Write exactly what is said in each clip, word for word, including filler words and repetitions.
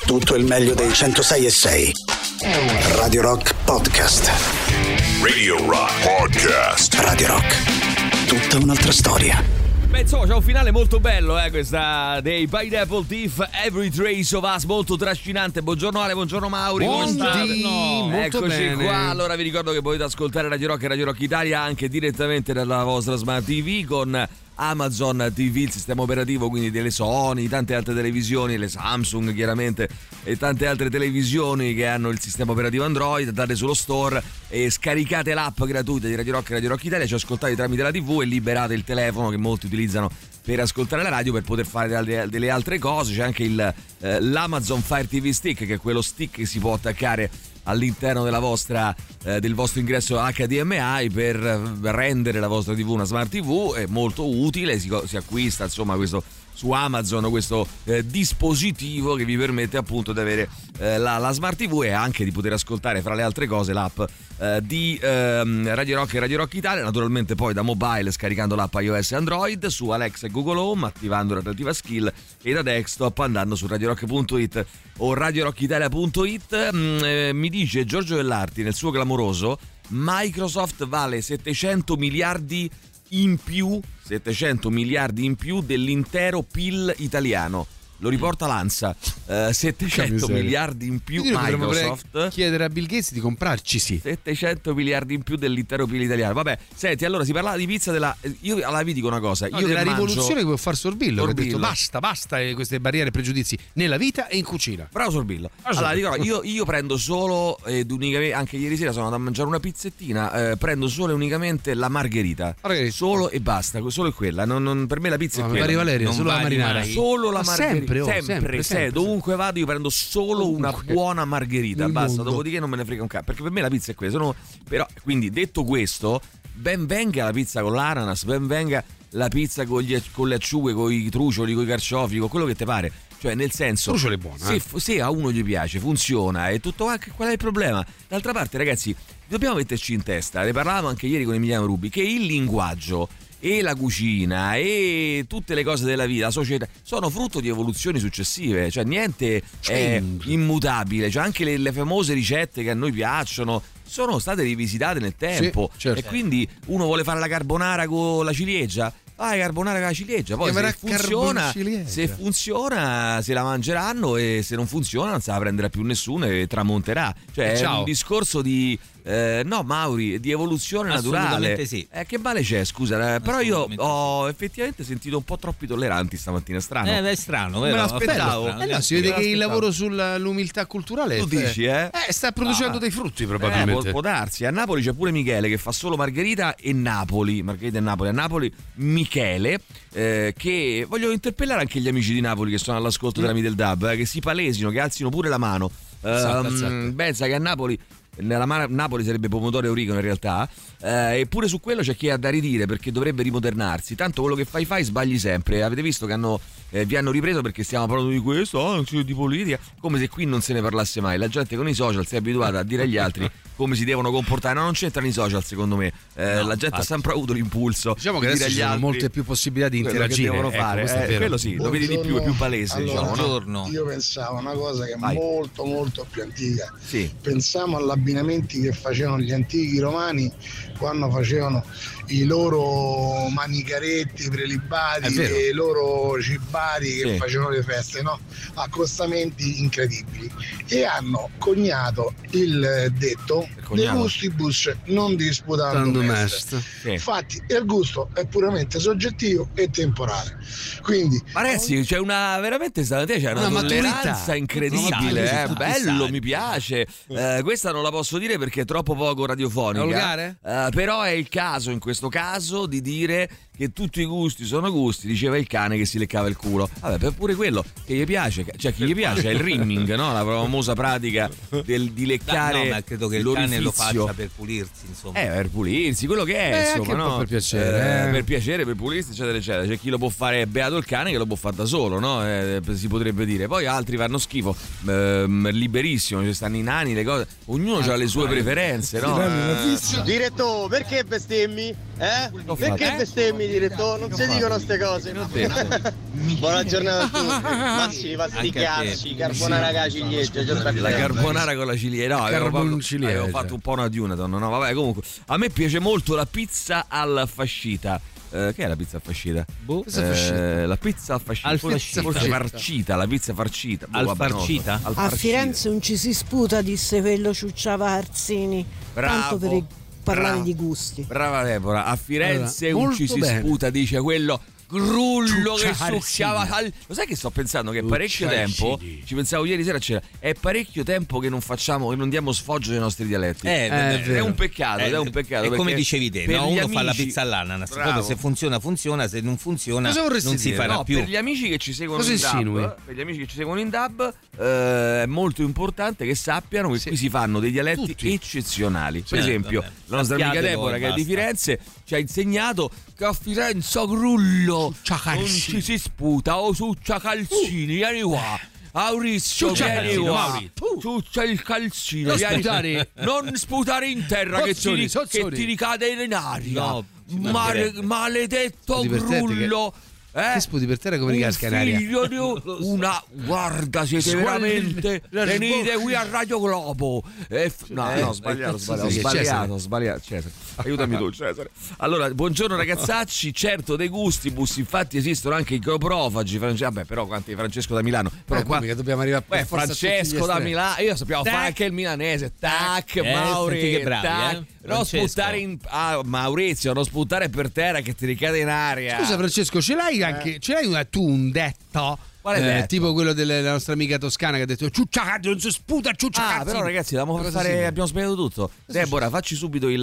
Tutto il meglio dei centosei e sei. Radio Rock Podcast. Radio Rock Podcast. Radio Rock. Tutta un'altra storia. Beh, insomma, c'è un finale molto bello, eh, questa dei Pineapple Thief, Every Trace of Us, molto trascinante. Buongiorno Ale, buongiorno Mauri, come state? Molto Eccoci bene. qua. Allora vi ricordo che potete ascoltare Radio Rock e Radio Rock Italia anche direttamente dalla vostra Smart T V con Amazon T V, il sistema operativo quindi delle Sony, tante altre televisioni, le Samsung chiaramente e tante altre televisioni che hanno il sistema operativo Android. Andate sullo store e scaricate l'app gratuita di Radio Rock e Radio Rock Italia, ci ascoltate tramite la tivù e liberate il telefono che molti utilizzano per ascoltare la radio, per poter fare delle, delle altre cose. C'è anche il, eh, l'Amazon Fire T V Stick, che è quello stick che si può attaccare all'interno della vostra eh, del vostro ingresso H D M I per rendere la vostra tivù una smart tivù. È molto utile, si, si acquista insomma questo su Amazon, questo eh, dispositivo che vi permette appunto di avere eh, la, la smart tivù e anche di poter ascoltare fra le altre cose l'app eh, di ehm, Radio Rock e Radio Rock Italia, naturalmente poi da mobile scaricando l'app iOS e Android, su Alexa e Google Home attivando la relativa skill, e da desktop andando su radiorock punto it o radiorockitalia punto it. Mm, eh, mi dice Giorgio Vellarti nel suo clamoroso: Microsoft vale settecento miliardi in più, settecento miliardi in più dell'intero P I L italiano. Lo riporta l'ANSA, uh, settecento miliardi in più. Microsoft chiedere a Bill Gates di comprarci, sì. settecento miliardi in più dell'intero P I L italiano. Vabbè, senti, allora si parlava di pizza della... Io alla vi dico una cosa, no, io della che rivoluzione mangio... che può far Sorbillo, Sorbillo, che ha detto basta, basta eh, queste barriere e pregiudizi nella vita e in cucina. Bravo Sorbillo. Bravo Allora, Sorbillo. dico, io, io prendo solo ed unicamente, anche ieri sera sono andato a mangiare una pizzettina, eh, prendo solo e unicamente la margherita. Margherita. Solo e basta, solo è quella. Non, non, per me la pizza No, è quella. Maria Valeria, Non solo la vale marinara. mai. Solo la Ma margherita. sempre, oh, sempre, sempre, se, sempre. dovunque vado io prendo solo Ovunque. una buona margherita, Nel basta, mondo. dopodiché non me ne frega un cazzo, perché per me la pizza è quella. Sono, però, quindi detto questo, ben venga la pizza con l'ananas, ben venga la pizza con, gli, con le acciughe, con i trucioli, con i carciofi, con quello che ti pare. Cioè, nel senso, Truciolo è buono, se, eh. se a uno gli piace, funziona e tutto, anche qual è il problema? D'altra parte, ragazzi, dobbiamo metterci in testa, ne parlavamo anche ieri con Emiliano Rubi, che il linguaggio e la cucina e tutte le cose della vita, la società, sono frutto di evoluzioni successive, cioè niente è immutabile, cioè anche le, le famose ricette che a noi piacciono sono state rivisitate nel tempo, Sì, certo. e quindi uno vuole fare la carbonara con la ciliegia, fai carbonara con la ciliegia, poi se funziona, se funziona se la mangeranno, e se non funziona non se la prenderà più nessuno e tramonterà, cioè è un discorso di Eh, no Mauri, di evoluzione naturale. Sì. Eh, che male c'è, scusa, eh, però io ho effettivamente sentito un po' troppi tolleranti stamattina, strano. Eh, è strano, me vero? l'aspettavo. Eh no, si vede che il lavoro sull'umiltà culturale Tu dici, eh? eh sta producendo Ah. dei frutti Eh, probabilmente. può, può darsi. A Napoli c'è pure Michele che fa solo margherita e Napoli, margherita e Napoli. A Napoli Michele, eh, che voglio interpellare anche gli amici di Napoli che sono all'ascolto della Middle Dub, eh, che si palesino, che alzino pure la mano. Esatto, Um, esatto. pensa che a Napoli, nella Mar- Napoli sarebbe pomodoro e origano in realtà, eh, eppure su quello c'è chi ha da ridire, perché dovrebbe rimodernarsi. Tanto quello che fai fai sbagli sempre. Avete visto che hanno, eh, vi hanno ripreso perché stiamo parlando di questo, oh, di politica, come se qui non se ne parlasse mai. La gente con i social si è abituata a dire agli altri come si devono comportare. No, non c'entrano i social secondo me, eh, No, la gente infatti. ha sempre avuto l'impulso Diciamo che di adesso dire ci agli sono altri molte più possibilità di quello che interagire. devono Ecco, fare, questo è eh, vero. quello sì, lo vedi di più, è più palese, Allora, diciamo, no? Buongiorno. Io pensavo una cosa che è Vai. molto molto più antica. Sì. Pensiamo agli abbinamenti che facevano gli antichi romani quando facevano i loro manicaretti prelibati È vero. e i loro cibari che Sì. facevano le feste, no? Accostamenti incredibili, e hanno coniato il detto de coniato. gustibus non disputando Tanto mest. mest. Sì. Infatti il gusto è puramente soggettivo e temporale, quindi Ma ragazzi, c'è una veramente stamattina c'è una, Una tolleranza maturità. incredibile, Tutti eh? tutti Bello, sani. mi piace. Eh, questa non la posso dire perché è troppo poco radiofonica. È volgare? Eh, però è il caso, in questo caso, di dire che tutti i gusti sono gusti, diceva il cane che si leccava il culo. Vabbè, per pure quello che gli piace, cioè chi gli piace è il rimming, no? La famosa pratica del, di leccare No, ma credo che il cane lo l'orifizio. faccia per pulirsi, insomma. Eh, per pulirsi, quello che è, Eh, insomma, anche un no? po' per piacere, eh. Per piacere, per pulirsi, eccetera, eccetera. C'è chi lo può fare, beato il cane che lo può fare da solo, no? Eh, si potrebbe dire. Poi altri fanno schifo, ehm, liberissimo, ci stanno i nani, le cose. Ognuno ha le sue preferenze, no? Eh, Diretto, perché bestemmi? Eh? L'ho Perché fatto. bestemmi, direttore? Non si dicono ste cose. Buona giornata a tutti. Ma sì, va sti cazzi, carbonara con la ciliegia. già sta La bene. carbonara con la ciliegia, no, avevo Carbon fatto, ciliegia. avevo fatto un po' una Dunaton, no, vabbè, comunque a me piace molto la pizza al fascita. Eh, che è la pizza al fascita? Boh, Eh, la pizza al fascita. Al Forse- fascita. forse farcita, la pizza farcita. Boh, Al vabbè, non lo so. farcita? Al A farcita. Firenze non ci si sputa, disse quello ciucciava Arzini. Bravo, Tanto per parlare bravo. di gusti. Brava Deborah, a Firenze Allora, non ci molto si bene. sputa, dice quello grullo che Ciuccia succhiava Arzini. al... Lo sai che sto pensando che è parecchio Ciuccia tempo, Arzini. ci pensavo ieri sera, c'era, è parecchio tempo che non facciamo, che non diamo sfoggio dei nostri dialetti. Eh, è è vero. un peccato, Eh, è un peccato. è come perché dicevi te, per no? gli Uno fa la amici- pizza all'ananas, Bravo. poi se funziona funziona, se non funziona Cosa vorresti non si dire? farà No, più. per gli amici che ci seguono Cosa in dub, insinui? per gli amici che ci seguono in dub, eh, è molto importante che sappiano che Sì. qui si fanno dei dialetti Tutti. eccezionali. Per Certo, esempio, vabbè. la nostra amica Sappiate Deborah, voi, che è di basta. Firenze, ci ha insegnato che a Firenze grullo Succia non calzini. ci si sputa o succia calzini, vieni qua. Maurizio, Succia vieni calzino, qua. Mauri. Succia il calzino. Non vieni- sputare. non sputare in terra che ti, Sozzoni, ri- che sozzoni. ti ricade in aria. No, ci Male- mancherebbe. maledetto Divertente che- grullo. Eh? Che sputi per terra come Un ricasca in aria? figlio di un- una guarda, siete Sguardi- veramente la venite sbocca. qui a Radio Globo. Eh, f- no, Eh, no, sbagliato, eh, sbagliato, sì, sì, sbagliato, Cesare. sbagliato. Cesare. Aiutami tu, Cesare. Allora, buongiorno ragazzacci, certo dei gustibus, infatti esistono anche i coprofagi, France- vabbè, però quanti Francesco da Milano, però Eh, qua come che dobbiamo arrivare per Beh, forza a tutti gli Francesco da estremi. Milano, io sappiamo Tac. fare anche il milanese. Tac, Eh, Mauri, senti che bravi, tac. eh. Non Francesco. sputare in ah, Maurizio, non sputare per terra che ti ricade in aria. Scusa Francesco, ce l'hai anche ce l'hai una, tu un detto? Quale Eh, detto? tipo quello della nostra amica toscana che ha detto ciuccia cazzo, non si sputa ciuccia Ah, cazzo. però ragazzi, dobbiamo Cosa fare, significa? abbiamo sbagliato tutto. Deborah, facci subito il,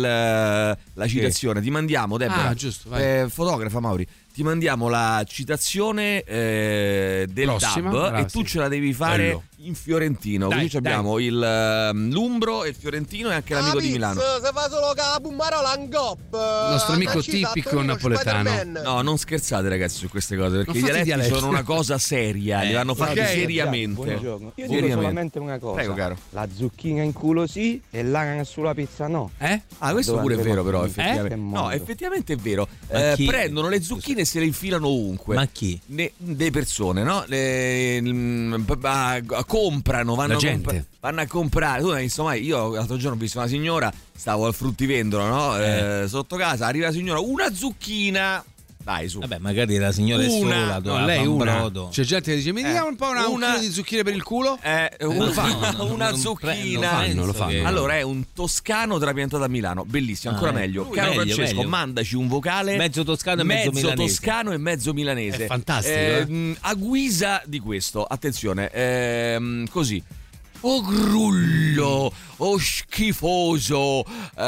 la citazione. Ti mandiamo, Deborah. Ah, giusto, vai. Eh, fotografa Mauri. Ti mandiamo la citazione eh, del Prossima? dub Brava, e tu sì. ce la devi fare Bello. in fiorentino. Dai, Così ci abbiamo il ehm, l'umbro e il fiorentino e anche l'amico di Milano. Se fa solo che la pummarola in gop. Il nostro amico tipico napoletano. No, non scherzate ragazzi su queste cose perché Non i fate dialetti, dialetti. sono una cosa seria, li Eh, vanno fatti ok. seriamente. Buongiorno. Io dico Seriamente. solamente una cosa. Prego, caro. La zucchina in culo sì e l'ananas sulla pizza no. Eh? Ah, questo Dove pure è vero, andremo però, a effettivamente. finire? Che No, mondo. effettivamente è vero. Ma Eh, chi? prendono le zucchine e se le infilano ovunque. Ma chi? Ne- delle persone, no? Le- mm, p- a- a- comprano, vanno La a, gente. comp- vanno a comprare. Tu non hai visto mai? Io l'altro giorno ho visto una signora, stavo al fruttivendolo, no? Eh, sotto casa, arriva la signora, una zucchina. Dai, su. Vabbè, magari la signora è Una. sola, No, doveva lei fare un una. brodo. C'è gente che dice mi Eh, diamo un po' una, un una- chilo di zucchine per il culo? Eh, lo una, fanno, una non zucchina. pre- non fanno, lo fanno. che- Allora è un toscano trapiantato a Milano, bellissimo, ancora Ah, eh. meglio. Lui Caro meglio, Francesco, meglio. mandaci un vocale Mezzo toscano e mezzo milanese. toscano e mezzo milanese. È fantastico, eh. mh, A guisa di questo, attenzione, ehm, così. Oh grullo, oh schifoso,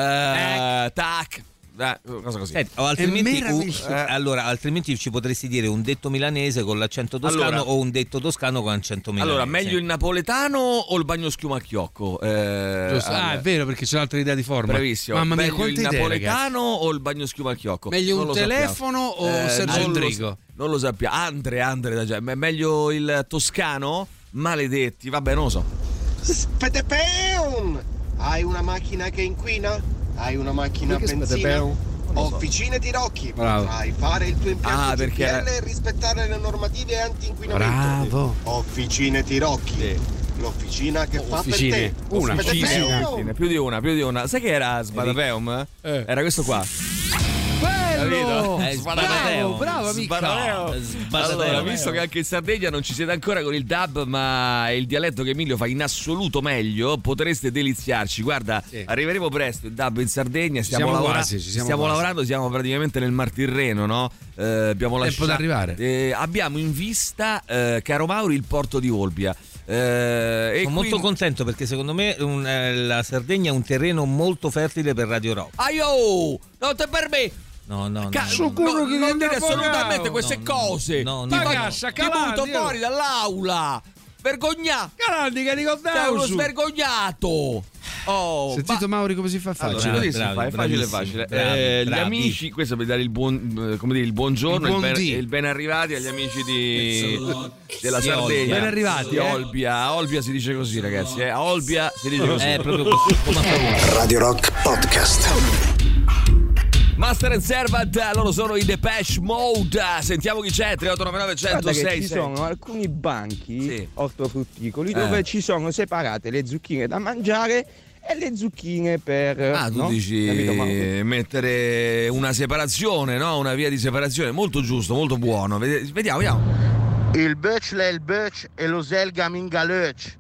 eh, tac. Eh, cosa così. Senti, o altrimenti, È meraviglioso. uh, allora, altrimenti ci potresti dire un detto milanese con l'accento toscano Allora- o un detto toscano con l'accento milanese. Allora, meglio il napoletano o il bagno schiuma a chiocco? Eh, Giusto. Ah, allora, è vero perché c'è un'altra idea di forma. Bravissimo. Mamma mia, meglio quante il idee, napoletano ragazzi. o il bagno schiuma al chiocco? Meglio Non un lo sappiamo. telefono o Sergio non lo Endrigo? sa- Non lo sappiamo. Andre, Andre, da già. Ma è meglio il toscano? Maledetti, vabbè, non lo so. Spetepeun! Hai una macchina che inquina? Hai una macchina a benzina? Officine Tirocchi, Bravo. potrai fare il tuo impianto Ah, G P L perché- e rispettare le normative anti-inquinamento. Bravo. Officine Tirocchi, Sì. l'officina che fa Officine. per te. Una. Spetepeun! Officine, più di una, più di una. Sai che era Sbadapeum? Eh. Era questo qua. Bello! Eh, Bravo, bravo amico. Sbadapeum. Sbadapeum. Allora, visto che anche in Sardegna non ci siete ancora con il dub, ma è il dialetto che Emilio fa in assoluto meglio, potreste deliziarci. Guarda, Sì. arriveremo presto il dub in Sardegna. Stiamo, siamo lavora- quasi, ci siamo stiamo quasi. lavorando, siamo praticamente nel Mar Tirreno, no? Eh, abbiamo Tempo lasciato- d'arrivare. Eh, abbiamo in vista, eh, caro Mauri, il porto di Olbia. Eh, e Sono molto quindi- contento perché secondo me un- eh, la Sardegna è un terreno molto fertile per Radio Rock. Aio! Non te per me! No, no, no. Ca- no, Sicuro no, che non viene dire assolutamente affogato. queste No, no, cose. no, Ti no, fa- no. Cassa, ti butto Calandi, fuori dall'aula. Vergognato. Calandi che Sei uno ricordavo. svergognato. Oh, Sentito Mauri come si fa Allora, facile? così si bravi, fa, è facile bravissimi, facile. bravi, Eh, gli bravi. amici, questo per dare il buon, eh, come dire, il buongiorno Il e il, buon ben, dì. e il ben arrivati agli amici di, della Di Sardegna. Olbia. Ben arrivati, Di eh. Olbia. A Olbia si dice così, ragazzi. Eh. A Olbia si dice così. È proprio così, come a Paolo. Radio Rock Podcast. Master and Servant, loro sono i Depeche Mode. Sentiamo chi c'è. tre otto nove nove uno zero sei. Ci sono alcuni banchi sì. ortofrutticoli eh. dove ci sono separate le zucchine da mangiare e le zucchine per... Ah, tu no? dici mettere una separazione, no? Una via di separazione. Molto giusto, molto buono. Vediamo, vediamo. Il Böch, il Böch e lo Selgamingalöch.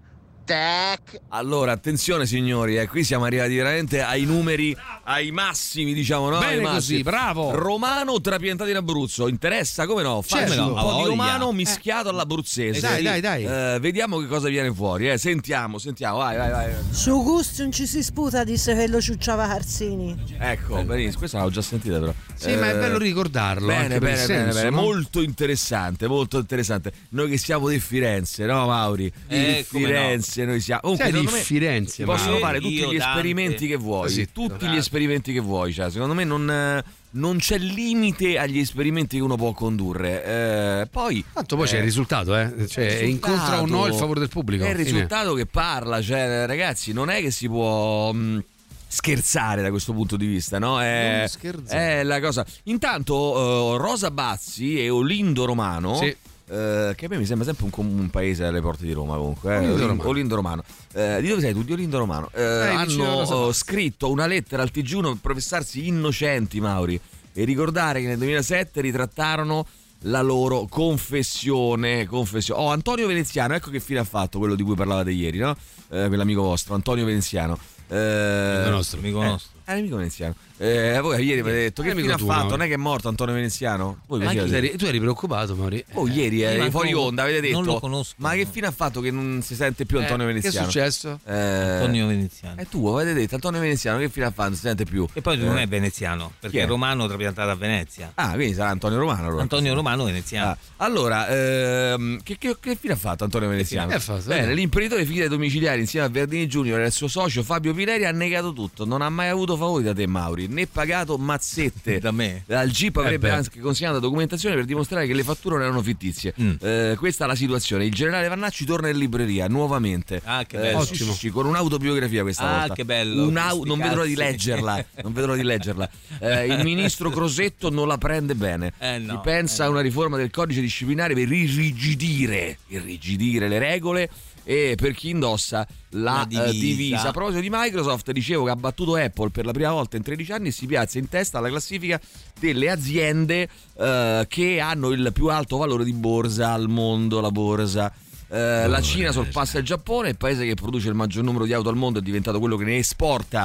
Tac. Allora, attenzione signori, eh, qui siamo arrivati veramente ai numeri, ai massimi, diciamo, no? Bene ai massimi. così, bravo. Romano trapiantato in Abruzzo, interessa? Come no? Facci Certo. un po' Voglia. di romano mischiato all'abruzzese. Dai, dai, dai. Eh, vediamo che cosa viene fuori, eh. Sentiamo, sentiamo, vai, vai, vai. Su gusto non ci si sputa, disse che lo ciucciava Carzini. Ecco, benissimo, questa l'avevo già sentita però. Sì, ma è bello ricordarlo. Bene, anche per bene, il bene, senso, bene. no? Molto interessante, molto interessante. Noi che siamo di Firenze, no Mauri? Eh, di come Firenze no. noi siamo. Comunque, Sei di secondo me Firenze, si possono Mauri. fare tutti Io, gli Dante. esperimenti che vuoi, Così, tutti Dante. gli esperimenti che vuoi, cioè, secondo me non, eh, non c'è limite agli esperimenti che uno può condurre. Eh, poi Tanto poi eh, c'è il risultato, eh? Cioè, il risultato- incontra o no il favore del pubblico. È il Fine. risultato che parla, cioè, ragazzi, non è che si può mh, scherzare da questo punto di vista, no? È, Non scherzare. è la cosa. Intanto, eh, Rosa Bazzi e Olindo Romano. Sì. eh, che a me mi sembra sempre un, com- un paese alle porte di Roma, comunque. Eh, Olindo Olin- Romano. Olindo Romano. Eh, di dove sei tu? Di Olindo Romano. Eh, vicino a Rosa hanno Bazzi. scritto una lettera al T G uno per professarsi innocenti, Mauri, e ricordare che nel duemilasette ritrattarono la loro confessione. confessione. Oh, Antonio Veneziano, ecco che fine ha fatto quello di cui parlavate ieri, no? Eh, quell'amico vostro, Antonio Veneziano. Eh, Amico nostro. Amico eh, nostro. È amico veneziano. Eh, voi ieri avete detto che È fine ha amico tuo, fatto? no? Non è che è morto Antonio Veneziano? Voi Ma così tu avete- eri, tu eri preoccupato, Mauri? Oh, ieri eh, ma fuori non- onda avete detto. non lo conosco. Ma che fine ha fatto che non si sente più Eh, Antonio che è Veneziano? successo? Eh, Antonio Veneziano. È tuo, avete detto Antonio Veneziano, che fine ha fatto? Non si sente più. E poi non Eh, è veneziano, perché Chi è? è romano trapiantato a Venezia. Ah, quindi sarà Antonio Romano allora. Antonio Romano veneziano. Ah, allora, ehm, che, che, che fine ha fatto Antonio Veneziano? fine ha fatto? Bene, l'imprenditore fine domiciliari insieme a Verdini Junior e il suo socio Fabio Pineri ha negato tutto. Non ha mai avuto favori da te, Mauri, né pagato mazzette. Da me. Al G I P avrebbe beh. anche consegnato documentazione per dimostrare che le fatture non erano fittizie. Mm. Eh, questa è la situazione. Il generale Vannacci torna in libreria nuovamente. Ah, che Eh, bello. sì, sì, sì, con un'autobiografia questa Ah, volta. che bello. Un'au- Questi non vedo l'ora di cazzi. leggerla. Non vedo l'ora di leggerla. Eh, il ministro Crosetto non la prende bene. Eh, no, Si pensa eh, a una riforma del codice disciplinare per irrigidire, irrigidire le regole. E per chi indossa la, La divisa. eh, divisa. A proposito di Microsoft, dicevo che ha battuto Apple per la prima volta in tredici anni e si piazza in testa alla classifica delle aziende eh, che hanno il più alto valore di borsa al mondo, la borsa. Eh, la Cina sorpassa il Giappone, il paese che produce il maggior numero di auto al mondo, è diventato quello che ne esporta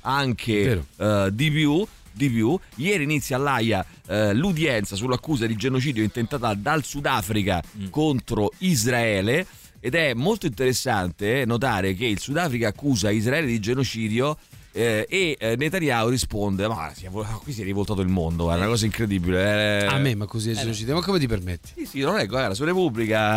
anche eh, di più. Di più, ieri inizia all'Aia eh, l'udienza sull'accusa di genocidio intentata dal Sudafrica Mm. contro Israele. Ed è molto interessante notare che il Sudafrica accusa Israele di genocidio eh, e eh, Netanyahu risponde: ma si è, qui si è rivoltato il mondo, è una cosa incredibile. Eh, A me, ma così è genocidio. Ma come ti permetti? Sì, sì, non è, guarda, su Repubblica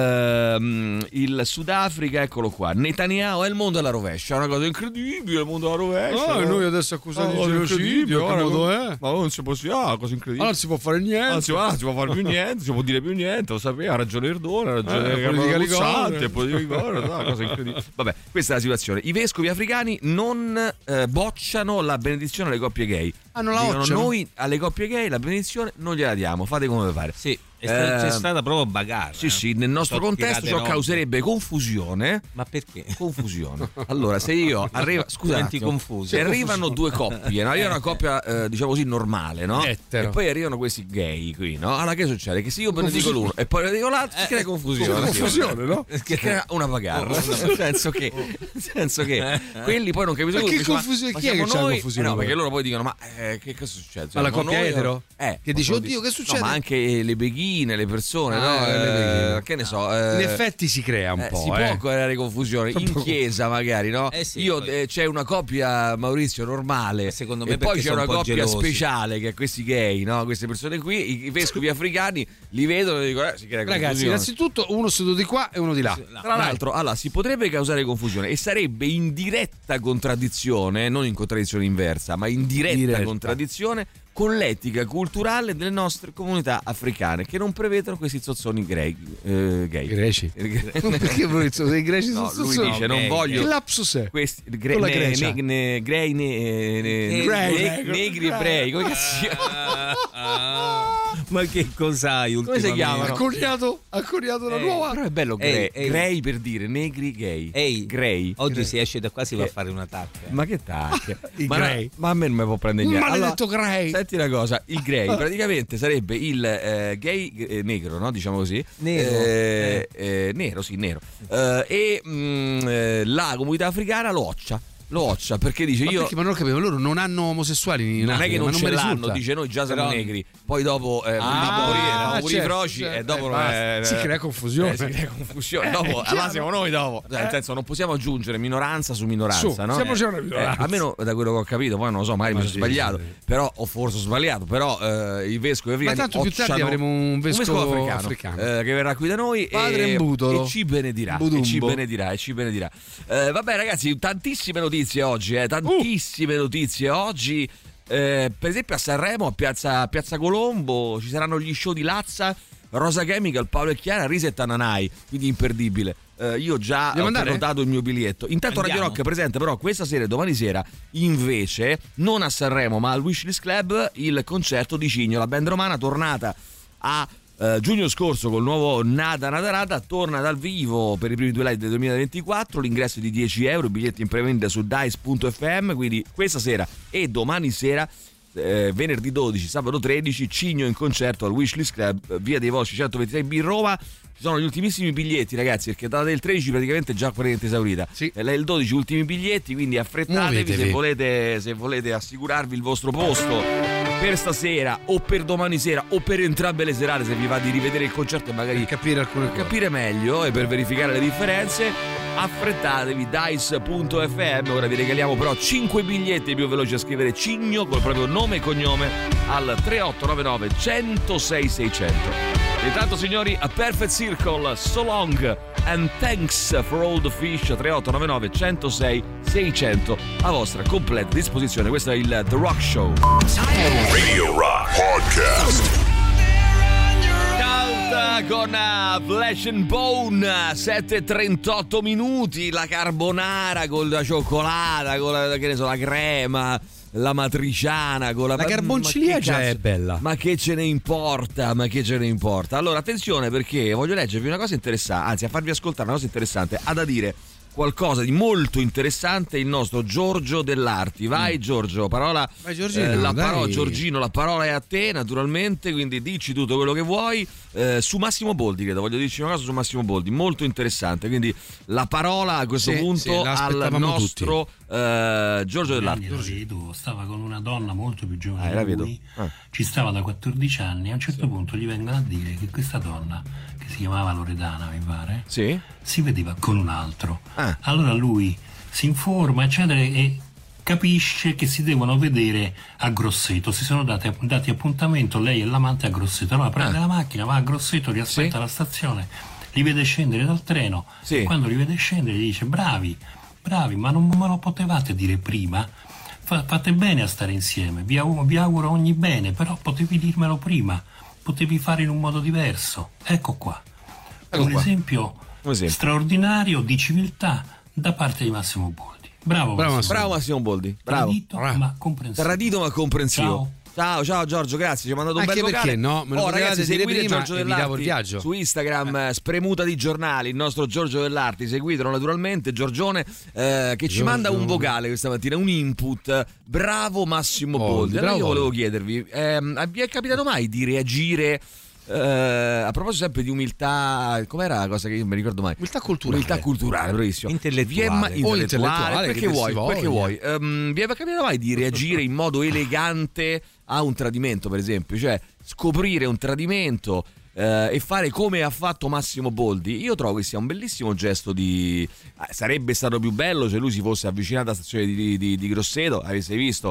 ehm, il Sudafrica, eccolo qua. Netanyahu è il mondo alla rovescia, è una cosa incredibile, il mondo alla rovescia. Oh, e noi adesso accusati Oh, di genocidio, guarda, che modo è? Ma non si può, ah, cosa incredibile. Allora non si può fare niente. Anzi, ah, non si può fare più niente, si può dire più niente, lo sapeva, ha ragione Erdone, ha ragione Eh, politica Ligore. politica Ligore, no, cosa incredibile. Vabbè, questa è la situazione. I vescovi africani non eh, bocciano la benedizione alle coppie gay. Ah, non la Dicono, bocciano? noi alle coppie gay la benedizione non gliela diamo, fate come vi pare. Sì, è sta- Eh, c'è stata proprio bagarra. Sì, sì, nel nostro Sono contesto tirate ciò robe. causerebbe confusione. Ma perché? Confusione. Allora, se io arriva, scusa, un Senti attimo, confuso. se arrivano due coppie, no? Io una coppia, eh, diciamo così, normale, no? Etero. E poi arrivano questi gay qui, no? Allora, che succede? Che se io benedico l'uno e poi benedico l'altro, si crea confusione. Confusione, no? Si crea una bagarra. Nel senso che, nel senso che quelli poi non capiscono. Ma che dicono, confusione- ma chi è siamo che c'ha noi? confusione Eh no, poi? perché loro poi dicono, ma eh, che cosa succede? Ma la Siamo coppia noi o- etero? Eh, Che dice, possono oddio, dire- che succede? No, ma anche le beghine, le persone, Ah, no? le beghine. Eh, che ne so. eh, In effetti si crea un eh, po'. si eh. può creare confusione in chiesa magari, no? Eh sì, Io poi- eh, c'è una coppia, Maurizio, normale, Secondo me e poi perché c'è sono una un po' coppia gelosi. speciale che è questi gay, no? Queste persone qui, i, i vescovi africani li vedono e dicono eh, si crea Ragazzi, confusione. innanzitutto uno seduto di qua e uno di là. Tra l'altro, allora, si potrebbe causare confusione e sarebbe in diretta contraddizione, non in contraddizione inversa, ma in diretta, Diretta. contraddizione con l'etica culturale delle nostre comunità africane che non prevedono questi zozzoni grei, eh, gay. Greci? Perché voi i greci no, sono lui dice no, non gay. voglio che lapsus è? Questi gre, Con la ne, Grecia. ne, ne, grei ne, ne, ne, ne, negri ebrei, come si chiama? Ma che cos'hai Come si chiamano? Ha coniato, ha coniato la Ehi. nuova. Però è bello Ehi, grey, ehi. grey per dire negri gay. Ehi, grey. oggi Grey. si esce da qua, si va Eh. a fare una tacca. Ma che tacca? I ma, grey. ma a me non mi può prendere niente. Maledetto grey. Senti una cosa, il grey praticamente sarebbe il eh, gay eh, negro, no? Diciamo così. Nero. Eh, eh, nero, sì, nero. Eh, e mh, eh, la comunità africana lo occia. Lo occia perché dice Ma io. perché? Ma non lo capivo, loro non hanno omosessuali in Non è Africa, che non ma ce mi l'hanno, risulta. dice noi già siamo Però- negri, poi dopo eh, Ah, pure, pure i certo, froci certo. e dopo Eh, non è- basta. Si crea confusione. Eh, si crea confusione. Eh, Dopo, è allora chiaro. siamo noi dopo. Cioè, nel senso non possiamo aggiungere minoranza su minoranza, Su, no? siamo Eh, già una minoranza. eh, almeno da quello che ho capito, poi non lo so, magari Ma mi sono sì, sbagliato, sì. però o forse ho sbagliato, però eh, i vescovi africani Ma tanto più tardi occiano- avremo un vescovo africano, africano. eh, che verrà qui da noi Padre e, Mbutolo. e ci benedirà, e Budumbo. ci benedirà, e ci benedirà. Eh, vabbè ragazzi, tantissime notizie oggi, eh, tantissime notizie oggi. Eh, per esempio a Sanremo, a Piazza, a Piazza Colombo ci saranno gli show di Lazza, Rosa Chemical, Paolo e Chiara, Risa e Tananai, quindi imperdibile. Eh, io già Andiamo ho andare? prenotato il mio biglietto. Intanto Andiamo. Radio Rock presente però questa sera e domani sera invece non a Sanremo ma al Wishlist Club il concerto di Cigno, la band romana tornata a Uh, giugno scorso col nuovo Nada Nada Nada, torna dal vivo per i primi due live del duemilaventiquattro, l'ingresso è di dieci euro, i biglietti in prevendita su dice punto effe emme, quindi questa sera e domani sera, eh, venerdì dodici, sabato tredici, Cigno in concerto al Wishlist Club, via dei Volsci centoventisei B Roma. Ci sono gli ultimissimi biglietti ragazzi, perché data del tredici praticamente è già praticamente esaurita. Sì. E il dodici ultimi biglietti, quindi affrettatevi Muovetevi. se volete, se volete assicurarvi il vostro posto per stasera o per domani sera o per entrambe le serate, se vi va di rivedere il concerto e magari Per capire alcune cose. capire meglio e per verificare le differenze. Affrettatevi, dice punto effe emme. Ora vi regaliamo però cinque biglietti, più veloci a scrivere Cigno col proprio nome e cognome al tre otto nove nove uno zero sei sei zero zero. Intanto signori, a Perfect Circle, So Long and Thanks for All the Fish, tre otto nove nove uno zero sei sei zero zero a vostra completa disposizione. Questo è il The Rock Show. Radio Rock Podcast. Count con uh, Flesh and Bone, sette e trentotto minuti, la carbonara con la cioccolata, con la, che ne so, la crema, la matriciana con la, La ma- carbonciliegia ma che è cazzo- bella. Ma che ce ne importa? Ma che ce ne importa? Allora, attenzione perché voglio leggervi una cosa interessante, anzi a farvi ascoltare una cosa interessante, ha da dire qualcosa di molto interessante il nostro Giorgio Dell'Arti. Vai Giorgio, parola Vai, Giorgino, eh, la dai. parola Giorgino, la parola è a te naturalmente, quindi dici tutto quello che vuoi. Eh, su Massimo Boldi, credo, voglio dirci una cosa su Massimo Boldi, molto interessante, quindi la parola a questo Sì, punto sì, la al aspettavamo nostro eh, Giorgio Dell'Arti. Lo vedo, stava con una donna molto più giovane Ah, di la vedo. lui, Ah. ci stava da quattordici anni, a un certo punto gli vengono a dire che questa donna, che si chiamava Loredana mi pare, Sì? si vedeva con un altro. Ah. Allora lui si informa eccetera e capisce che si devono vedere a Grosseto, si sono dati, dati appuntamento lei e l'amante a Grosseto, allora prende Ah. la macchina, va a Grosseto, li aspetta Sì. alla stazione, li vede scendere dal treno Sì. e quando li vede scendere gli dice bravi, bravi, ma non me lo potevate dire prima? Fa- fate bene a stare insieme, vi auguro, vi auguro ogni bene, però potevi dirmelo prima, potevi fare in un modo diverso. Ecco qua, Ecco un qua. esempio Un esempio. straordinario di civiltà da parte di Massimo Boldi. Bravo, Bravo, Massimo. Bravo Massimo Boldi, bravo. Tradito, Bravo. ma comprensivo. Tradito ma comprensivo. Ciao. Ciao, ciao Giorgio, grazie, ci ha mandato un Anche bel vocale. perché no, me lo oh, potevate ragazzi, dire seguite prima Giorgio e vi davo Dell'Arti il viaggio. su Instagram, eh. Spremuta di giornali, il nostro Giorgio Dell'Arti, seguitelo naturalmente, Giorgione, eh, che ci Giorgio. manda un vocale questa mattina, un input. Bravo Massimo Boldi, Boldi. Allora io bravo. volevo chiedervi, ehm, vi è capitato mai di reagire eh, a proposito sempre di umiltà, com'era la cosa che io non mi ricordo mai? Umiltà culturale. Umiltà culturale, bravissimo. Intellettuale. Vi è ma- O intellettuale, intellettuale, perché che vuoi, si perché voglia. vuoi. Ehm, vi è capitato mai di reagire in modo elegante a un tradimento, per esempio? Cioè, scoprire un tradimento eh, e fare come ha fatto Massimo Boldi? Io trovo che sia un bellissimo gesto di... eh, sarebbe stato più bello se lui si fosse avvicinato alla stazione di, di, di Grosseto, avesse visto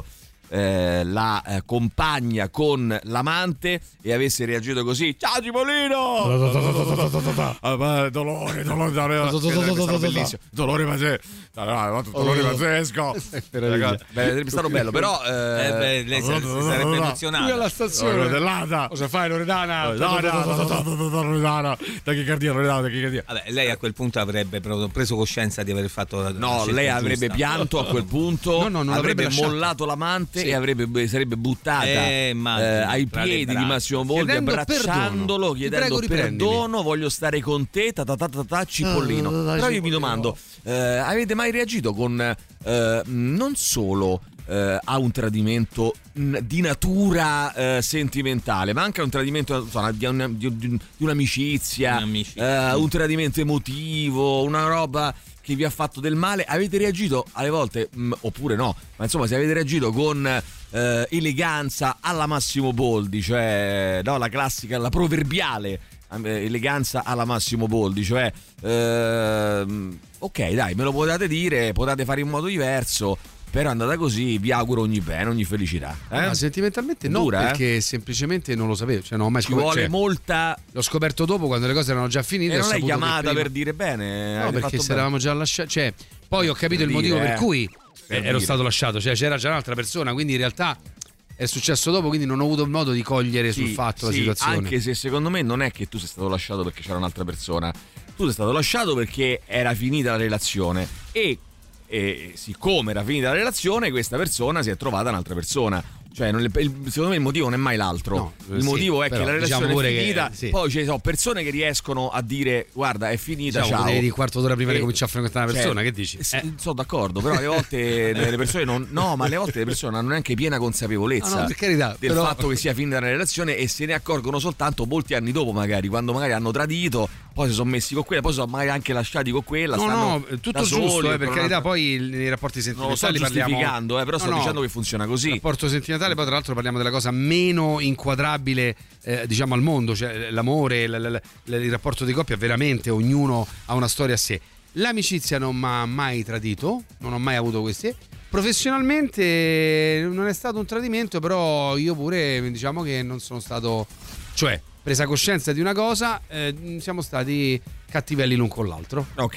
eh, la eh, compagna con l'amante e avesse reagito così: ciao Cipollino! Dolore, dolore, dolore, bellissimo. Dolore pazzesco. Dolore pazzesco. Sarebbe stato bello, però eh, beh, lei sarebbe emozionata. Qui alla stazione dell'Ada. Cosa fai, Loredana? Loredana, tachicardia, Loredana, tachicardia. Vabbè, lei a quel punto avrebbe preso coscienza di aver fatto la No, lei avrebbe giusta. pianto a quel punto, no, no, non avrebbe lasciato. mollato l'amante Sì. e avrebbe, sarebbe buttata Eh, immagino, eh, ai tra le piedi di braccia. Massimo Boldi, Chiedendo abbracciandolo, perdono. Ti chiedendo prego, riprendimi. perdono, voglio stare con te, ta ta ta ta ta, Cipollino. Però io mi domando, eh, avete mai reagito con eh, non solo eh, a un tradimento mh, di natura eh, sentimentale, ma anche a un tradimento insomma, di, una, di, di un'amicizia, Un'amicizia. eh, un tradimento emotivo, una roba che vi ha fatto del male? Avete reagito alle volte, mh, oppure no, ma insomma se avete reagito con eh, eleganza alla Massimo Boldi, cioè no, la classica, la proverbiale eh, eleganza alla Massimo Boldi, cioè ehm, ok dai, me lo potete dire, potete fare in modo diverso, però è andata così, vi auguro ogni bene, ogni felicità. Eh? No, sentimentalmente no, Dura, perché semplicemente non lo sapevo, cioè non ho mai Ci scoperto, vuole cioè, molta... l'ho scoperto dopo quando le cose erano già finite. E ho non l'hai saputo che chiamata prima- per dire bene? No, avete perché fatto se bene. eravamo già lasciati, cioè poi ho capito Per il motivo dire, per eh. cui Per ero dire. stato lasciato, cioè c'era già un'altra persona, quindi in realtà è successo dopo, quindi non ho avuto modo di cogliere sul Sì, fatto la sì, situazione. Anche se secondo me non è che tu sei stato lasciato perché c'era un'altra persona, tu sei stato lasciato perché era finita la relazione e, e siccome era finita la relazione questa persona si è trovata un'altra persona. Cioè, non, il, secondo me il motivo non è mai l'altro. No, il sì, motivo è però che la relazione diciamo pure è che, finita. sì. Poi ci sono persone che riescono a dire: guarda, è finita, Diciamo, ciao. potevi dire quarto d'ora prima E- di cominciare a frequentare una persona, cioè, che dici? sì, Eh. sono d'accordo, però alle volte le persone non. No, ma alle volte le persone non hanno neanche piena consapevolezza No, no, per carità, del però- fatto che sia finita la relazione e se ne accorgono soltanto molti anni dopo, magari, quando magari hanno tradito, poi si sono messi con quella, poi si sono magari anche lasciati con quella. No, stanno no, tutto da giusto, soli, eh, per con carità, un'altra- poi nei rapporti Non lo sto sentimentali parliamo... giustificando, eh, però sto No, no, dicendo che funziona così. Il rapporto sentimentale, poi tra l'altro parliamo della cosa meno inquadrabile eh, diciamo al mondo, cioè l'amore, l- l- l- il rapporto di coppia, veramente ognuno ha una storia a sé. L'amicizia non mi ha mai tradito, non ho mai avuto questi. Professionalmente non è stato un tradimento, però io pure diciamo che non sono stato, cioè presa coscienza di una cosa, eh, siamo stati cattivelli l'un con l'altro. Ok,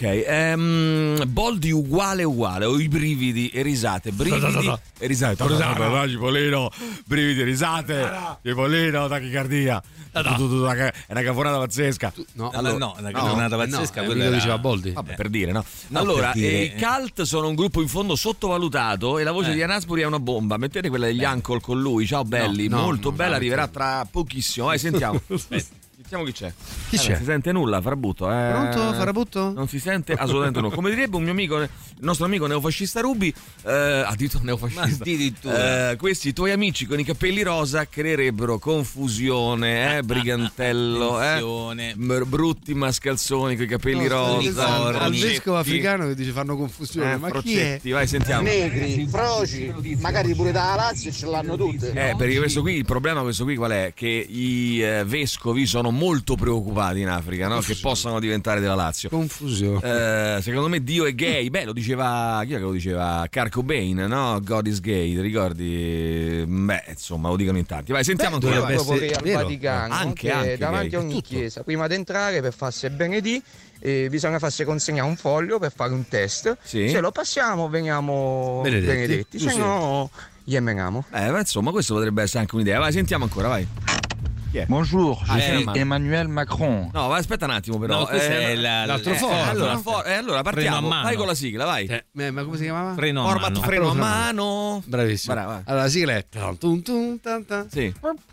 ehm, Boldi uguale uguale, ho i brividi e risate, brividi e risate. Cipollino, brividi e risate, Cipollino, tachicardia. È una cafonata pazzesca. No, Allora, no, una caponata pazzesca, no, quello lo era- diceva Boldi. Vabbè, per dire, no? No, allora, per dire, eh, i Cult sono un gruppo in fondo sottovalutato e la voce Eh. di Anasbury è una bomba. Mettete quella degli Uncle con lui, ciao belli, no, molto no, bella, no, arriverà tra pochissimo. Vai, sentiamo. Sentiamo chi c'è. Chi Eh, c'è? Non si sente nulla, Farabutto. Eh. Pronto, Farabutto? Non si sente assolutamente nulla. Come direbbe un mio amico, il nostro amico neofascista Rubi, eh, addirittura neofascista. Ma addirittura. Eh, questi tuoi amici con i capelli rosa creerebbero confusione, eh, brigantello, eh. Attenzione. M- brutti mascalzoni con i capelli No, rosa. sto al Frocetti. vescovo africano che dice fanno confusione, Eh, ma chi è? Frocetti, vai, sentiamo. Negri, froci, magari pure da Lazio ce l'hanno tutte. Eh, perché questo qui, il problema questo qui qual è? Che i eh, vescovi sono molto preoccupati in Africa, no? Che possano diventare della Lazio. Confusione. Eh, secondo me Dio è gay. Beh, lo diceva, chi è che lo diceva? Kurt Cobain, no? God is gay, ti ricordi? Beh, insomma, lo dicono in tanti. Vai, sentiamo Beh, ancora. proprio che al Vero? Vaticano, Anche, che anche davanti gay. a ogni Tutto. chiesa, prima di entrare per farsi benedì, eh, bisogna farsi consegnare un foglio per fare un test. Sì. Se lo passiamo veniamo Benedetti. benedetti, se Sì. no yemeniamo. Eh, ma insomma, questo potrebbe essere anche un'idea. Vai, sentiamo ancora, vai. Chi è? Bonjour, je Ah, suis Herman. Emmanuel Macron. No, vai, aspetta un attimo, però. No, questo è la- l'altro eh, forno. eh, allora, no? for- eh, allora Freno partiamo. a mano. Vai con la sigla, vai. Eh, ma come si chiamava? Freno a Format mano. freno a Freno a mano. Bravissimo. Brava, vai. Allora la sigla è tum, tum, tan, tan. Sì.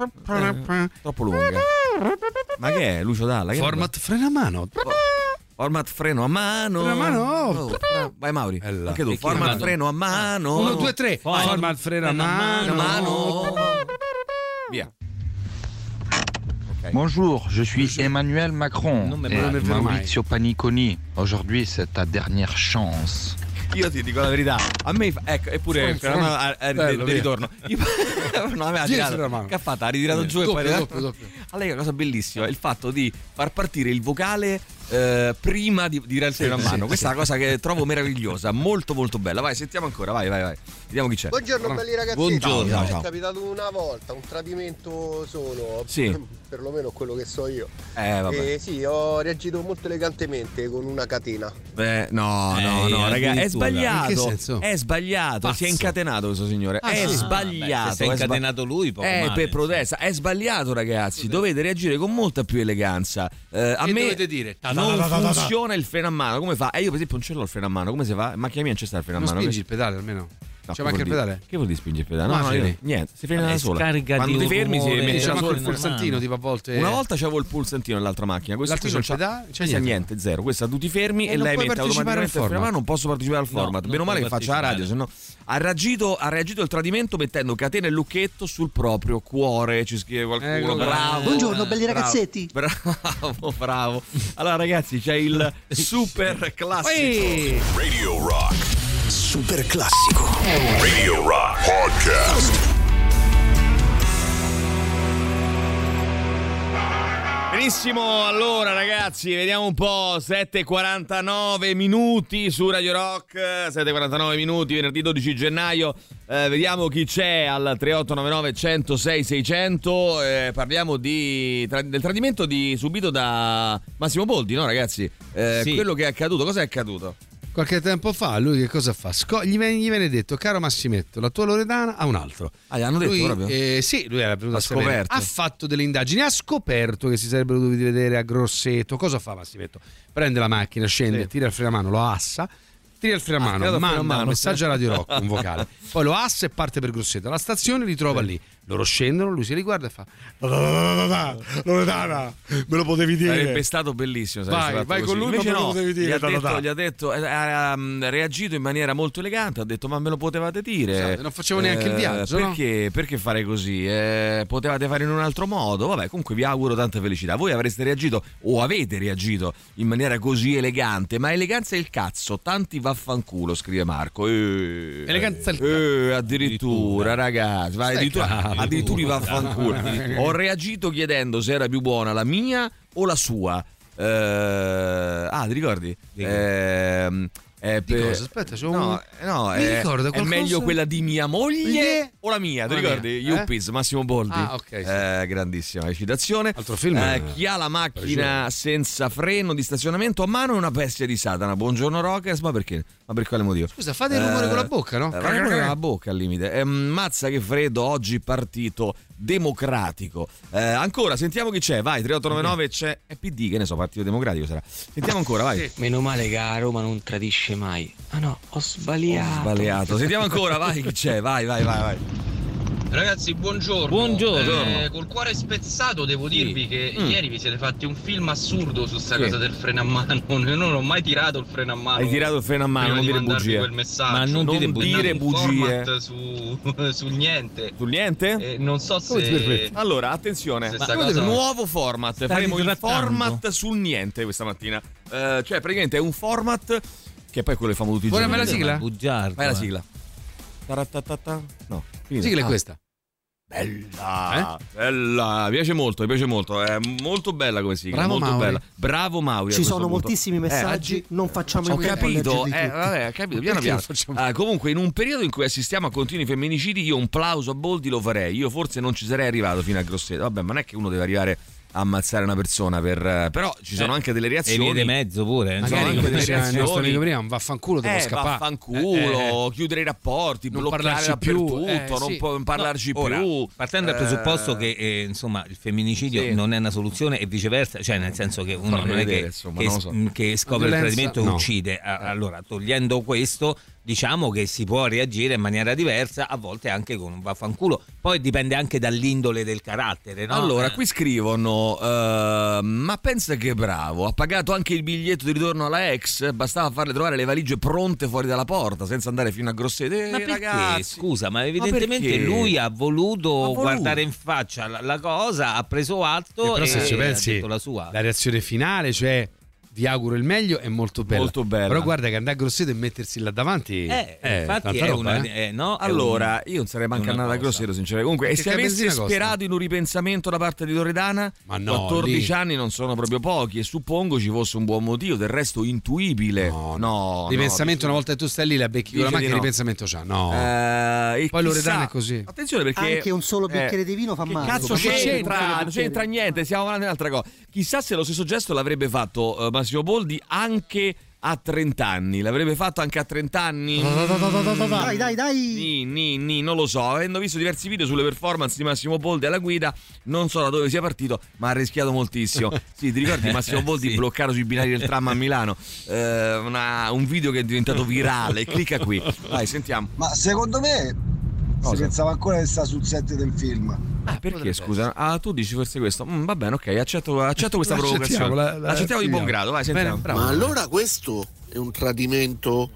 Eh, troppo lunga. Ma che è? Lucio Dalla? Che Format freno a mano. Format freno a mano. Freno a mano. Oh, vai Mauri. Bella. Anche tu. Che Format chiamato? freno a mano. Uno, due, tre. Format Format freno a freno a mano. mano. Via. Ok. Bonjour, je suis Emmanuel Macron. Non me Et parle mai. Maurizio Paniconi. Aujourd'hui, c'est ta dernière chance. Io ti dico la verità, a me fa- ecco, eppure Frum, a, a, a, Bello, di via. ritorno. Io- no, aveva Sì, tirato. sì, la mano. Che ha fatto? Ha ritirato giù e Doppio, poi doppio, doppio. a lei è una cosa bellissima, il fatto di far partire il vocale eh, prima di dire il freno a mano. Questa è una cosa che trovo meravigliosa, molto molto bella. Vai, sentiamo ancora, vai, vai, vai. Vediamo chi c'è. Buongiorno belli ragazzi. Buongiorno. Ciao, Ciao. È capitato una volta un tradimento solo, sì. perlomeno quello che so io. Eh, vabbè. E sì, ho reagito molto elegantemente con una catena. Beh, no, no, Eh, no, ragazzi, è addirittura. In che sbagliato. senso? È sbagliato. Pazzo. Si è incatenato questo signore. Ah, è sì. sbagliato. Beh, se si è è sba- incatenato lui, poco Eh, male, per insomma. protesta. È sbagliato, ragazzi. Dovete reagire con molta più eleganza. Eh, a Che me dovete dire? Ta ta non ta ta ta ta. funziona il freno a mano. Come fa? Eh, io per esempio non ce l'ho il freno a mano. Come si fa? In macchina mia non c'è sta il freno a Non mano. spingi il pedale almeno. No, C'è che manca il vuol dire? pedale? Che vuol dire spinge il pedale? No, Ma no, ce io- l'hai. niente, si frena Vabbè, da sola. scarica Quando di ti fermi si rumore, mette C'è da manco sola. il pulsantino tipo a volte. Una volta c'avevo il pulsantino nell'altra macchina, questa L'altro qui c'è il non pedale? C'è Questa niente. niente, zero. Questa tu ti fermi E e non lei puoi mette partecipare automaticamente al il freno a mano, format. non posso partecipare al No, format. non Meno male che puoi faccio la radio, se no ha reagito, ha reagito il tradimento mettendo catena e lucchetto sul proprio cuore, ci scrive qualcuno. Ecco, bravo. Buongiorno, belli bravo, ragazzetti. Bravo, bravo. Allora ragazzi, c'è il super classico. Ehi! Radio Rock. Super classico. Radio Rock Podcast. Benissimo, allora ragazzi, vediamo un po', sette e quarantanove minuti su Radio Rock, sette e quarantanove minuti, venerdì dodici gennaio, eh, vediamo chi c'è al tre otto nove nove uno zero sei sei zero zero, eh, parliamo di, tra, del tradimento di, subito da Massimo Boldi, no ragazzi? Eh, Sì. Quello che è accaduto, cosa è accaduto? Qualche tempo fa lui che cosa fa? Sco- gli, viene, gli viene detto: caro Massimetto, la tua Loredana ha un altro. Ah, gli hanno detto Lui, proprio? eh, sì, lui era venuto Ha a sapere. scoperto. Ha fatto delle indagini, ha scoperto che si sarebbero dovuti vedere a Grosseto. Cosa fa Massimetto? Prende la macchina, scende, Sì. tira il freno a mano, lo assa, tira il freno a Ah, mano, tirato il freno a manda un mano. messaggio a Radio Rock, un vocale. Poi lo assa e parte per Grosseto. Alla stazione li trova lì. Loro scendono, lui si riguarda e fa: Loredana, me lo potevi dire. Sarebbe stato bellissimo se Vai, avesse fatto vai così. con lui, Invece ma me lo no, potevi dire, gli ha da, da, detto, da. gli ha detto eh, ha um, reagito in maniera molto elegante, ha detto ma me lo potevate dire. Esatto, non facevo neanche il viaggio, no? perché, perché fare così? Eh, potevate fare in un altro modo. Vabbè, comunque vi auguro tanta felicità. Voi avreste reagito o avete reagito in maniera così elegante, ma eleganza è il cazzo, tanti vaffanculo, scrive Marco. Eh, Eleganza è il eh, addirittura, ragazzi, vai, Stai addirittura, calmo. addirittura i vaffanculo. Ho reagito chiedendo se era più buona la mia o la sua. Eh, ah, ti ricordi? Eh, eh, Di per- cosa? Aspetta, c'ho no, un- no, Mi è, ricorda è qualcosa? meglio quella di mia moglie Moglie? o la mia? Ti O la ricordi? mia, eh? Yuppies, Massimo Boldi. Ah, ok, sì. Eh, grandissima citazione. Altro film, Eh, eh, chi ha la macchina ragione. senza freno di stazionamento a mano è una bestia di Satana. Buongiorno Rockers, ma perché? Ma per quale motivo? Scusa, fate il rumore con la bocca, no? Eh, fate il rumore con la bocca al limite. Eh, mazza che freddo oggi partito democratico. Eh, ancora, sentiamo chi c'è. Vai, tre otto nove nove c'è è P D, che ne so, Partito Democratico sarà. Sentiamo ancora, vai. Meno male che a Roma non tradisce mai. Ah no, ho sbagliato. Sbagliato. Sentiamo ancora, vai, chi c'è? Vai, vai, vai, vai. Ragazzi, buongiorno. Buongiorno. Eh, col cuore spezzato devo Sì. dirvi che Mm. ieri vi siete fatti un film assurdo su sta Sì. cosa del freno a mano. Io non ho mai tirato il freno a mano. Hai tirato il freno a mano, prima non di dire mandarvi bugie. quel messaggio. Ma non dite Ho bugie. dato dire un bugie. format su, sul niente. Sul niente? Eh, non so Come ti se permetti? Allora, attenzione, se Ma sta come cosa- dire, nuovo format, Sta faremo il ritrattando. format sul niente questa mattina. Eh, cioè, praticamente è un format che poi quello che famo tutti i Vuole giorni. la sigla? Bugiardo. Vai la eh. sigla. Taratatata. No, La finita. sigla è Ah, questa. Bella, bella, mi piace molto, mi piace molto, è molto bella come sigla, Bravo molto Mauri. bella. Bravo Mauri. a Ci questo sono punto. moltissimi messaggi, Eh, non facciamo ho in tempo a capito, leggerli eh, tutti. vabbè, ho capito, piano Perché piano. lo facciamo? Ah, comunque, in un periodo in cui assistiamo a continui femminicidi, io un plauso a Boldi lo farei. Io forse non ci sarei arrivato fino a Grosseto. Vabbè, ma non è che uno deve arrivare a ammazzare una persona per. Però ci sono Eh, anche delle E reazioni. via di mezzo pure. Magari insomma, anche come delle diceva il nostro reazioni. amico prima, un vaffanculo devo Eh, scappare. vaffanculo, Eh, chiudere i rapporti, Non bloccare parlarci più, dappertutto, eh, non sì. può parlarci Ora, più. partendo dal Eh, presupposto che eh, insomma il femminicidio sì. non è una soluzione e viceversa, cioè nel senso che uno Fammi non è vedere, che, insomma, che, non lo so. mh, che scopre il violenza, tradimento e no. uccide. A- Allora, togliendo questo, diciamo che si può reagire in maniera diversa, a volte anche con un vaffanculo. Poi dipende anche dall'indole del carattere, no? Allora, Eh. qui scrivono: eh, ma pensa che bravo, ha pagato anche il biglietto di ritorno alla ex. Bastava farle trovare le valigie pronte fuori dalla porta senza andare fino a Grosseto. Eh, Ma perché? ragazzi, Scusa, ma ma evidentemente perché? lui ha voluto, Ha voluto. guardare in faccia la, la cosa, ha preso Eh, atto però e se ci ha pensi, detto la sua. la reazione finale, cioè vi auguro il meglio, è molto bella. Molto bella. Però guarda che andare a Grosseto e mettersi là davanti Eh, è infatti tanta è roba, una, eh. eh, no, è Allora, un- io non sarei manco una andato a cosa. Grosseto, sinceramente. Comunque, e Perché se che avessi benzina costa? sperato in un ripensamento da parte di Loredana, Ma no, quattordici lì- anni non sono proprio pochi e suppongo ci fosse un buon motivo, del resto intuibile. No, no. Ripensamento, no, una volta che tu stai lì, la becchi con la Dice di macchina, no. ripensamento c'ha. No. Eh, e Poi Loredana chissà- è così. Attenzione perché Anche un solo bicchiere eh, di vino fa che male. cazzo Ma che c'entra? Non c'entra? c'entra niente, stiamo parlando di un'altra cosa. Chissà se lo stesso gesto l'avrebbe fatto eh, Massimo Boldi anche a trenta anni. L'avrebbe fatto anche a trenta anni? Dai, dai, dai. Ni, ni, ni, non lo so. Avendo visto diversi video sulle performance di Massimo Boldi alla guida, non so da dove sia partito, ma ha rischiato moltissimo. Sì, ti ricordi Massimo Boldi Sì. bloccato sui binari del tram a Milano? Eh, una- un video che è diventato virale. Clicca qui. Vai, sentiamo. Ma secondo me Cosa? si pensava ancora che sta sul set del film. Ah, perché scusa? Ah, tu dici forse questo? Mm, va bene, ok, accetto, accetto questa L'accettiamo, provocazione. la- la L'accettiamo di buon accettiamo. grado, vai, sentiamo. Ma allora questo è un tradimento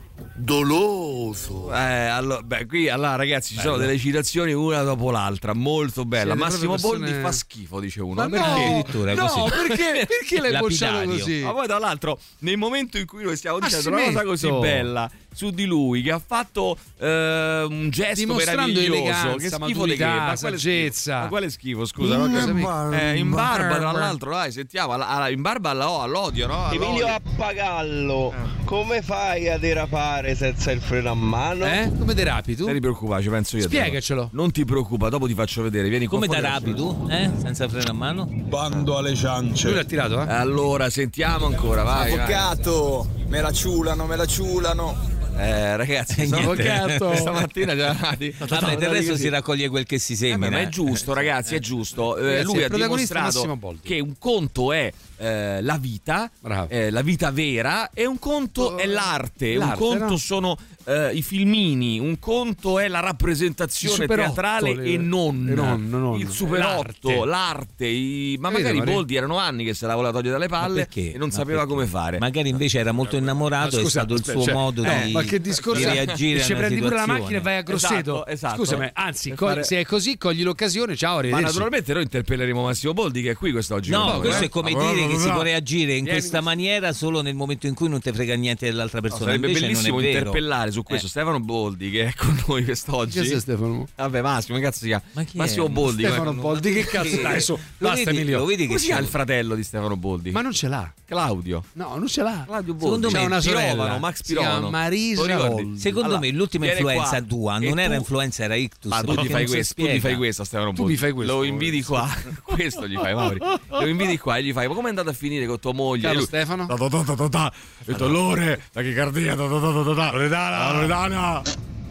doloso. Eh, allora, beh, qui allora ragazzi ci sono Bello. delle citazioni una dopo l'altra, molto bella. Siete Massimo proprio Boldi persone- fa schifo, dice uno. Ma no, perché? addirittura no, così. perché, perché l'hai bocciato Lapidario. così? Ma poi tra l'altro, nel momento in cui noi stiamo Ma dicendo una cosa così smetto. bella su di lui, che ha fatto eh, un gesto Dimostrando meraviglioso, eleganza, che schifo di che? maturità, Ma quale saggezza. schifo? Ma quale schifo, scusa? In Ma che- barba. eh, in barba, tra l'altro, dai, sentiamo, alla- alla- in barba alla- all'odio, no? Emilio All'odio. Appagallo, come fai a derapare senza il freno a mano? Eh? Come derapi tu? Non ti preoccupare, ci penso io. Spiegacelo. Non ti preoccupa, dopo ti faccio vedere. Vieni qua Come fuori. darapi tu? Eh? Senza freno a mano? Bando alle ciance. Lui l'ha tirato, eh? Allora, sentiamo ancora, vai. vai. Avvocato, me la ciulano, me la ciulano. Eh, ragazzi, Niente. avvocato. Stamattina già andati. Vabbè, del resto si raccoglie quel che si Eh, semina. ma è giusto, ragazzi, è giusto. Eh, Ragazzi, lui il ha protagonista è dimostrato Massimo Boldi. che un conto è eh, la vita, Bravo. eh, la vita vera, e un conto è l'arte. l'arte, un conto no? sono eh, i filmini, un conto è la rappresentazione Il superotto, teatrale le- e non, e non, non. il superotto, L'arte. l'arte. i- ma Vedi, magari Maria? Boldi erano anni che se la voleva togliere dalle palle perché? e non Ma sapeva perché? come fare. Magari invece era molto innamorato, Ma è scusa, stato il aspetta, suo cioè, modo eh, di, ma che discorso di è? reagire Ci a una prendi pure la situazione. macchina e vai a Grosseto. Esatto, esatto. Scusami, anzi, Per cogli- fare- se è così, cogli l'occasione. Ciao, Ma arrivederci. naturalmente noi interpelleremo Massimo Boldi che è qui quest'oggi. No, con noi, questo eh. è come Ma- dire che ma- si ma- può reagire in Vieni- questa maniera solo nel momento in cui non ti frega niente dell'altra No, persona. sarebbe Invece bellissimo non è vero. interpellare su questo Eh. Stefano Boldi che è con noi quest'oggi. Chi è Stefano? Vabbè, Massimo, che cazzo si chiama? Ma chi è? Massimo Boldi. Stefano come- Boldi, che cazzo Sì. dai su? Lo Basta, vedi- Emilio. lo vedi che Come si chiama c'è- il fratello di Stefano Boldi? Ma non ce l'ha. Claudio. No, non ce l'ha. Claudio Boldi. Secondo me C'ha una sorella. Pirovano, Max Si chiama Pirovano. Marisa Lo ricordi? Boldi. Secondo Allora, me l'ultima viene influenza qua. tua E non era tu- influenza, era ictus. Ma tu perché gli fai non si questo, tu gli spiega. fai questo a Stefano Tu Boldi. mi fai questo. Lo invidi qua. Questo gli fai, Mauri. Lo invidi qua e gli fai: ma come è andato a finire con tua moglie? Caro E lui- Stefano? Ta ta ta ta ta ta. Ha detto Lore, la chicardia, ta ta ta ta ta ta. Loredana, Loredana.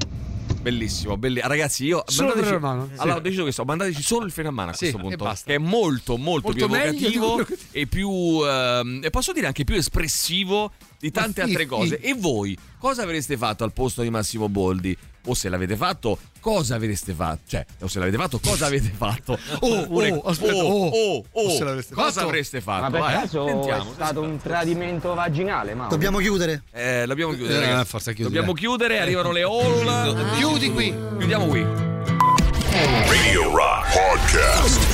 Bellissimo, bellissimo. Ragazzi, io Solo mandateci- il freno a mano? Allora, Sì. ho deciso questo, mandateci solo il freno a mano a Sì, questo e punto, basta. che è molto molto, più Molto meglio di evocativo quello che- e più ehm, e posso dire anche più espressivo di tante sì, altre sì. cose. E voi cosa avreste fatto al posto di Massimo Boldi? O se l'avete fatto, cosa avreste fatto? Cioè, o se l'avete fatto, cosa avete fatto? Oh, oh, oh, aspetta, oh, oh. oh, oh. O se l'avreste Cosa fatto? avreste fatto? Ma per Vai, caso sentiamo. è stato un tradimento vaginale, ma Dobbiamo chiudere. Eh, dobbiamo chiudere, Eh, ragazzi. forza, chiudi, Dobbiamo dai. chiudere, arrivano le all. Chiudi qui. Chiudiamo qui. Radio Rock Podcast.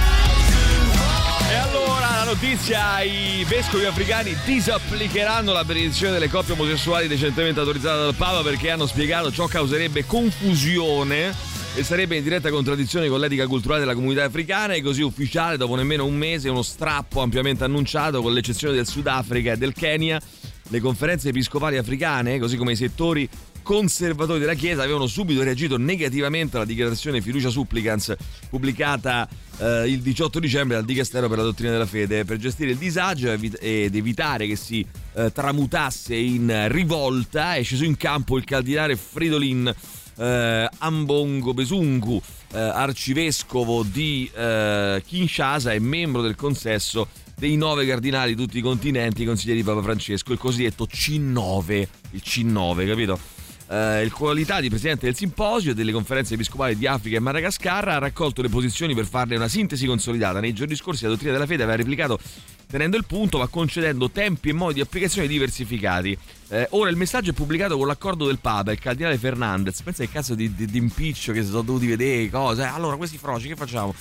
E allora la notizia: i vescovi africani disapplicheranno la benedizione delle coppie omosessuali recentemente autorizzata dal Papa perché hanno spiegato ciò causerebbe confusione e sarebbe in diretta contraddizione con l'etica culturale della comunità africana. E così ufficiale, dopo nemmeno un mese, uno strappo ampiamente annunciato, con l'eccezione del Sudafrica e del Kenya. Le conferenze episcopali africane, così come i settori conservatori della Chiesa, avevano subito reagito negativamente alla dichiarazione Fiducia Supplicans pubblicata eh, il diciotto dicembre dal Dicastero per la dottrina della fede. Per gestire il disagio ed evitare che si eh, tramutasse in rivolta, è sceso in campo il cardinale Fridolin eh, Ambongo Besungu, eh, arcivescovo di eh, Kinshasa e membro del consesso dei nove cardinali di tutti i continenti, consiglieri di Papa Francesco, il cosiddetto C nove, il C nove, capito? Eh, in qualità di presidente del simposio e delle conferenze episcopali di Africa e Madagascar, ha raccolto le posizioni per farne una sintesi consolidata. Nei giorni scorsi la dottrina della fede aveva replicato tenendo il punto ma concedendo tempi e modi di applicazione diversificati. Eh, ora il messaggio è pubblicato con l'accordo del Papa, il cardinale Fernandez. Pensa che cazzo di, di, di impiccio che si sono dovuti vedere, cose. Allora, questi froci, che facciamo?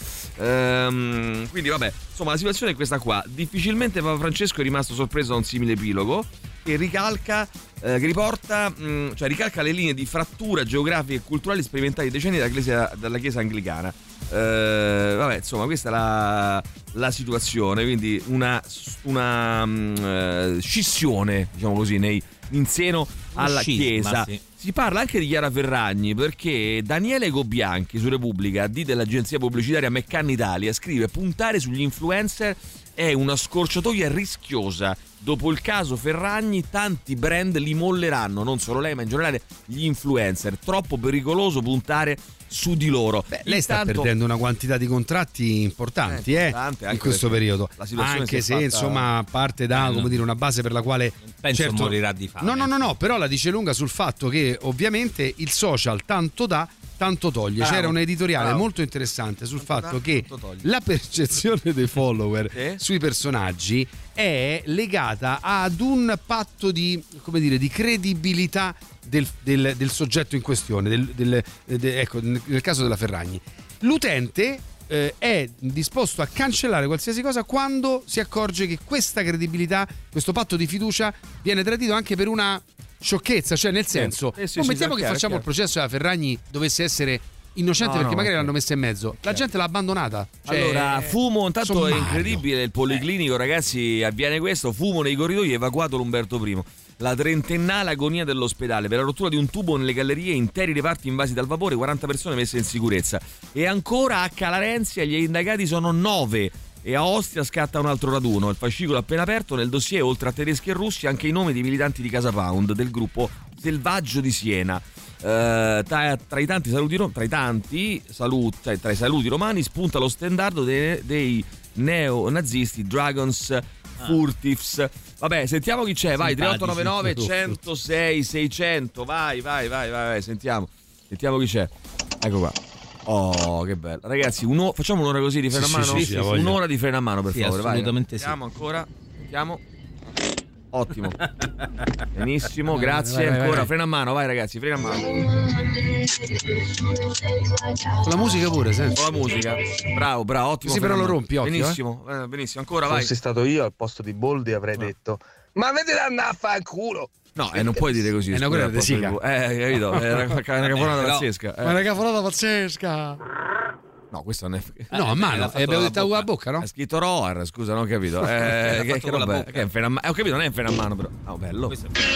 Ehm, quindi, vabbè, insomma, la situazione è questa qua. Difficilmente Papa Francesco è rimasto sorpreso da un simile epilogo che ricalca, eh, che riporta, mh, cioè ricalca le linee di frattura geografiche e culturali sperimentate decenni dalla Chiesa, dalla chiesa anglicana. Eh, vabbè, insomma, questa è la, la situazione, quindi una, una mh, scissione, diciamo così, nei, in seno alla scisma, Chiesa. sì. Si parla anche di Chiara Ferragni, perché Daniele Gobbianchi su Repubblica, D dell'agenzia pubblicitaria McCann Italia, scrive: puntare sugli influencer è una scorciatoia rischiosa. Dopo il caso Ferragni tanti brand li molleranno, non solo lei ma in generale gli influencer. Troppo pericoloso puntare su di loro. Beh, lei sta Intanto, perdendo una quantità di contratti importanti eh, eh, in questo periodo, anche se fatta... insomma parte da come dire, una base per la quale non penso certo, morirà di fame. No no no no, però la dice lunga sul fatto che ovviamente il social tanto dà tanto toglie. Bravo, c'era un editoriale bravo. molto interessante sul tanto fatto da, che la percezione dei follower eh? sui personaggi è legata ad un patto di, come dire, di credibilità del, del, del soggetto in questione, del, del, de, ecco, nel caso della Ferragni. L'utente eh, è disposto a cancellare qualsiasi cosa quando si accorge che questa credibilità, questo patto di fiducia viene tradito anche per una sciocchezza, cioè nel senso, eh sì, non sì, mettiamo sì, che chiaro, facciamo chiaro. il processo della Ferragni dovesse essere innocente, no, perché no, magari l'hanno messa in mezzo, la gente l'ha abbandonata, cioè, allora fumo, intanto sommario. È incredibile il policlinico, ragazzi, avviene questo, fumo nei corridoi, evacuato l'Umberto primo. La trentennale agonia dell'ospedale per la rottura di un tubo nelle gallerie, interi reparti invasi dal vapore, quaranta persone messe in sicurezza. E ancora a Calarenzia gli indagati sono nove. E a Ostia scatta un altro raduno. Il fascicolo appena aperto, nel dossier oltre a tedeschi e russi anche i nomi dei militanti di Casa Pound, del gruppo Selvaggio di Siena. Uh, tra, tra i tanti saluti tra i tanti saluti, cioè, tra i saluti romani spunta lo stendardo dei, dei neonazisti Dragons ah. Furtifs. Vabbè, sentiamo chi c'è, vai, tre otto nove nove centosei seicento, vai, vai, vai, vai, vai, sentiamo. Sentiamo chi c'è. Ecco qua. Oh, che bello. Ragazzi, uno, facciamo un'ora così di freno sì, a mano? Sì, sì, sì, un'ora di freno a mano, per sì, favore, assolutamente vai. Sì. Sentiamo ancora. Sentiamo. Ottimo. Benissimo, grazie. Vai, vai, ancora vai. freno a mano, vai ragazzi, freno a mano. Con la musica pure, senti. Con la musica. Bravo, bravo, ottimo. Sì, però lo rompi, occhio, benissimo, eh. benissimo, ancora vai. Fossi stato io al posto di Boldi avrei no. detto: ma vedete andare a fare il culo. No, e eh, non puoi dire così. È una quella di sica. Eh, capito? È una, una cafonata eh, pazzesca. Eh. Ma è una cafonata pazzesca. No, questo non è. No, a mano. E abbiamo detto a bocca, no? È scritto Roar, scusa, non ho capito. Eh, che, che roba è? Che è un freno a mano? Ho capito, non è un freno a mano, però. Oh, bello.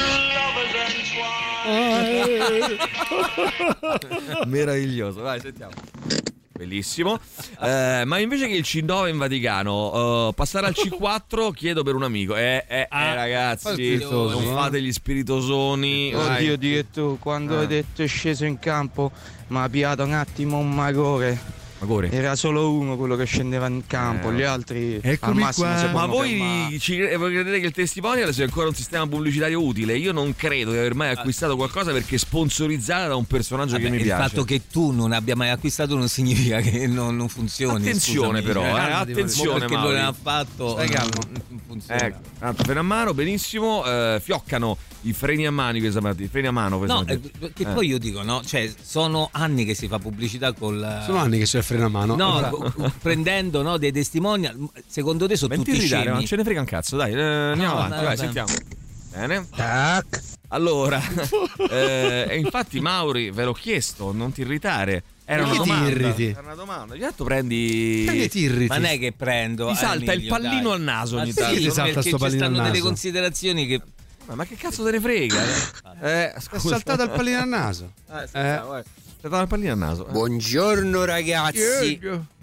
Meraviglioso, vai, sentiamo. Bellissimo. Eh, ma invece che il C nove in Vaticano, uh, passare al C quattro chiedo per un amico. Eh, eh, ah, eh ragazzi, non fate gli spiritosoni. Oddio, Dio, tu quando eh. hai detto è sceso in campo, mi ha piato un attimo un magore. Magore. Era solo uno quello che scendeva in campo, eh. gli altri Eccomi al massimo qua. si Ma voi ci, voi credete che il testimonial sia ancora un sistema pubblicitario utile? Io non credo di aver mai acquistato qualcosa perché è sponsorizzata da un personaggio Vabbè, che mi il piace. Il fatto che tu non abbia mai acquistato non significa che non, non funzioni. Attenzione, però, eh, attenzione, perché Mauri. non ha fatto. Stai calmo. Non funziona. Ecco, tanto freno a mano, benissimo. Eh, fioccano i freni a mano questa mattina, i freni a mano. No, eh, che eh. poi io dico, no, cioè sono anni che si fa pubblicità col. Sono anni che c'è il freno a mano. No, prendendo no, dei testimonial, secondo te sono Menti tutti scemi? Non ce ne frega un cazzo, dai, eh, andiamo no, avanti, no, vai, sentiamo. Bene. Tac. Allora, eh, e infatti Mauri, ve l'ho chiesto, non ti irritare. Era una, domanda, era una domanda. Gli altro prendi. prendi Ma non è che prendo. Ti salta il pallino dai. al naso ogni tanto. Sì, ti salta sto pallino al naso. Ci delle considerazioni che. Ma che cazzo te ne frega? Eh, è saltato il pallino al naso. Eh, eh. È saltato il pallino al naso. Eh. Buongiorno ragazzi.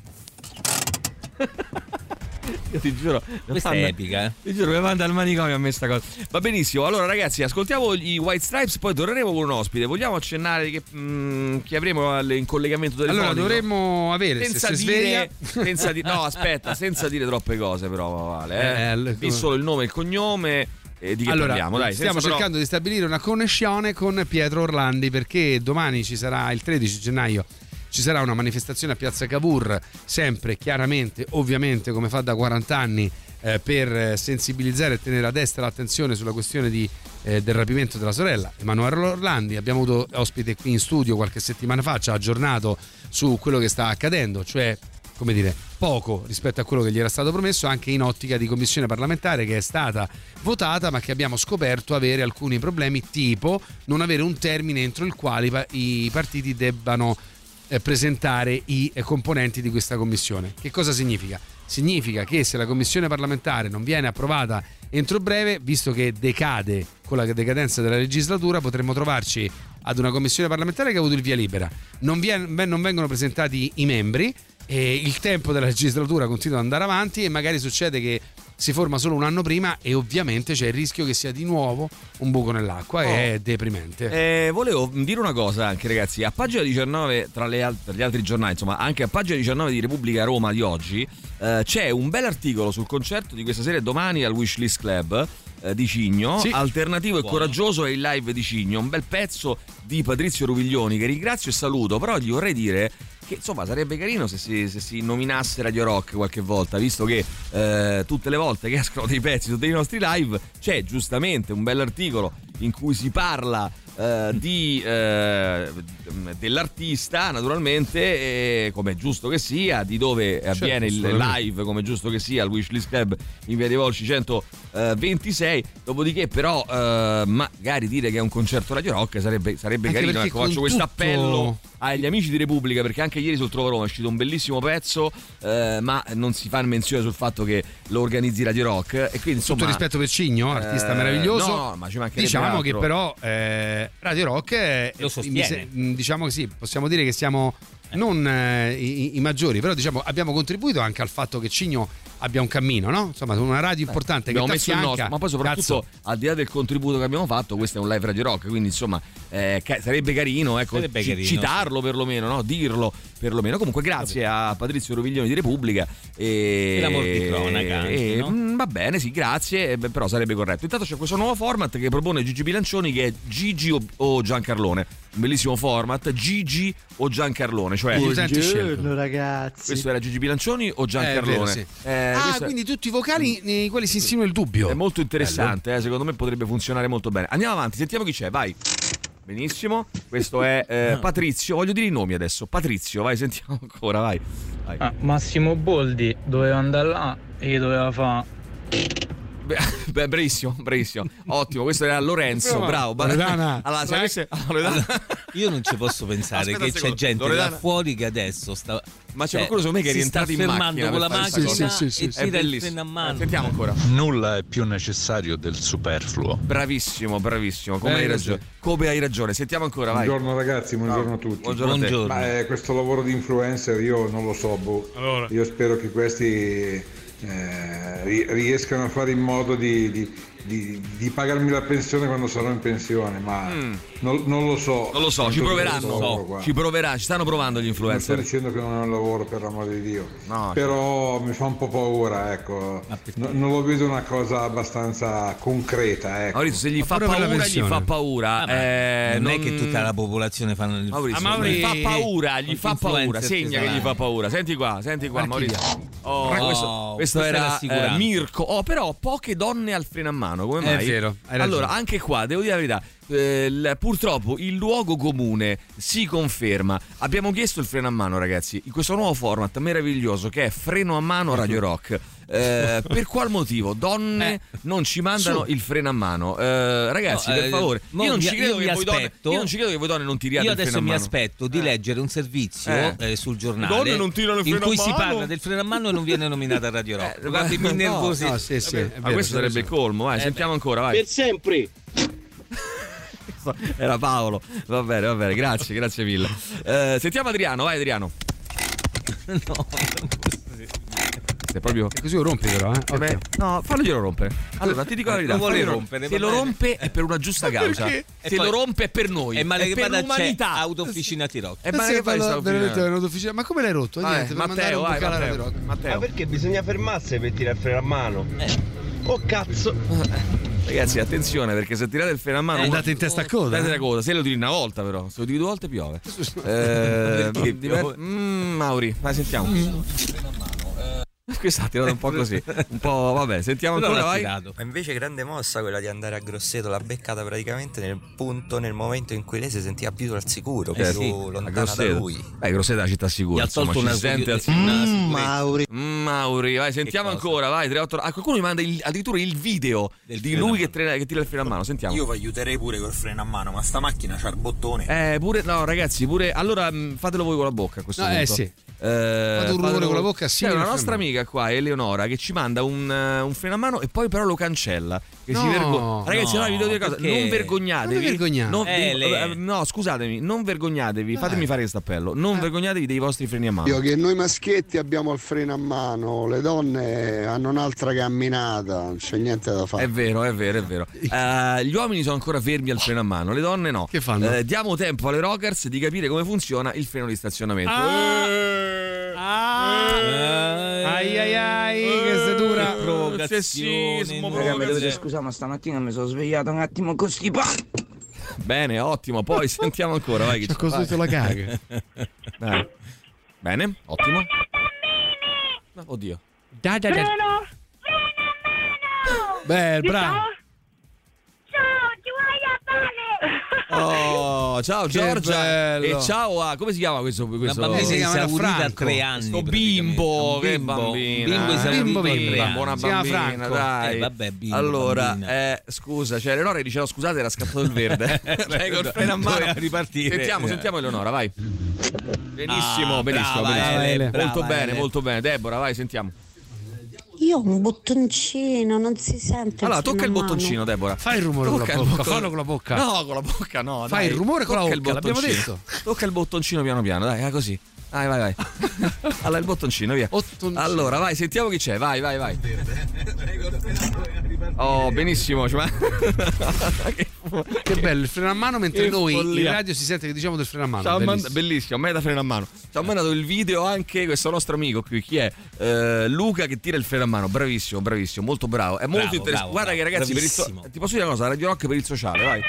Io ti giuro, questa manda, è epica, eh? Ti giuro, mi manda al manicomio a me sta cosa. Va benissimo. Allora, ragazzi, ascoltiamo i White Stripes, poi torneremo con un ospite. Vogliamo accennare che, mh, che avremo in collegamento telefonico? Allora, dovremmo avere senza se si dire, senza di, no, aspetta, senza dire troppe cose, però, Vale. Eh? Eh, Di solo il nome e il cognome. E di che allora, parliamo? Dai, stiamo però... cercando di stabilire una connessione con Pietro Orlandi, perché domani ci sarà il tredici gennaio. Ci sarà una manifestazione a Piazza Cavour, sempre chiaramente, ovviamente, come fa da quaranta anni, eh, per sensibilizzare e tenere a destra l'attenzione sulla questione di, eh, del rapimento della sorella Emanuela Orlandi. Abbiamo avuto ospite qui in studio qualche settimana fa, ci ha aggiornato su quello che sta accadendo, cioè come dire, poco rispetto a quello che gli era stato promesso, anche in ottica di commissione parlamentare che è stata votata ma che abbiamo scoperto avere alcuni problemi, tipo non avere un termine entro il quale i partiti debbano eh, presentare i eh, componenti di questa commissione. Che cosa significa? Significa che se la commissione parlamentare non viene approvata entro breve, visto che decade con la decadenza della legislatura, potremmo trovarci ad una commissione parlamentare che ha avuto il via libera, non, viene, non vengono presentati i membri e il tempo della legislatura continua ad andare avanti e magari succede che si forma solo un anno prima e ovviamente c'è il rischio che sia di nuovo un buco nell'acqua. Oh. È deprimente. Eh, volevo dire una cosa anche, ragazzi, a pagina diciannove tra, le al- tra gli altri giornali, insomma anche a pagina diciannove di Repubblica Roma di oggi eh, c'è un bel articolo sul concerto di questa sera domani al Wishlist Club eh, di Cigno, sì. Alternativo e Buono. Coraggioso è il live di Cigno, un bel pezzo di Patrizio Ruviglioni che ringrazio e saluto, però gli vorrei dire che insomma sarebbe carino se si, se si nominasse Radio Rock qualche volta, visto che eh, tutte le volte che escono dei pezzi su dei nostri live c'è giustamente un bell'articolo in cui si parla eh, di eh, dell'artista naturalmente, eh, come è giusto che sia, di dove certo, avviene il live come è giusto che sia al Wishlist Club in via dei Volsci centoventisei, dopodiché però eh, magari dire che è un concerto Radio Rock sarebbe, sarebbe carino, ecco, faccio questo tutto... appello agli amici di Repubblica, perché anche ieri sul Trova Roma è uscito un bellissimo pezzo, eh, ma non si fa menzione sul fatto che lo organizzi Radio Rock, e quindi insomma tutto rispetto per Cigno, artista eh, meraviglioso, no, ma ci diciamo altro. Che però eh, Radio Rock è, lo sostiene, diciamo che sì, possiamo dire che siamo non eh, i, i maggiori, però diciamo abbiamo contribuito anche al fatto che Cigno abbia un cammino, no? Insomma, una radio importante abbiamo che messo il nostro, ma poi soprattutto cazzo. Al di là del contributo che abbiamo fatto, questo è un live Radio Rock, quindi insomma eh, ca- sarebbe carino, ecco, sarebbe c- carino. citarlo perlomeno, no? Dirlo perlomeno. Comunque grazie a Patrizio Ruviglioni di Repubblica e, e l'amor di cronaca anche, e, no? mh, va bene, sì, grazie, beh, però sarebbe corretto. Intanto c'è questo nuovo format che propone Gigi Bilancioni, che è Gigi o, o Giancarlone, un bellissimo format, Gigi o Giancarlone, cioè buongiorno ragazzi. Questo era Gigi Bilancioni o Giancarlone? Eh, vero, sì. eh, ah, quindi è... tutti i vocali nei quali si insinua il dubbio. È molto interessante, eh, secondo me potrebbe funzionare molto bene. Andiamo avanti, sentiamo chi c'è, vai. Benissimo, questo è eh, Patrizio, voglio dire i nomi adesso. Patrizio, vai, sentiamo ancora, vai, vai. Ah, Massimo Boldi doveva andare là e doveva fare. Beh, bravissimo, bravissimo, ottimo. Questo era Lorenzo, bravo. Loredana. Allora, se avesse... Loredana. Io non ci posso pensare. Aspetta, che c'è gente Loredana. Là fuori che adesso sta. Ma c'è qualcuno secondo me che è rientrato in macchina con la macchina sì, sì, sì, e sì, tira il freno a mano. Sentiamo ancora. Nulla è più necessario del superfluo. Bravissimo, bravissimo, come eh, hai ragione. Sì. Come hai ragione. Sentiamo ancora, vai. Buongiorno ragazzi, buongiorno no. a tutti. Buongiorno, buongiorno. Ma eh, questo lavoro di influencer io non lo so, boh. Allora. Io spero che questi eh, riescano a fare in modo di, di Di, di pagarmi la pensione quando sarò in pensione, ma mm. non, non lo so. Non lo so, ci proveranno. So. Ci proverà, ci stanno provando gli influencer. Non sto dicendo che non è un lavoro, per l'amore di Dio. No, però mi fa un po' paura, ecco. No, non lo vedo una cosa abbastanza concreta, ecco. Maurizio, se gli fa paura, gli fa paura. Ah, eh, non, non è che tutta la popolazione fanno il Maurizio, ah, gli fa paura, gli fa paura. Segna che gli fa paura. Senti qua, senti qua, Maurizio. Oh, oh, questo, questo era eh, Mirko. Oh, però poche donne al freno a mano, come mai? È vero. Allora, anche qua devo dire la verità, eh, l- purtroppo il luogo comune si conferma. Abbiamo chiesto il freno a mano, ragazzi, in questo nuovo format meraviglioso che è Freno a Mano Radio Rock. Eh, per qual motivo donne eh, non ci mandano su. il freno a mano? Eh, ragazzi, no, per favore, eh, io non ci credo che voi aspetto, donne, io non ci credo che voi donne non tiriate io il freno a mano. Io adesso mi aspetto di leggere un servizio eh. Eh, sul giornale donne non tirano il in freno cui a mano. si parla del freno a mano e non viene nominata Radio Rock. Eh, Guardi, mi nervosi. No, no, sì, sì, ma vero, questo sarebbe il colmo, vai, eh, sentiamo beh. ancora, vai. Per sempre. Era Paolo. Va bene, va bene, grazie, grazie mille. Eh, sentiamo Adriano, vai Adriano. No. È proprio e così lo rompi però, eh? Okay. No, falloglielo rompere. Allora ti dico la verità, non vuole rompere. Se lo rompe è per una giusta causa. Se poi, lo rompe è per noi. È male è che per vada l'umanità. Autofficina Tirocchi. È male che vada autofficina. Ma come l'hai rotto? Vai, Niente, per Matteo, vai, un Matteo, Matteo. Ma perché bisogna fermarsi per tirare il freno a mano? Eh. Oh cazzo. Ragazzi, attenzione, perché se tirate il freno a mano eh, andate in testa a coda. Andate a coda. Se lo tiri una volta, però. Se lo tiri due volte piove. eh, diver- mm, Mauri, vai, sentiamo. Mm. Questa ha tirato un po' così, un po' vabbè, sentiamo ancora, vai. Ma invece grande mossa quella di andare a Grosseto, l'ha beccata praticamente nel punto, nel momento in cui lei si sentiva più al sicuro, Eh più sì, lontana da lui. Beh, Grosseto è una città sicura. Gli ha Insomma, tolto ci una si sente al sicurezza. sicuro. Mm, Mauri. Mm, Mauri, vai, sentiamo ancora, vai. tre otto Ah, qualcuno mi manda il, addirittura il video di lui che, tre, che tira il freno a mano. Sentiamo. Io vi aiuterei pure col freno a mano, ma sta macchina c'ha il bottone. Eh, pure, no, ragazzi, pure. Allora, mh, fatelo voi con la bocca a questo No, punto. eh, sì. Eh, Fate un rumore fatelo- con la bocca, sì, C'è nel una freno nostra a mano. amica qua, Eleonora, che ci manda un, eh, un freno a mano e poi però lo cancella. Che No, si vergogna. Ragazzi, no, allora vi devo dire una cosa: perché? non vergognatevi. Non vi vergognate. non- Eh, vi- lei- eh, no, scusatemi, non vergognatevi. Dai. Fatemi fare questo appello. Non vergognatevi dei vostri freni a mano. Io che noi maschietti abbiamo il freno a mano, le donne hanno un'altra camminata, non c'è niente da fare. È vero, è vero, è vero. Eh, gli uomini sono ancora fermi al freno a mano, le donne no. Che fanno? Eh, diamo tempo alle rockers di capire come funziona il freno di stazionamento. Ai ai ai, che seduta. Raga, mi dovete scusare, ma stamattina mi sono svegliato un attimo costipato. Bene, ottimo. Poi sentiamo ancora. Vai, che Ci ha costruito la caga. Dai. Bene, ottimo. No, oddio. Da, da, da. Beh, bravo. Oh, ciao Che Giorgia bello. e ciao a come si chiama questo, questo bambina si chiama esaurita a Franco. tre anni, Questo praticamente. bimbo, Un che bimbo, bambina, bimbo eh, esaurito bimbo, a tre anni. buona Si chiama bambina, Franco. dai. Eh, vabbè, bimbo, allora, bambina. eh, scusa, cioè Eleonora diceva scusate, era scappato il verde. Cioè, col freno a mano. Doveva ripartire. Sentiamo, sentiamo Eleonora, vai. Benissimo, Ah, benissimo, brava, benissimo. Ele, molto brava, bene, Ele. molto bene. Deborah, vai, sentiamo. Io ho un bottoncino, non si sente. Allora, freno tocca il a mano. bottoncino, Deborah. Fai il rumore Tocca con il la bocca, bottone- fallo con la bocca. No, con la bocca no. Fai dai. il rumore con la Tocca il bocca, l'abbiamo bottoncino. detto. Tocca il bottoncino piano piano, dai, eh, così. Vai, vai, vai. Allora, il bottoncino, via. Allora, vai, sentiamo chi c'è. Vai, vai, vai. Oh, benissimo. Cioè... Che bello, il freno a mano mentre Che noi follia. in radio si sente che diciamo del freno a mano. Ci ha mand- Bellissimo. bellissimo, a me da freno a mano. Ci ha mandato il video anche questo nostro amico qui. Chi è? Eh, Luca che tira il freno a mano. Bravissimo, bravissimo, molto bravo. È molto Bravo, interessante. bravo, Guarda bravo, che ragazzi, per il bravissimo. so- ti posso dire una cosa? Radio Rock per il sociale, vai.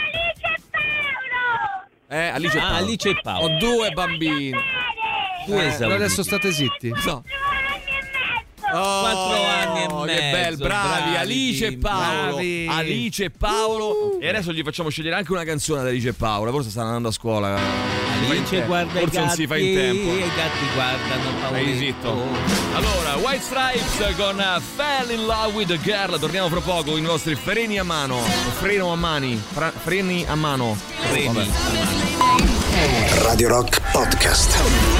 Eh, Alice e Ah, Paolo. Alice e Paolo. Ho due bambini. Due Eh, esauriti. Adesso state zitti. No. Quattro anni e che mezzo, bello, bravi, bravi, Alice e bimbi, Paolo. bravi. Alice e Paolo. E adesso gli facciamo scegliere anche una canzone di Alice e Paolo. Forse stanno andando a scuola. Alice guarda i Forse non gatti, si fa in tempo. e i gatti guardano Stai pauretto. zitto. Allora, White Stripes con uh, Fell in Love with a Girl. Torniamo fra poco con i nostri freni a mano. Freno a mani. Fra- freni a mano. Freni. Vabbè. Radio Rock Podcast.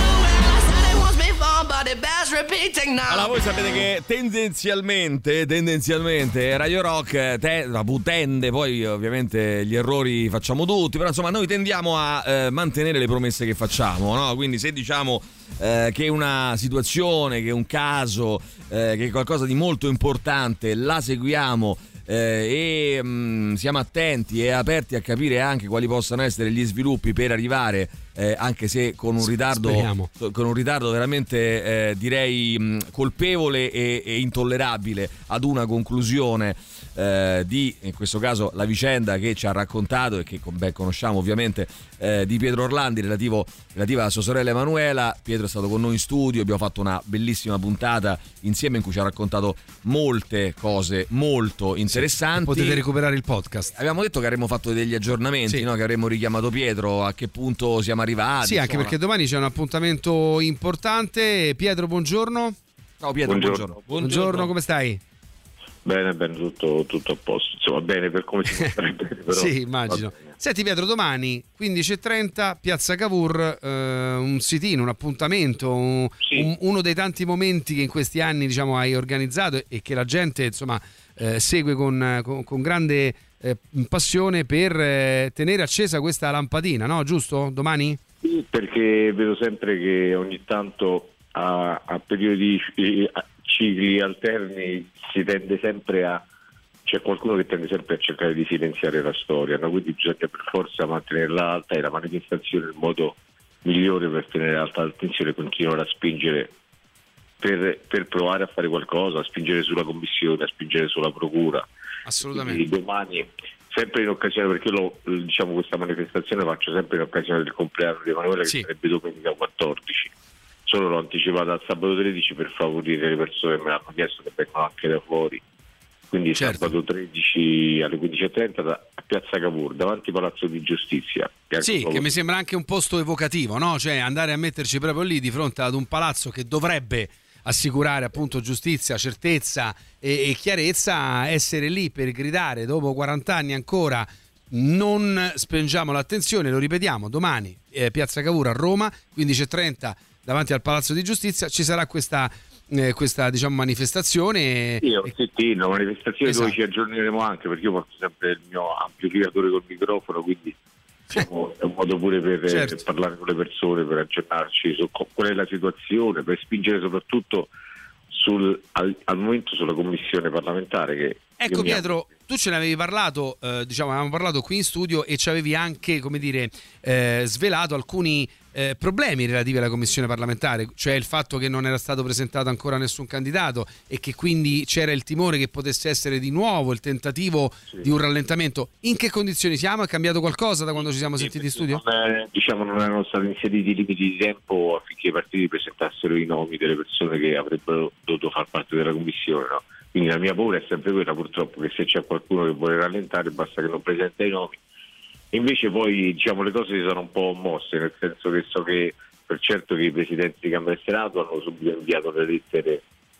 Allora, voi sapete che tendenzialmente, tendenzialmente Radio Rock te, tende, poi ovviamente gli errori facciamo tutti, però insomma noi tendiamo a eh, mantenere le promesse che facciamo, no? Quindi se diciamo eh, che una situazione, che un caso, eh, che è qualcosa di molto importante, la seguiamo eh, e mh, siamo attenti e aperti a capire anche quali possano essere gli sviluppi per arrivare Eh, anche se con un ritardo Speriamo. con un ritardo veramente eh, direi mh, colpevole e, e intollerabile ad una conclusione eh, di, in questo caso, la vicenda che ci ha raccontato e che beh, conosciamo ovviamente eh, di Pietro Orlandi relativo, relativa alla sua sorella Emanuela. Pietro è stato con noi in studio, abbiamo fatto una bellissima puntata insieme in cui ci ha raccontato molte cose molto interessanti. Potete recuperare il podcast. Abbiamo detto che avremmo fatto degli aggiornamenti, Sì. no? Che avremmo richiamato Pietro, a che punto siamo arrivati. Sì, anche insomma. perché domani c'è un appuntamento importante. Pietro, buongiorno. Ciao Pietro, buongiorno. Buongiorno, buongiorno come stai? Bene, bene, tutto, tutto a posto. Insomma, bene per come si potrebbe. Però, Sì, immagino. Senti Pietro, domani quindici e trenta, Piazza Cavour, eh, un sit-in, un appuntamento, un- un- uno dei tanti momenti che in questi anni diciamo hai organizzato e che la gente insomma eh, segue con, con- con grande eh, passione per eh, tenere accesa questa lampadina, no? Giusto? Domani? Sì, perché vedo sempre che ogni tanto a, a periodi eh, a cicli alterni si tende sempre a c'è qualcuno che tende sempre a cercare di silenziare la storia, no? Quindi bisogna per forza mantenerla alta e la manifestazione è il modo migliore per tenere alta l'attenzione e continuare a spingere per, per provare a fare qualcosa, a spingere sulla commissione, a spingere sulla procura. Assolutamente. Quindi domani, sempre in occasione, perché io lo, diciamo questa manifestazione la faccio sempre in occasione del compleanno di Emanuele, che Sì. sarebbe domenica quattordici. solo l'ho anticipata al sabato tredici per favorire le persone che me l'hanno chiesto, che vengono anche da fuori. Quindi certo. Sabato tredici alle quindici e trenta a Piazza Cavour, davanti al Palazzo di Giustizia. Che sì, che mi sembra anche un posto evocativo, no? Cioè andare a metterci proprio lì di fronte ad un palazzo che dovrebbe assicurare appunto giustizia, certezza e, e chiarezza, essere lì per gridare dopo quaranta anni ancora non spengiamo l'attenzione, lo ripetiamo, domani eh, Piazza Cavour a Roma, quindici e trenta davanti al Palazzo di Giustizia ci sarà questa Eh, questa diciamo manifestazione. Sì, un sit-in, una manifestazione esatto. Dove ci aggiorneremo anche, perché io porto sempre il mio amplificatore col microfono, quindi diciamo, è un modo pure per, certo. per parlare con le persone, per aggiornarci su qual è la situazione, per spingere soprattutto sul, al, al momento sulla commissione parlamentare che ecco Pietro, tu ce ne avevi parlato, eh, diciamo avevamo parlato qui in studio e ci avevi anche, come dire, eh, svelato alcuni eh, problemi relativi alla commissione parlamentare, cioè il fatto che non era stato presentato ancora nessun candidato e che quindi c'era il timore che potesse essere di nuovo il tentativo sì. di un rallentamento. In che condizioni siamo? È cambiato qualcosa da quando ci siamo sì, sentiti in studio? Non è, diciamo non erano stati inseriti i limiti di tempo affinché i partiti presentassero i nomi delle persone che avrebbero dovuto far parte della commissione, no? Quindi la mia paura è sempre quella, purtroppo, che se c'è qualcuno che vuole rallentare basta che non presenta i nomi. Invece poi diciamo le cose si sono un po' mosse, nel senso che so che per certo che i presidenti di Camera e Senato hanno subito inviato le lettere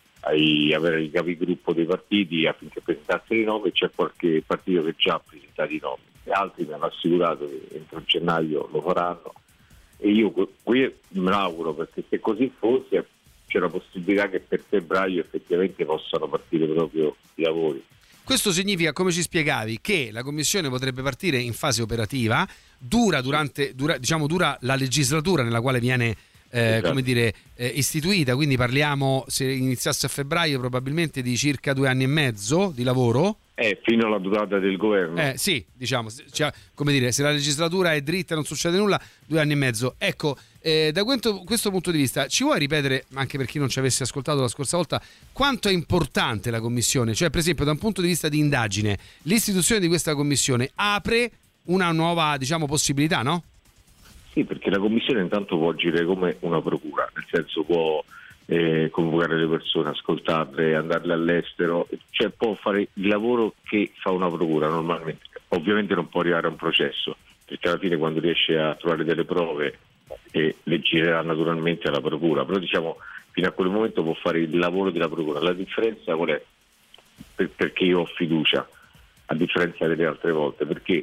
ai, ai capigruppo dei partiti affinché presentassero i nomi, e c'è qualche partito che già ha presentato i nomi, e altri mi hanno assicurato che entro gennaio lo faranno, e io qui me l'auguro, perché se così fosse c'è la possibilità che per febbraio effettivamente possano partire proprio i lavori. Questo significa, come ci spiegavi, che la commissione potrebbe partire in fase operativa, dura durante dura, diciamo dura la legislatura nella quale viene eh, esatto. come dire eh, istituita, quindi parliamo, se iniziasse a febbraio, probabilmente di circa due anni e mezzo di lavoro. Eh, fino alla durata del governo. Eh, sì, diciamo, cioè, come dire, se la legislatura è dritta e non succede nulla, due anni e mezzo. Ecco, eh, da questo, questo punto di vista, ci vuoi ripetere, anche per chi non ci avesse ascoltato la scorsa volta, quanto è importante la commissione? Cioè, per esempio, da un punto di vista di indagine, l'istituzione di questa commissione apre una nuova, diciamo, possibilità, no? Sì, perché la commissione intanto può agire come una procura, nel senso può Eh, convocare le persone, ascoltarle, andarle all'estero, cioè può fare il lavoro che fa una procura normalmente. Ovviamente non può arrivare a un processo, perché alla fine quando riesce a trovare delle prove eh, le girerà naturalmente alla procura, però diciamo fino a quel momento può fare il lavoro della procura. La differenza qual è? Per, perché io ho fiducia, a differenza delle altre volte, perché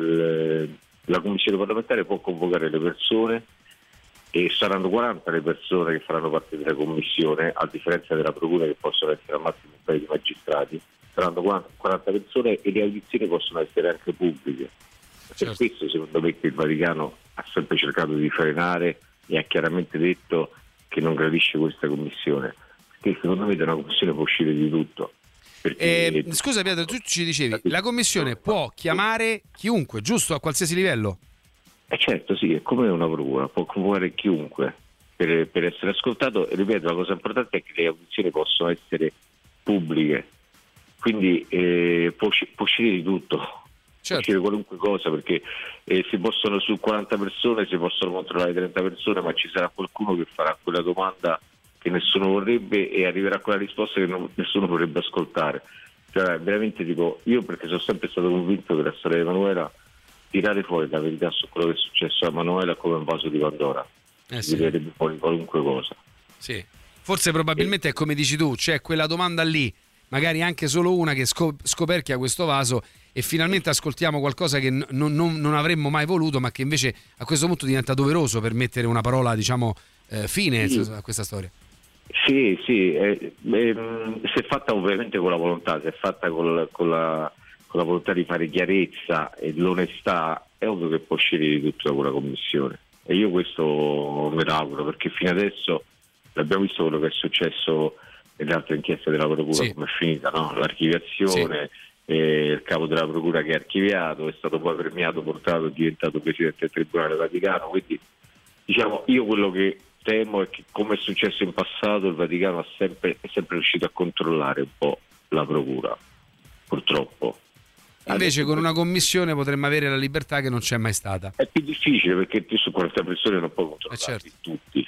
eh, la commissione parlamentare può convocare le persone e saranno quaranta le persone che faranno parte della commissione, a differenza della procura che possono essere al massimo un paio di magistrati. Saranno quaranta persone e le audizioni possono essere anche pubbliche. Certo. Per questo secondo me che il Vaticano ha sempre cercato di frenare e ha chiaramente detto che non gradisce questa commissione, perché secondo me da una commissione può uscire di tutto. Eh, scusa Pietro, tu ci dicevi la commissione può chiamare chiunque, giusto? A qualsiasi livello? Eh certo, sì, è come una procura, può convocare chiunque per, per essere ascoltato, e ripeto, la cosa importante è che le audizioni possono essere pubbliche, quindi eh, può, può uscire di tutto, certo. Può uscire qualunque cosa, perché eh, si possono su quaranta persone si possono controllare trenta persone, ma ci sarà qualcuno che farà quella domanda che nessuno vorrebbe e arriverà a quella risposta che non, nessuno vorrebbe ascoltare. Cioè, veramente dico, io perché sono sempre stato convinto che la storia di Emanuela, tirare fuori la verità su quello che è successo a Manuela come un vaso di Pandora, eh sì. Tirerebbe fuori qualunque cosa. Sì. Forse probabilmente è come dici tu, c'è quella domanda lì, magari anche solo una, che scop- scoperchia questo vaso e finalmente ascoltiamo qualcosa che n- non, non, non avremmo mai voluto, ma che invece a questo punto diventa doveroso per mettere una parola, diciamo, eh, fine sì. a questa storia. Sì, sì, eh, eh, si è fatta ovviamente con la volontà, si è fatta con, con la con la volontà di fare chiarezza e l'onestà, è ovvio che può uscire di tutto da quella commissione, e io questo me l'auguro, perché fino adesso abbiamo visto quello che è successo nelle altre inchieste della procura, sì. come è finita, no? L'archiviazione, sì. eh, il capo della procura che è archiviato, è stato poi premiato, portato, è diventato presidente del Tribunale Vaticano, quindi diciamo io quello che temo è che, come è successo in passato, il Vaticano ha sempre, è sempre riuscito a controllare un po' la procura, purtroppo. Invece con una commissione potremmo avere la libertà che non c'è mai stata. È più difficile, perché tu su quaranta persone non puoi controllare eh certo. tutti.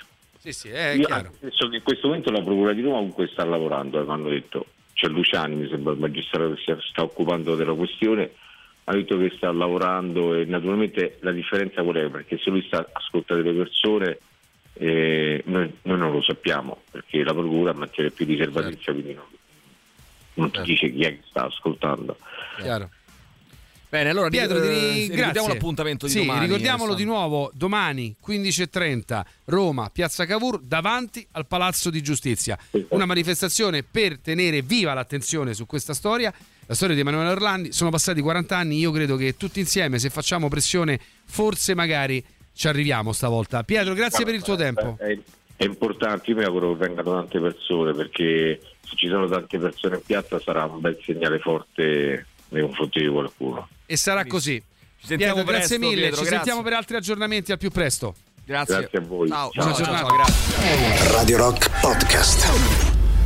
Sì, sì, è Io chiaro. penso che in questo momento la Procura di Roma comunque sta lavorando, mi hanno detto. C'è Luciani, mi sembra il magistrato che si sta occupando della questione, ha detto che sta lavorando e naturalmente la differenza qual è? Perché se lui sta ascoltando le persone eh, noi, noi non lo sappiamo, perché la Procura mantiene più riservatezza, certo. Quindi non, non ti dice chi è che sta ascoltando. Chiaro. Bene, allora Pietro, eh, ti ricordiamo grazie. L'appuntamento di sì, domani. Ricordiamolo di nuovo, domani quindici e trenta Roma, Piazza Cavour, davanti al Palazzo di Giustizia. Una manifestazione per tenere viva l'attenzione su questa storia, la storia di Emanuele Orlandi. Sono passati quaranta anni, io credo che tutti insieme, se facciamo pressione, forse magari ci arriviamo stavolta. Pietro, grazie per il tuo tempo. È, è importante, io mi auguro che vengano tante persone, perché se ci sono tante persone in piazza sarà un bel segnale forte nei confronti di qualcuno. E sarà così. Ci sentiamo Pietro, presto, grazie mille, Pietro, ci grazie. sentiamo per altri aggiornamenti al più presto. Grazie. Grazie a voi. Ciao, Ciao. ciao, Buona ciao, giornata. grazie. Radio Rock Podcast.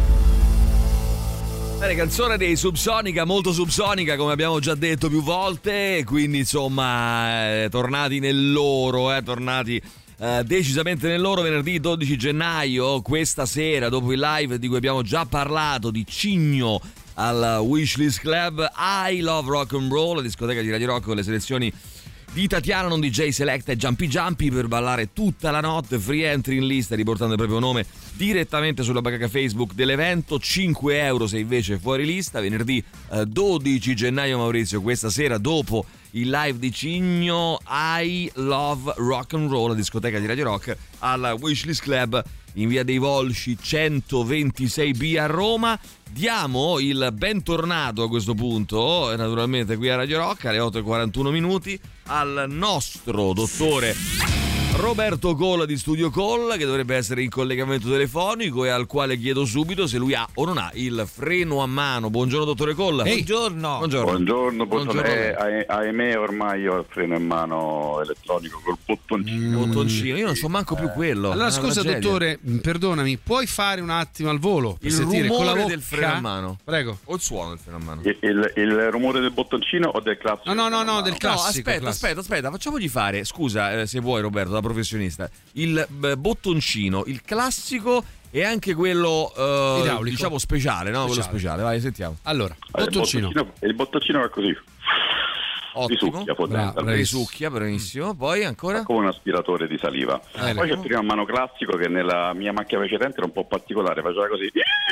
Bene, canzone dei Subsonica, molto subsonica come abbiamo già detto più volte, quindi insomma eh, tornati nel loro, eh, tornati eh, decisamente nel loro. Venerdì dodici gennaio, questa sera, dopo il live di cui abbiamo già parlato, di Cigno al Wishlist Club, I Love Rock and Roll, la discoteca di Radio Rock con le selezioni di Tatiana, non D J Select e Jumpy Jumpy per ballare tutta la notte. Free entry in lista riportando il proprio nome direttamente sulla bacheca Facebook dell'evento. Cinque euro se invece fuori lista. Venerdì eh, dodici gennaio, Maurizio, questa sera dopo il live di Cigno, I Love Rock and Roll, la discoteca di Radio Rock al Wishlist Club in via dei Volsci centoventisei B a Roma. Diamo il bentornato a questo punto, naturalmente qui a Radio Rock alle otto e quarantuno minuti, al nostro dottore Roberto Colla di Studio Colla, che dovrebbe essere in collegamento telefonico e al quale chiedo subito se lui ha o non ha il freno a mano. Buongiorno dottore Colla. Hey. Buongiorno. Buongiorno, buongiorno. buongiorno. Eh, ah, ahimè ormai io ho il freno in mano elettronico col bottoncino. Mm. Bottoncino, io non so manco più quello. Allora scusa tragedia. dottore, perdonami, puoi fare un attimo al volo per il sentire rumore con la bocca del freno a mano? Prego. O il suono del freno a mano? Il, il, il rumore del bottoncino o del classico? No, no, no, no, del classico. No, aspetta, classico. aspetta, aspetta, facciamogli fare, scusa, eh, se vuoi Roberto, da professionista, il eh, bottoncino, il classico e anche quello eh, Idraulico. diciamo speciale, no? Speciale. Quello speciale, vai, sentiamo. Allora, Allora, bottoncino. Il bottoncino, il bottoncino è così. Ottimo. Risucchia, Bravo, fondamentalmente. Risucchia, benissimo. Poi ancora? Come un aspiratore di saliva. Bene. Poi c'è il freno a mano classico che nella mia macchina precedente era un po' particolare, faceva così.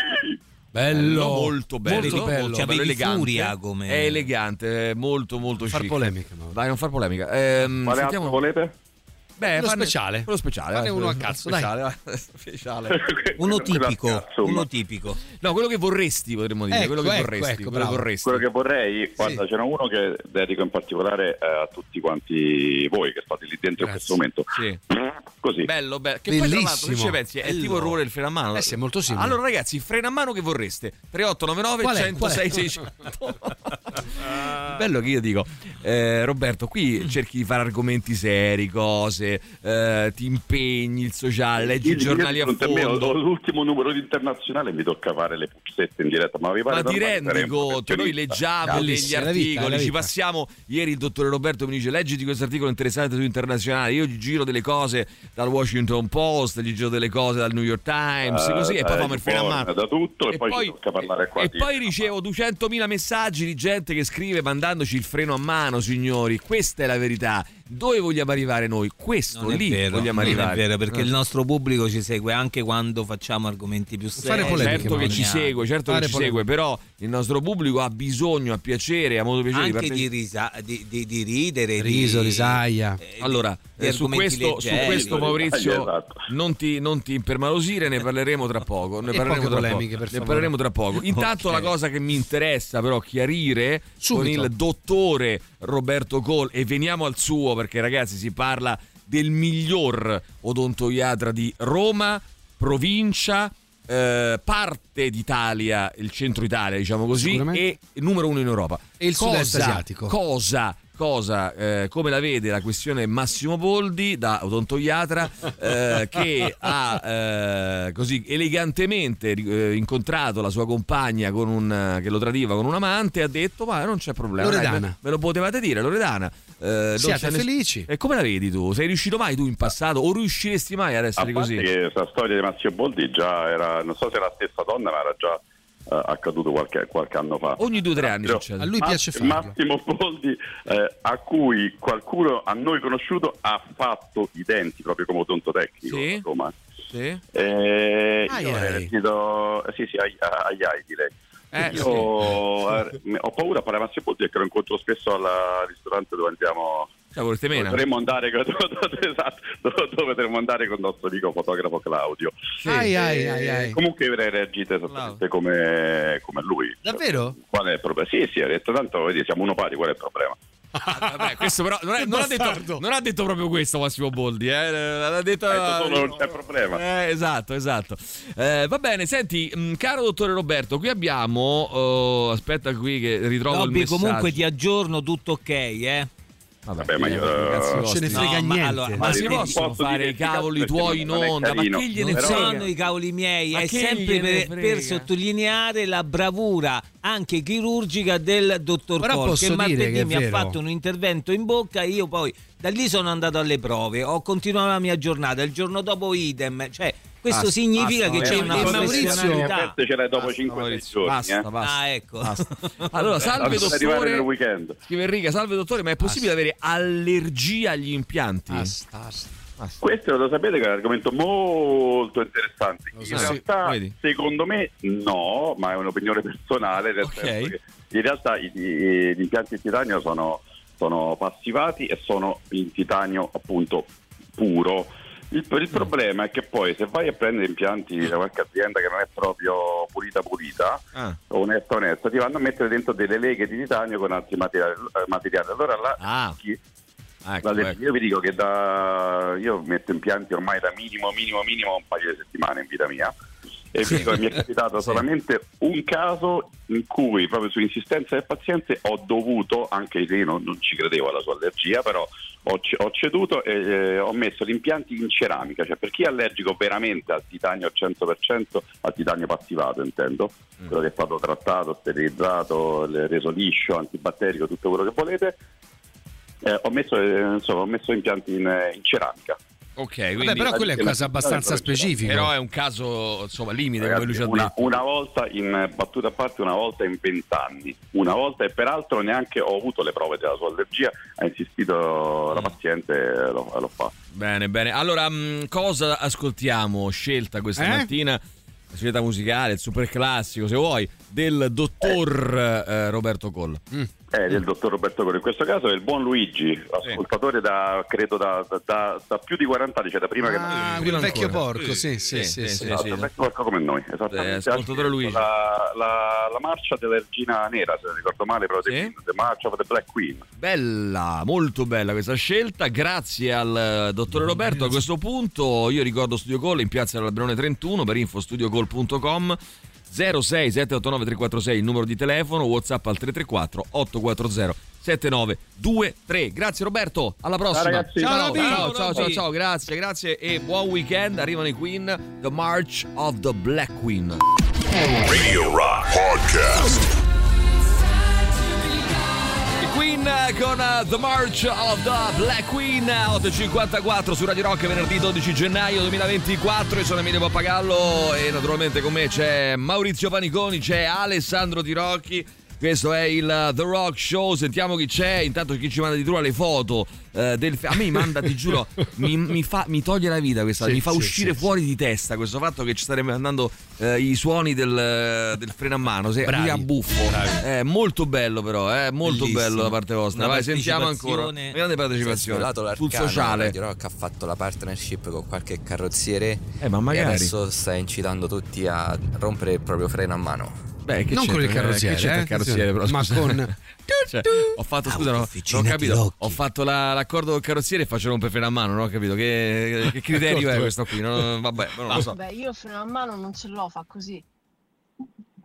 Bello, molto bello, molto bello. C'avevi bello, elegante. furia come- È elegante, è molto molto Non far chic. polemica, no. Dai, non far polemica. Ehm, Quale sentiamo... altro volete? Beh, Quello fanne- speciale. Quello speciale. Fanne vai, uno a quello cazzo, speciale, vai. Speciale. Uno Quello a tipico, cazzo, uno ma- tipico. No, quello che vorresti, potremmo dire. Ecco, quello che ecco, vorresti. ecco, quello bravo. che vorresti. Quello che vorrei, guarda, ce n'è uno che dedico in particolare eh, a tutti quanti voi che state lì dentro Grazie. in questo momento. Sì. Così. Bello, bello. Che poi tra l'altro, se Bellissimo. ci pensi, è Bello. tipo il rumore del freno a mano. Eh sì, è molto simile. Allora, ragazzi, freno a mano che vorreste? tre otto nove nove Qual è? uno zero sei Qual è? seicento. Bello che io dico, eh, Roberto, qui cerchi di fare argomenti seri, cose, eh, ti impegni, il sociale, leggi i Io- giornali io a di fronte a me ho, fondo. ho l'ultimo numero di internazionale, mi tocca fare le puzzette in diretta, ma vi pare Ma ti normale? rendi Sarei un conto? Noi professionista. leggiamo degli Bellissima, è la vita, è la articoli, ci vita. passiamo. Ieri il dottore Roberto mi dice: leggiti questo articolo interessante su Internazionale. Io gli giro delle cose dal Washington Post, gli giro delle cose dal New York Times, Eh, così, e poi dai, famo il freno a buona, mano. da tutto, e poi ci tocca parlare qua E di- poi ricevo duecentomila messaggi di gente che scrive mandandoci il freno a mano, signori. Questa è la verità. Dove vogliamo arrivare noi? Questo, Non è lì vero, vogliamo non arrivare. è vero, perché Eh. il nostro pubblico ci segue anche quando facciamo argomenti più seri. Fare polemiche, Certo che Mauro. ci segue, certo Fare che ci polemiche. segue, però il nostro pubblico ha bisogno, ha piacere, ha molto piacere Anche partecipare. di, risa- di, di, di ridere, Riso, di, risaia. eh, Allora, di eh, su, argomenti questo, su leggeri. questo Maurizio Esatto. non ti, non ti impermalosire, ne parleremo tra poco. Ne E parleremo poche tra polemiche, poco. per Ne favore. parleremo tra poco. Intanto Ok. la cosa che mi interessa però chiarire Subito. con il dottore Roberto Coll, e veniamo al suo perché ragazzi si parla del miglior odontoiatra di Roma, provincia, eh, parte d'Italia, il centro Italia diciamo così, Sicuramente. e il numero uno in Europa. E il Cosa- sud-est asiatico. Cosa cosa, eh, come la vede la questione Massimo Boldi da odontoiatra, eh, che ha eh, così elegantemente eh, incontrato la sua compagna con un, che lo tradiva con un amante, e ha detto ma non c'è problema, Loredana, dai, me lo potevate dire, Loredana. Eh, Siate felici. E come la vedi tu? Sei riuscito mai tu in passato o riusciresti mai ad essere A così? parte che questa storia di Massimo Boldi già era, non so se è la stessa donna, ma era già Uh, accaduto qualche, qualche anno fa. Ogni due o tre anni succede. A lui piace farlo. Massimo Boldi, eh, a cui qualcuno a noi conosciuto ha fatto i denti proprio come odontotecnico, sì. a Roma. Sì. Eh, Ai io ai. ho sentito, sì sì, ai, ai, ai di lei. Eh, io sì. eh, ho paura a fare Massimo Boldi perché lo incontro spesso al ristorante dove andiamo. Dove dovremmo andare con, esatto, dove dovremmo andare con il nostro amico fotografo Claudio. Sì. Ai, ai, ai, ai. Comunque avrei reagito esattamente come, come lui. Davvero? Cioè, qual è il problema? Sì, sì, ha detto tanto, vedi, siamo uno pari, qual è il problema? Ah, vabbè, questo però non, è, non, ha detto, non ha detto proprio questo Massimo Boldi, eh? Ha detto, ha detto solo non c'è problema. Eh, esatto, esatto. Eh, va bene, senti, mh, caro dottore Roberto, qui abbiamo, oh, aspetta qui che ritrovo Robby, il messaggio. comunque ti aggiorno, tutto ok, eh? Vabbè, ma io non ce ne frega no, niente. Ma, allora, Ma ma si quindi possono fare i cavoli tuoi in onda? Ma che gliene non frega? sono i cavoli miei, Ma è che sempre gliene per, frega? per sottolineare la bravura anche chirurgica del dottor Però Col, posso che dire martedì che è mi ha vero. fatto un intervento in bocca e io poi da lì sono andato alle prove, ho continuato la mia giornata, il giorno dopo idem, cioè questo Basta, significa basta, che c'è eh, una Maurizio- professionalità. Ce l'hai dopo Basta, cinque Maurizio, giorni. basta, eh. basta, Ah, ecco. basta. Allora, salve Basta arrivare nel dottore. weekend. Scrive Enrica, salve dottore, ma è possibile avere allergia agli impianti? Basta, basta. Questo lo sapete che è un argomento molto interessante. In so, sì, realtà, vedi. secondo me, no, ma è un'opinione personale. Nel Ok. senso che in realtà i- i- gli impianti in titanio sono, sono passivati e sono in titanio appunto puro. Il, il problema è che poi se vai a prendere impianti da qualche azienda che non è proprio pulita pulita, Ah. onesta onesta, ti vanno a mettere dentro delle leghe di titanio con altri materiali. eh, materiali. Allora là Ah. chi- Ecco, la- ecco. io vi dico che da io metto impianti ormai da minimo minimo minimo un paio di settimane in vita mia e vi dico che mi è capitato solamente un caso in cui proprio su insistenza del paziente ho dovuto, anche se io non, non ci credevo alla sua allergia, però ho, c- ho ceduto e eh, ho messo gli impianti in ceramica, cioè per chi è allergico veramente al titanio al cento per cento, al titanio passivato intendo, Mm. quello che è stato trattato, sterilizzato, reso liscio, antibatterico, tutto quello che volete. Eh, ho messo eh, insomma ho messo impianti in, eh, in ceramica. Ok, Vabbè, quindi però quello è un caso abbastanza specifico. però è un caso insomma limite, come Ragazzi, lui ci ha una, detto. una volta in battuta a parte, una volta in vent'anni, una volta, e peraltro neanche ho avuto le prove della sua allergia, ha insistito la paziente e l'ho, l'ho fatto. Bene, bene. Allora, mh, cosa ascoltiamo? Scelta questa Eh? mattina, la scelta musicale, il super classico, se vuoi, del dottor eh, Roberto Coll. Mm. Eh, del dottor Roberto Cori, in questo caso è il buon Luigi, ascoltatore da credo da, da, da, da più di quaranta anni, cioè da prima Ah, che quel prima vecchio ancora. porco, sì, sì, sì. sì. Esatto, il vecchio porco come noi, esattamente. Eh, ascoltatore Ha Luigi. La, la, la marcia della regina nera, se non ricordo male, però Sì. The, Queen, The March of the Black Queen. Bella, molto bella questa scelta, grazie al eh, dottore Roberto. A questo punto io ricordo Studio Call in piazza dell'Alberone trentuno, per info studio call punto com, zero sei sette otto nove tre quattro sei il numero di telefono, WhatsApp al tre tre quattro otto quattro zero sette nove due tre. Grazie Roberto, alla prossima. Ciao, ragazzi. ciao, Ciao, ciao, Robby. ciao, ciao, ciao, grazie, grazie e buon weekend. Arrivano i Queen, The March of the Black Queen. Radio Rock Podcast. I Queen con uh, The March of the Black Queen, otto e cinquantaquattro su Radio Rock, venerdì dodici gennaio duemilaventiquattro. Io sono Emilio Pappagallo e naturalmente con me c'è Maurizio Paniconi, c'è Alessandro Tirocchi. Questo è il The Rock Show, sentiamo chi c'è. Intanto chi ci manda di Trua le foto eh, del... A me mi manda, ti giuro, mi, mi, fa, mi toglie la vita questa, Sì, mi fa sì, uscire sì, fuori di testa questo fatto che ci starebbe mandando eh, i suoni del, del freno a mano, se, Bravi, a buffo. È molto bello però, è molto Bellissimo. bello da parte vostra. Una Vai, sentiamo ancora. partecipazione. Grande Si è partecipazione svelato sul l'arcano, sociale. Radio Rock ha fatto la partnership con qualche carrozziere Eh, ma e magari. adesso sta incitando tutti a rompere il proprio freno a mano. Beh, che Non con il c'entra- carrozziere, che c'entra eh? il carrozziere, però, Ma scusa. con- Cioè, ho fatto, scusa, no, non ho capito. Ho fatto la- l'accordo col carrozziere e faccio rompere freno a mano, non ho capito che, che criterio è questo qui. No, vabbè, non lo so. Vabbè, io il freno a mano non ce l'ho, fa così.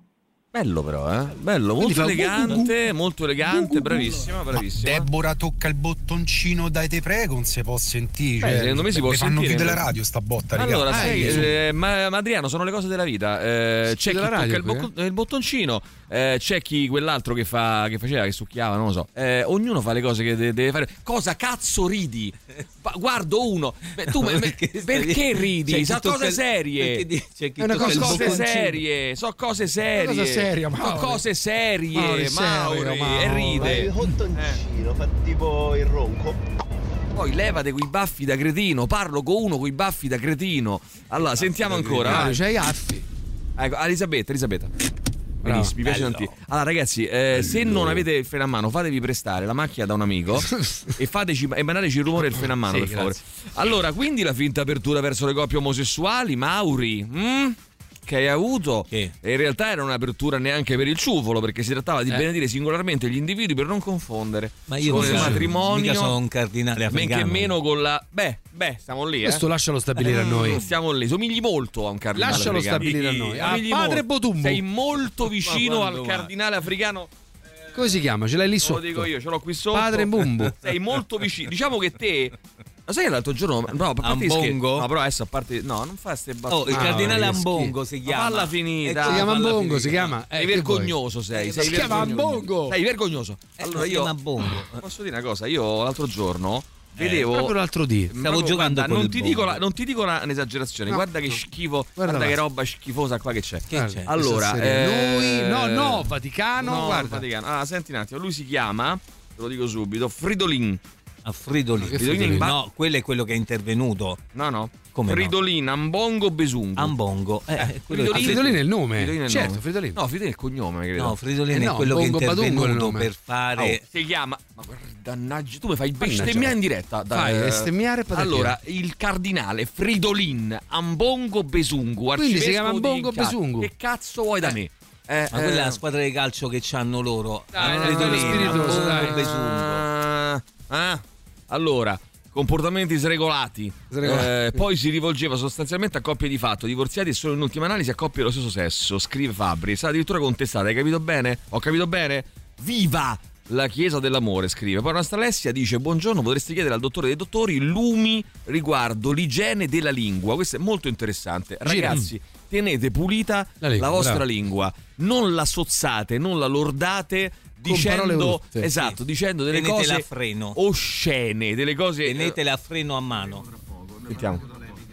Bello però, eh? Bello, molto elegante, molto elegante, bravissima, bravissima. Deborah tocca il bottoncino, dai te prego, non si può sentire. Beh, secondo me si può fanno sentire. più della radio sta botta, allora, raga. sai, eh, ma, ma Adriano, sono le cose della vita. Eh, c'è chi tocca radio, il, bo- il bottoncino, eh, c'è chi quell'altro che fa che faceva, che succhiava, non lo so. Eh, ognuno fa le cose che deve, deve fare. Cosa cazzo ridi? Guardo uno. Beh, tu me, perché, perché ridi? Sono cose serie. C'è chi È una tocca cosa, il cose serie. Sono cose serie. Cosa seria, Sono cose serie, Mauri, Mauri, serio, e Mauri. ride. Il bottoncino fa tipo il ronco. Poi levate quei baffi da cretino. Parlo con uno con i baffi da cretino. Allora, sentiamo ancora. Ah, c'hai affi. Ecco, Elisabetta, Elisabetta. Benissimo, mi piace bello. tantissimo. Allora, ragazzi, eh, se non avete il freno a mano, fatevi prestare la macchina da un amico e fateci e mandateci il rumore del freno a mano, Sì, per favore. grazie. Allora, quindi la finta apertura verso le coppie omosessuali, Mauri, mm? Che hai avuto, Che? e in realtà era un'apertura neanche per il ciufolo, perché si trattava di Eh. benedire singolarmente gli individui per non confondere Ma io con il mica- matrimonio, mica sono un cardinale men africano. che meno con la. Beh, beh, stiamo lì. Questo eh. lascialo stabilire a noi. Stiamo lì, somigli molto a un cardinale Lascialo africano. stabilire a noi. A Somigli padre molto. Botumbo. Sei molto vicino Ma al quando mai? cardinale africano. Come si chiama? Ce l'hai lì Lo sotto. dico io, ce l'ho qui sotto. Padre Bumbo. Sei molto vicino. Diciamo che te. Ma sai che l'altro giorno. No, a parte gli scherzi- Ambongo? No, però adesso a parte. No, non fa ste battute. Oh, il Ah, cardinale che schifo. Ambongo si chiama. Ma falla finita. Si chiama Falla Ambongo, finita. si chiama. Sei Eh, che vergognoso sei. sei Si chiama vergognoso. Ambongo. Sei vergognoso. Allora si io. chiama Ambongo. Posso dire una cosa? Io l'altro giorno. Vedevo. Proprio l'altro dì. Stavo Proprio, giocando guarda, con non il ti, bongo. dico la- non ti dico la- un'esagerazione, No, guarda che no. schifo, Guarda guarda, là. che roba schifosa qua che c'è. Che c'è? Allora, Questa serie. eh, Noi, no, no, Vaticano, no, guarda. Vaticano. Ah, senti un attimo, lui si chiama, te lo dico subito, Fridolin. A Fridolin. Che Fridolin? No, quello è quello che è intervenuto. No, no. Come no? Fridolin, Ambongo Besungu. Ambongo. Eh, quello Fridolin- è- Ah, Fridolin è il nome. Fridolin è il certo, nome. Fridolin. No, Fridolin è il cognome, credo. No, Fridolin Eh è no, quello che è Bongo Badungo è il intervenuto nome. per fare. Oh, si chiama. Ma guardannaggi, tu mi fai Mannaggia. bestemmiare in diretta. da- Fai bestemmiare e poi da Allora, il cardinale Fridolin Ambongo Besungu. Quindi si arcivescovo chiama di Ambongo Inca. Besungu. Che cazzo vuoi da me? Eh, Ma quella è la eh, squadra di calcio che c'hanno loro. Dai, Ah, dai, Fridolin, dai, spiritoso, Ambongo, dai. Besungo. Ah, ah, allora, comportamenti sregolati. Sregolati. Eh, poi si rivolgeva sostanzialmente a coppie di fatto, divorziati e solo in ultima analisi a coppie dello stesso sesso. Scrive Fabri. È stata addirittura contestata. Hai capito bene? Ho capito bene? Viva la Chiesa dell'Amore, scrive. Poi la nostra Alessia dice: buongiorno, potresti chiedere al dottore dei dottori lumi riguardo l'igiene della lingua. Questo è molto interessante. Ragazzi, tenete pulita La la, lingua, vostra bravo. lingua, non la sozzate, non la lordate Con parole dicendo brutte. esatto, Sì. dicendo delle Tenetela cose a freno. oscene, delle cose. Tenetela a freno a mano. Sentiamo.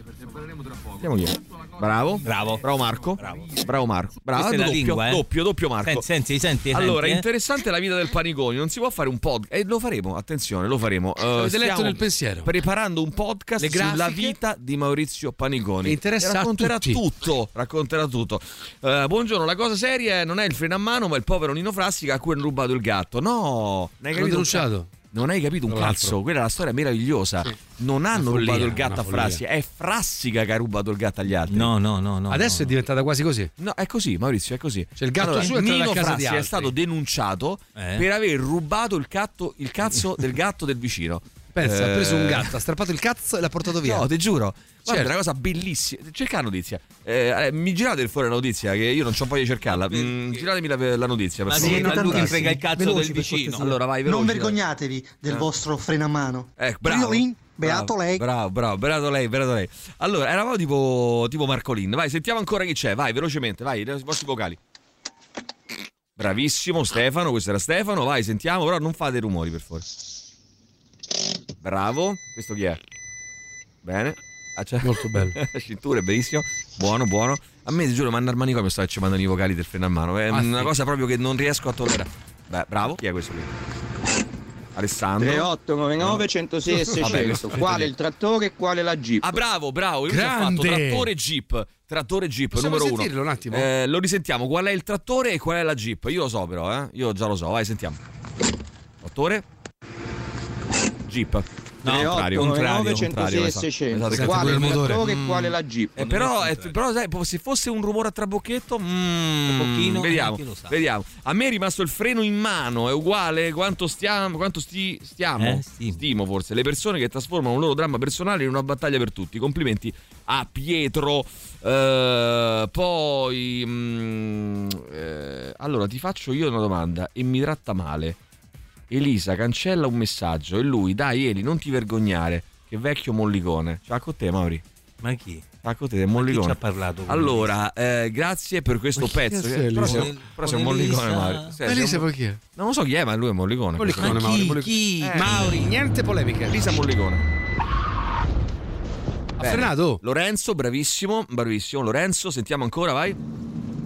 Sentiamo chi è. Bravo. Bravo. Bravo Marco. Bravo. Bravo Marco. Bravo. Questa è la doppio, lingua, eh. doppio, doppio Marco. Senti, senti, senti, Allora, senti, eh. interessante la vita del Paniconi. Non si può fare un podcast. E lo faremo, attenzione, lo faremo. Uh, Avete letto stiamo nel pensiero? Preparando un podcast Le grafiche? sulla vita di Maurizio Paniconi. Che interessa E racconterà a tutti. tutto. Racconterà tutto. Uh, buongiorno, la cosa seria non è il freno a mano, ma il povero Nino Frassica a cui hanno rubato il gatto. No, ne hai L'hanno capito un denunciato. Non hai capito un Tra l'altro. cazzo, quella è una storia meravigliosa. Non hanno Una follia, rubato il gatto una a follia. Frassica, è Frassica che ha rubato il gatto agli altri. No, no, no, no. Adesso no. è diventata quasi così. No, è così, Maurizio, è così. Cioè, il gatto Allora, suo è entrato Nino a casa di Frassica è altri. stato denunciato Eh? per aver rubato il, catto, il cazzo del gatto del vicino. Pensa, ha preso un Eh, gatto, ha strappato il cazzo e l'ha portato via. No, ti giuro. Guarda, Certo. è una cosa bellissima. Cerca la notizia. Eh, eh, mi girate fuori la notizia, che io non c'ho voglia di cercarla. Mm, giratemi la, la notizia. Per Ma favore. sì, ma lui che frega il cazzo Veloci, del per vicino. cortesia. Allora, vai, veloci, Non dai. vergognatevi del Eh. vostro freno a mano. Eh, bravo. Fridolin, beato Bravo, lei. Bravo, bravo, beato lei, beato lei. Allora, eravamo tipo, tipo Marcolin. Vai, sentiamo ancora chi c'è. Vai, velocemente, vai, i vostri vocali. Bravissimo, Stefano, questo era Stefano. Vai, sentiamo, però non fate rumori, per favore. Bravo, questo chi è? Bene. Ah, c'è- Molto bello. Cinture, benissimo. Buono, buono. A me, ti giuro, manda al manicomio sto che ci mandano i vocali del freno a mano. È Ah, una sì. cosa proprio che non riesco a tollerare. Beh, bravo. Chi è questo qui? Alessandro. tre otto nove nove centosei e Vabbè, seicento. questo è Quale il trattore e quale la Jeep? Ah, bravo, bravo. Io ci ho fatto Grande. trattore Jeep. Trattore Jeep, Possiamo numero uno. sentirlo un attimo? Eh, lo risentiamo. Qual è il trattore e qual è la Jeep? Io lo so, però, eh. Io già lo so. Vai, sentiamo. Trattore. Jeep. contrario, contrario, contrario, esatto. Quale il motore Mm. e quale la Jeep? Eh, però, eh, però sai, se fosse un rumore a trabocchetto, mm, Un pochino, vediamo, chi lo sa. vediamo. A me è rimasto il freno in mano, è uguale quanto stiamo, quanto sti, stiamo, Eh, stimo. stimo forse, le persone che trasformano un loro dramma personale in una battaglia per tutti. Complimenti a Pietro. Eh, poi, mm, eh, allora ti faccio io una domanda e mi tratta male. Elisa cancella un messaggio e lui, dai Eli, non ti vergognare, che vecchio mollicone. Ciao con te, Mauri. Ma chi? Ciao con te, mollicone. ci ha parlato con Allora, eh, grazie per questo Ma chi pezzo. è che- però Elisa? sei, però sei un Con mollicone, Elisa? Mauri. Sì, Ma sei Elisa un- poi chi è? Non lo so chi è, ma lui è mollicone. Mollicone, Questo- Mauri, chi? Mollicone. Chi? Eh, Mauri, niente polemiche. Elisa mollicone. Ha Bene. frenato? Lorenzo, bravissimo, bravissimo. Lorenzo, sentiamo ancora, vai.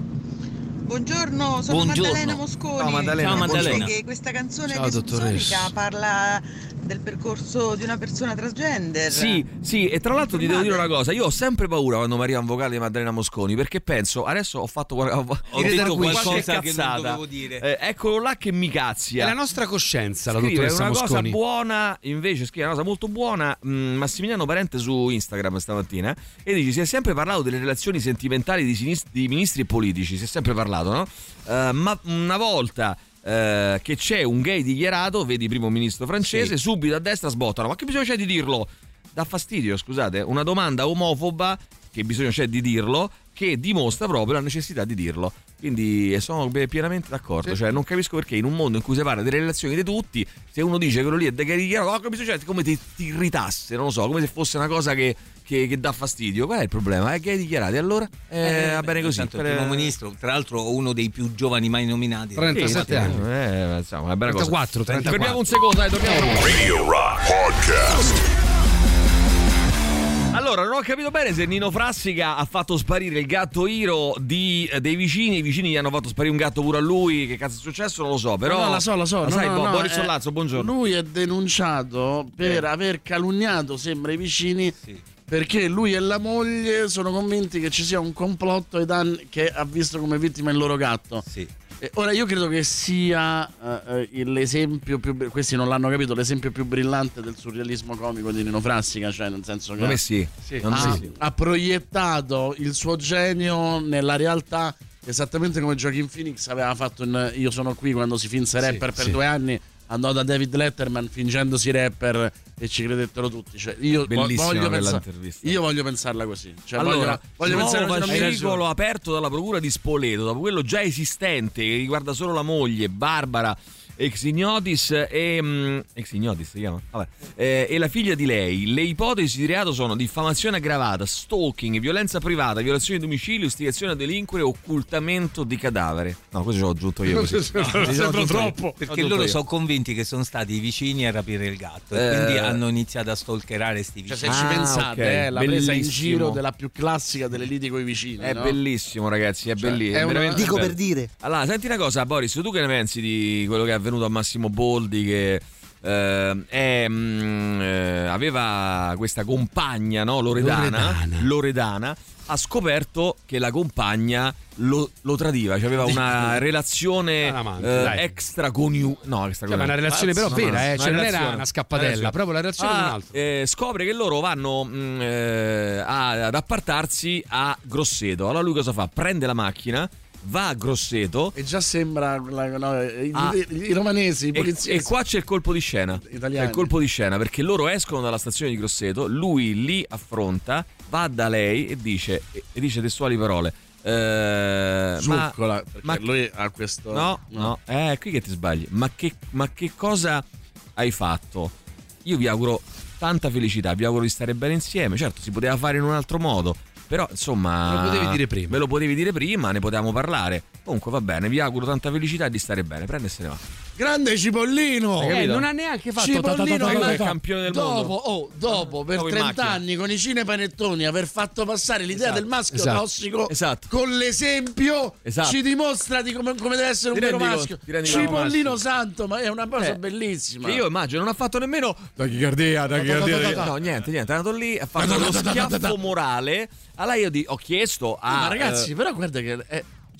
Buongiorno, sono Buongiorno. Maddalena Mosconi. Ciao, Maddalena. Ciao, Maddalena. Che questa canzone Ciao, che dottoressa. Subsonica parla del percorso di una persona transgender. Sì, sì, e tra l'altro ti devo dire una cosa, io ho sempre paura quando mi arriva un vocale di Maddalena Mosconi, perché penso, adesso ho fatto qual- ho, Ho detto detto qualche qualcosa che non cazzata. dovevo dire. Eh, eccolo là che mi È cazzia. la nostra coscienza, la Scrive dottoressa una cosa Mosconi. buona, invece scrive una cosa molto buona, mh, Massimiliano Parente su Instagram stamattina, e dice: si è sempre parlato delle relazioni sentimentali di, sinist- di ministri e politici, si è sempre parlato, no? Eh, ma una volta eh, che c'è un gay dichiarato, vedi primo ministro francese, Sì. subito a destra sbottano. Ma che bisogno c'è di dirlo? Dà fastidio, scusate, una domanda omofoba, che bisogno c'è di dirlo, che dimostra proprio la necessità di dirlo. Quindi sono pienamente d'accordo, Sì. cioè non capisco perché in un mondo in cui si parla delle relazioni di tutti, se uno dice che quello lì è gay dichiarato, oh, che bisogno c'è, come ti, ti irritasse, non lo so, come se fosse una cosa che, che, che dà fastidio. Qual è il problema? È gay dichiarati, allora eh, va bene così. Tanto il Per- primo ministro, tra l'altro uno dei più giovani mai nominati. trentasette anni. Eh, insomma, una bella cosa. trentaquattro, trentaquattro. Fermiamo un secondo, dai, torniamo. Radio Rock Podcast. Allora, non ho capito bene se Nino Frassica ha fatto sparire il gatto Hiro di, eh, dei vicini, i vicini gli hanno fatto sparire un gatto pure a lui, che cazzo è successo non lo so, però... No, no, la so, la so. La No, sai, no, Bo- no, Boris eh, Sollazzo, buongiorno. Lui è denunciato per Eh. aver calunniato, sembra, i vicini, perché lui e la moglie sono convinti che ci sia un complotto ai danni che ha visto come vittima il loro gatto. Sì. Eh, ora io credo che sia eh, eh, l'esempio più, questi non l'hanno capito, l'esempio più brillante del surrealismo comico di Nino Frassica, cioè nel senso che Come sì? Non ha, sì. ha proiettato il suo genio nella realtà, esattamente come Joaquin Phoenix aveva fatto in Io sono qui, quando si finse rapper Sì, per sì. due anni, andò da David Letterman fingendosi rapper e ci credettero tutti. Cioè, io, vo- Bellissima voglio, pensa- quell'intervista. io voglio pensarla così. Cioè, Allora, voglio, voglio nuovo pensare così, non mi fascicolo ragione. aperto dalla procura di Spoleto, dopo quello già esistente che riguarda solo la moglie, Barbara ex ignotis e mm, ex ignotis si chiama? Vabbè. Eh, e la figlia di lei. Le ipotesi di reato sono diffamazione aggravata, stalking, violenza privata, violazione di domicilio, istigazione a delinquere, occultamento di cadavere. No, questo ce l'ho aggiunto io così. No, ce l'ho Sembra aggiunto io. troppo. L'ho Perché aggiunto loro io. sono convinti che sono stati i vicini a rapire il gatto e Eh. quindi hanno iniziato a stalkerare sti Cioè, vicini. se ci Ah, pensate, ok. eh, la presa in Bellissimo. giro della più classica delle liti coi vicini. È no? bellissimo, ragazzi, è Cioè, bellissimo. è una- veramente Dico bello. per dire. Allora, senti una cosa, Boris, tu che ne pensi di quello che è avvenuto a Massimo Boldi, che eh, è, mm, eh, aveva questa compagna, no? Loredana, Loredana. Loredana, ha scoperto che la compagna lo, lo tradiva, cioè aveva una relazione Un amante, eh, dai. extraconiu- no, Cioè, ma una relazione però Pazzo, vera, eh, una cioè non era relazione. una scappadella, relazione. proprio la relazione di un Ah, altro. eh, scopre che loro vanno mh, eh, a- ad appartarsi a Grosseto. Allora lui cosa fa? Prende la macchina, va a Grosseto E già sembra la- no, i, Ah. i- i romanesi, i e, polizieschi e qua c'è il colpo di scena. italiani. C'è il colpo di scena perché loro escono dalla stazione di Grosseto, lui li affronta, va da lei e dice, e, e dice testuali parole. Eh, ma, Zuccola, perché ma- lui ha questo... no, no, è qui che ti sbagli. Ma che, ma che cosa hai fatto? Io vi auguro tanta felicità, vi auguro di stare bene insieme. Certo, si poteva fare in un altro modo, però insomma... Me lo potevi dire prima. Me lo potevi dire prima, ne potevamo parlare. Comunque va bene, vi auguro tanta felicità e di stare bene. Prende e se ne va. Grande Cipollino! Hai Eh, capito? non ha neanche fatto Cipollino, ta- ta- ta- ta- Quello ta- è ta- il campione del dopo, mondo. oh, dopo per Dopo in trenta macchina. anni con i cinepanettoni aver fatto passare l'idea Esatto, del maschio esatto, tossico esatto. con l'esempio Esatto. ci dimostra di come, come deve essere Ti un vero rendi maschio. conto? Ti rendi conto? Cipollino santo, ma è una cosa Eh, bellissima. Che io immagino non ha fatto nemmeno tachicardia, tachicardia. No, niente, niente, è andato lì, ha fatto lo schiaffo morale. Allora io di- ho chiesto a ma ragazzi, eh, però guarda che è-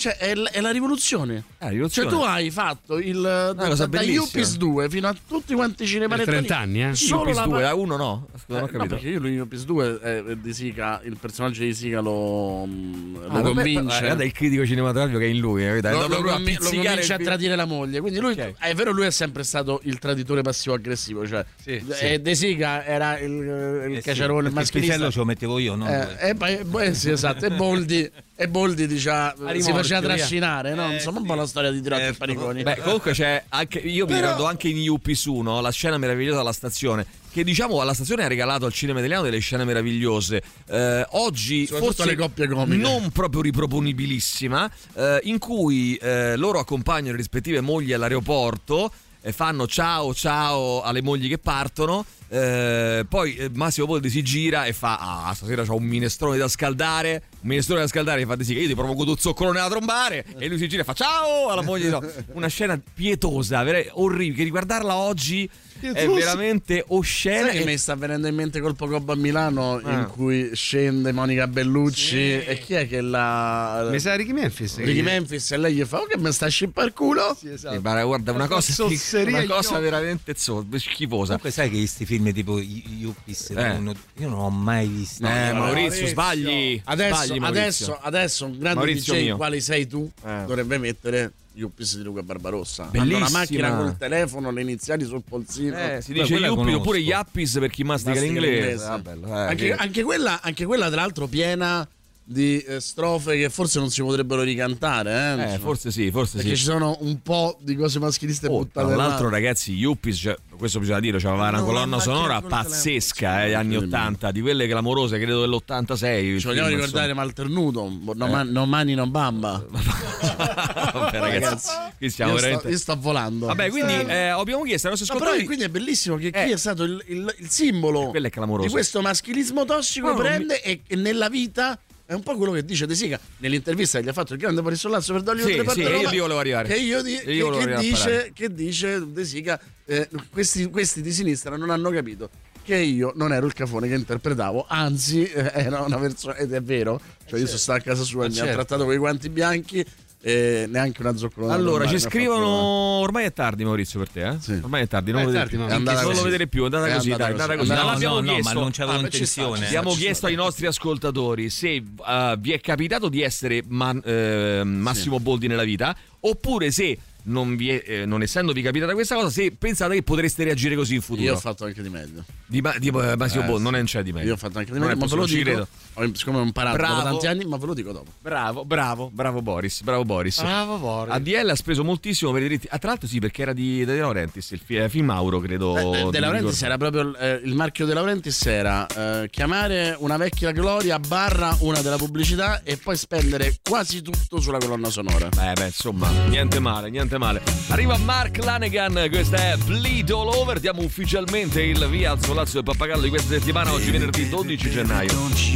Cioè, è, l- è la rivoluzione. Eh, rivoluzione. Cioè, tu hai fatto il da, cosa da bellissima. Yuppies due fino a tutti quanti i cinemanettoni. trenta anni, eh? Solo Yuppies la due, pa- da uno no. Eh, Non ho no, capito. perché io lui Yuppies due è, è di Sica, il personaggio di Sica lo, lo Ah, vabbè, convince. guarda il critico cinematografico che è in lui, eh, dai, lo, dopo lo, lui a convi- lo pizzicare convince il a tradire la moglie. Quindi lui, Ok. è vero, lui è sempre stato il traditore passivo-aggressivo. Cioè, Sì, e De Sica era il, il Eh sì, caciarone, il perché il maschilista. pisello ce lo mettevo io, no? Eh, e poi- eh, sì, esatto. E Boldi, e Boldi diciamo, si rimorchio, faceva via. trascinare, no? Insomma, un po' la storia di Tirotti e Pariconi. Beh, comunque c'è anche. Io mi Però- ricordo anche in Yuppies uno la scena meravigliosa alla stazione. Che diciamo alla stazione ha regalato al cinema italiano delle scene meravigliose. Eh, oggi Soprattutto forse alle coppie comiche. non proprio riproponibilissima, eh, in cui eh, loro accompagnano le rispettive mogli all'aeroporto e fanno ciao ciao alle mogli che partono. Eh, poi eh, Massimo Boldi si gira e fa: ah, stasera c'ho un minestrone da scaldare. Un minestrone da scaldare, che fa di sì che io ti provoco tu zoccolone da trombare. E lui si gira e fa ciao alla moglie. No. Una scena pietosa, vera- orribile. Che riguardarla oggi è veramente oscena. Sai che e- mi sta venendo in mente Colpo Gobbo a Milano, Ah. in cui scende Monica Bellucci e chi è che la Mi sa Ricky Memphis. Ricky Memphis, e lei gli fa: oh, che mi sta a scippare il culo? Sì, esatto. Eh, ma guarda, una cosa, Zozzeria una cosa io- veramente zo- schifosa. Comunque sai che questi film tipo Y- Yuppies Eh. non- io non ho mai visto. Eh, No, Maurizio, sbagli. Adesso, Sbagli, Maurizio. adesso, adesso un grande Maurizio D J mio. quale sei tu Eh. dovrebbe mettere Yuppies di Luca Barbarossa. Hanno Bellissima. una macchina col telefono, le iniziali sul polsino. Eh, si Beh, dice quella Yuppie conosco. oppure Yappis per chi mastica, Mastica l'inglese. l'inglese. Ah, bello, eh, anche, che- anche quella, anche quella, tra l'altro, piena di eh, strofe che forse non si potrebbero ricantare. Eh, eh, insomma. forse sì, forse Perché sì. ci sono un po' di cose maschiliste Oh, buttate tra là. l'altro, ragazzi, Yuppies, cioè, questo bisogna dire, c'aveva una No, colonna ma sonora anche col pazzesca, eh, anni ottanta, di quelle clamorose, credo dell'ottantasei. il Ci vogliamo film, ricordare Malternuto, no, Eh. man- no mani no bamba. insomma. Vabbè, ragazzi, qui stiamo io, sto, veramente. io sto volando. Vabbè, quindi eh, abbiamo chiesto ai nostri Ma però ascoltatori. quindi è bellissimo che Eh. qui è stato il, il- il simbolo Quello è clamoroso. di questo maschilismo tossico, No, no, prende e, e nella vita è un po' quello che dice De Sica nell'intervista che gli ha fatto il grande Boris Sollazzo per dargli Sì, un tre sì, parte io Roma, lì volevo arrivare. che, io di- Io che- volevo che arrivare a dice, parlare. che dice De Sica eh, questi, questi di sinistra non hanno capito che io non ero il cafone che interpretavo, anzi eh, era una persona, ed è vero, cioè io sono stato a casa sua e mi ha certo. trattato con i guanti bianchi e neanche una zoccolona. Allora, ci mi ha fatto- scrivono. Ormai è tardi, Maurizio, per te, eh? Sì. Ormai è tardi, non Eh, lo è vedere tardi, più. ma- è andata Non lo così. vedere più, è andata È così, andata dai, è andata così. così. No, Non l'abbiamo no, no, chiesto. ma non c'avevo Ah, ma ci sta, intenzione. ci sta. Abbiamo ci chiesto ai nostri ascoltatori se uh, vi è capitato di essere man- eh, Massimo Boldi nella vita, oppure se non, vi è, eh, non essendovi capitata questa cosa, se pensate che potreste reagire così in futuro. Io ho fatto anche di meglio. Di, Ma- di eh, Massimo Eh, Boldi, sì. non c'è di meglio. Io ho fatto anche di Non meglio, è ma ve lo possibile, ci dico. credo. Ho- Siccome ho imparato Bravo. dopo tanti anni, ma ve lo dico dopo. Bravo, bravo, bravo Boris, bravo Boris. Bravo Boris. A D L ha speso moltissimo per i diritti. Ah, tra l'altro sì, perché era di De Laurentiis, il fi- film Mauro, credo. Eh, De mi Laurentiis ricordo. era proprio eh, il marchio De Laurentiis era eh, chiamare una vecchia gloria barra una della pubblicità e poi spendere quasi tutto sulla colonna sonora. Beh, beh, insomma, niente male, niente male. Arriva Mark Lanegan, questa è Bleed All Over. Diamo ufficialmente il via al solazzo del pappagallo di questa settimana, oggi venerdì dodici gennaio.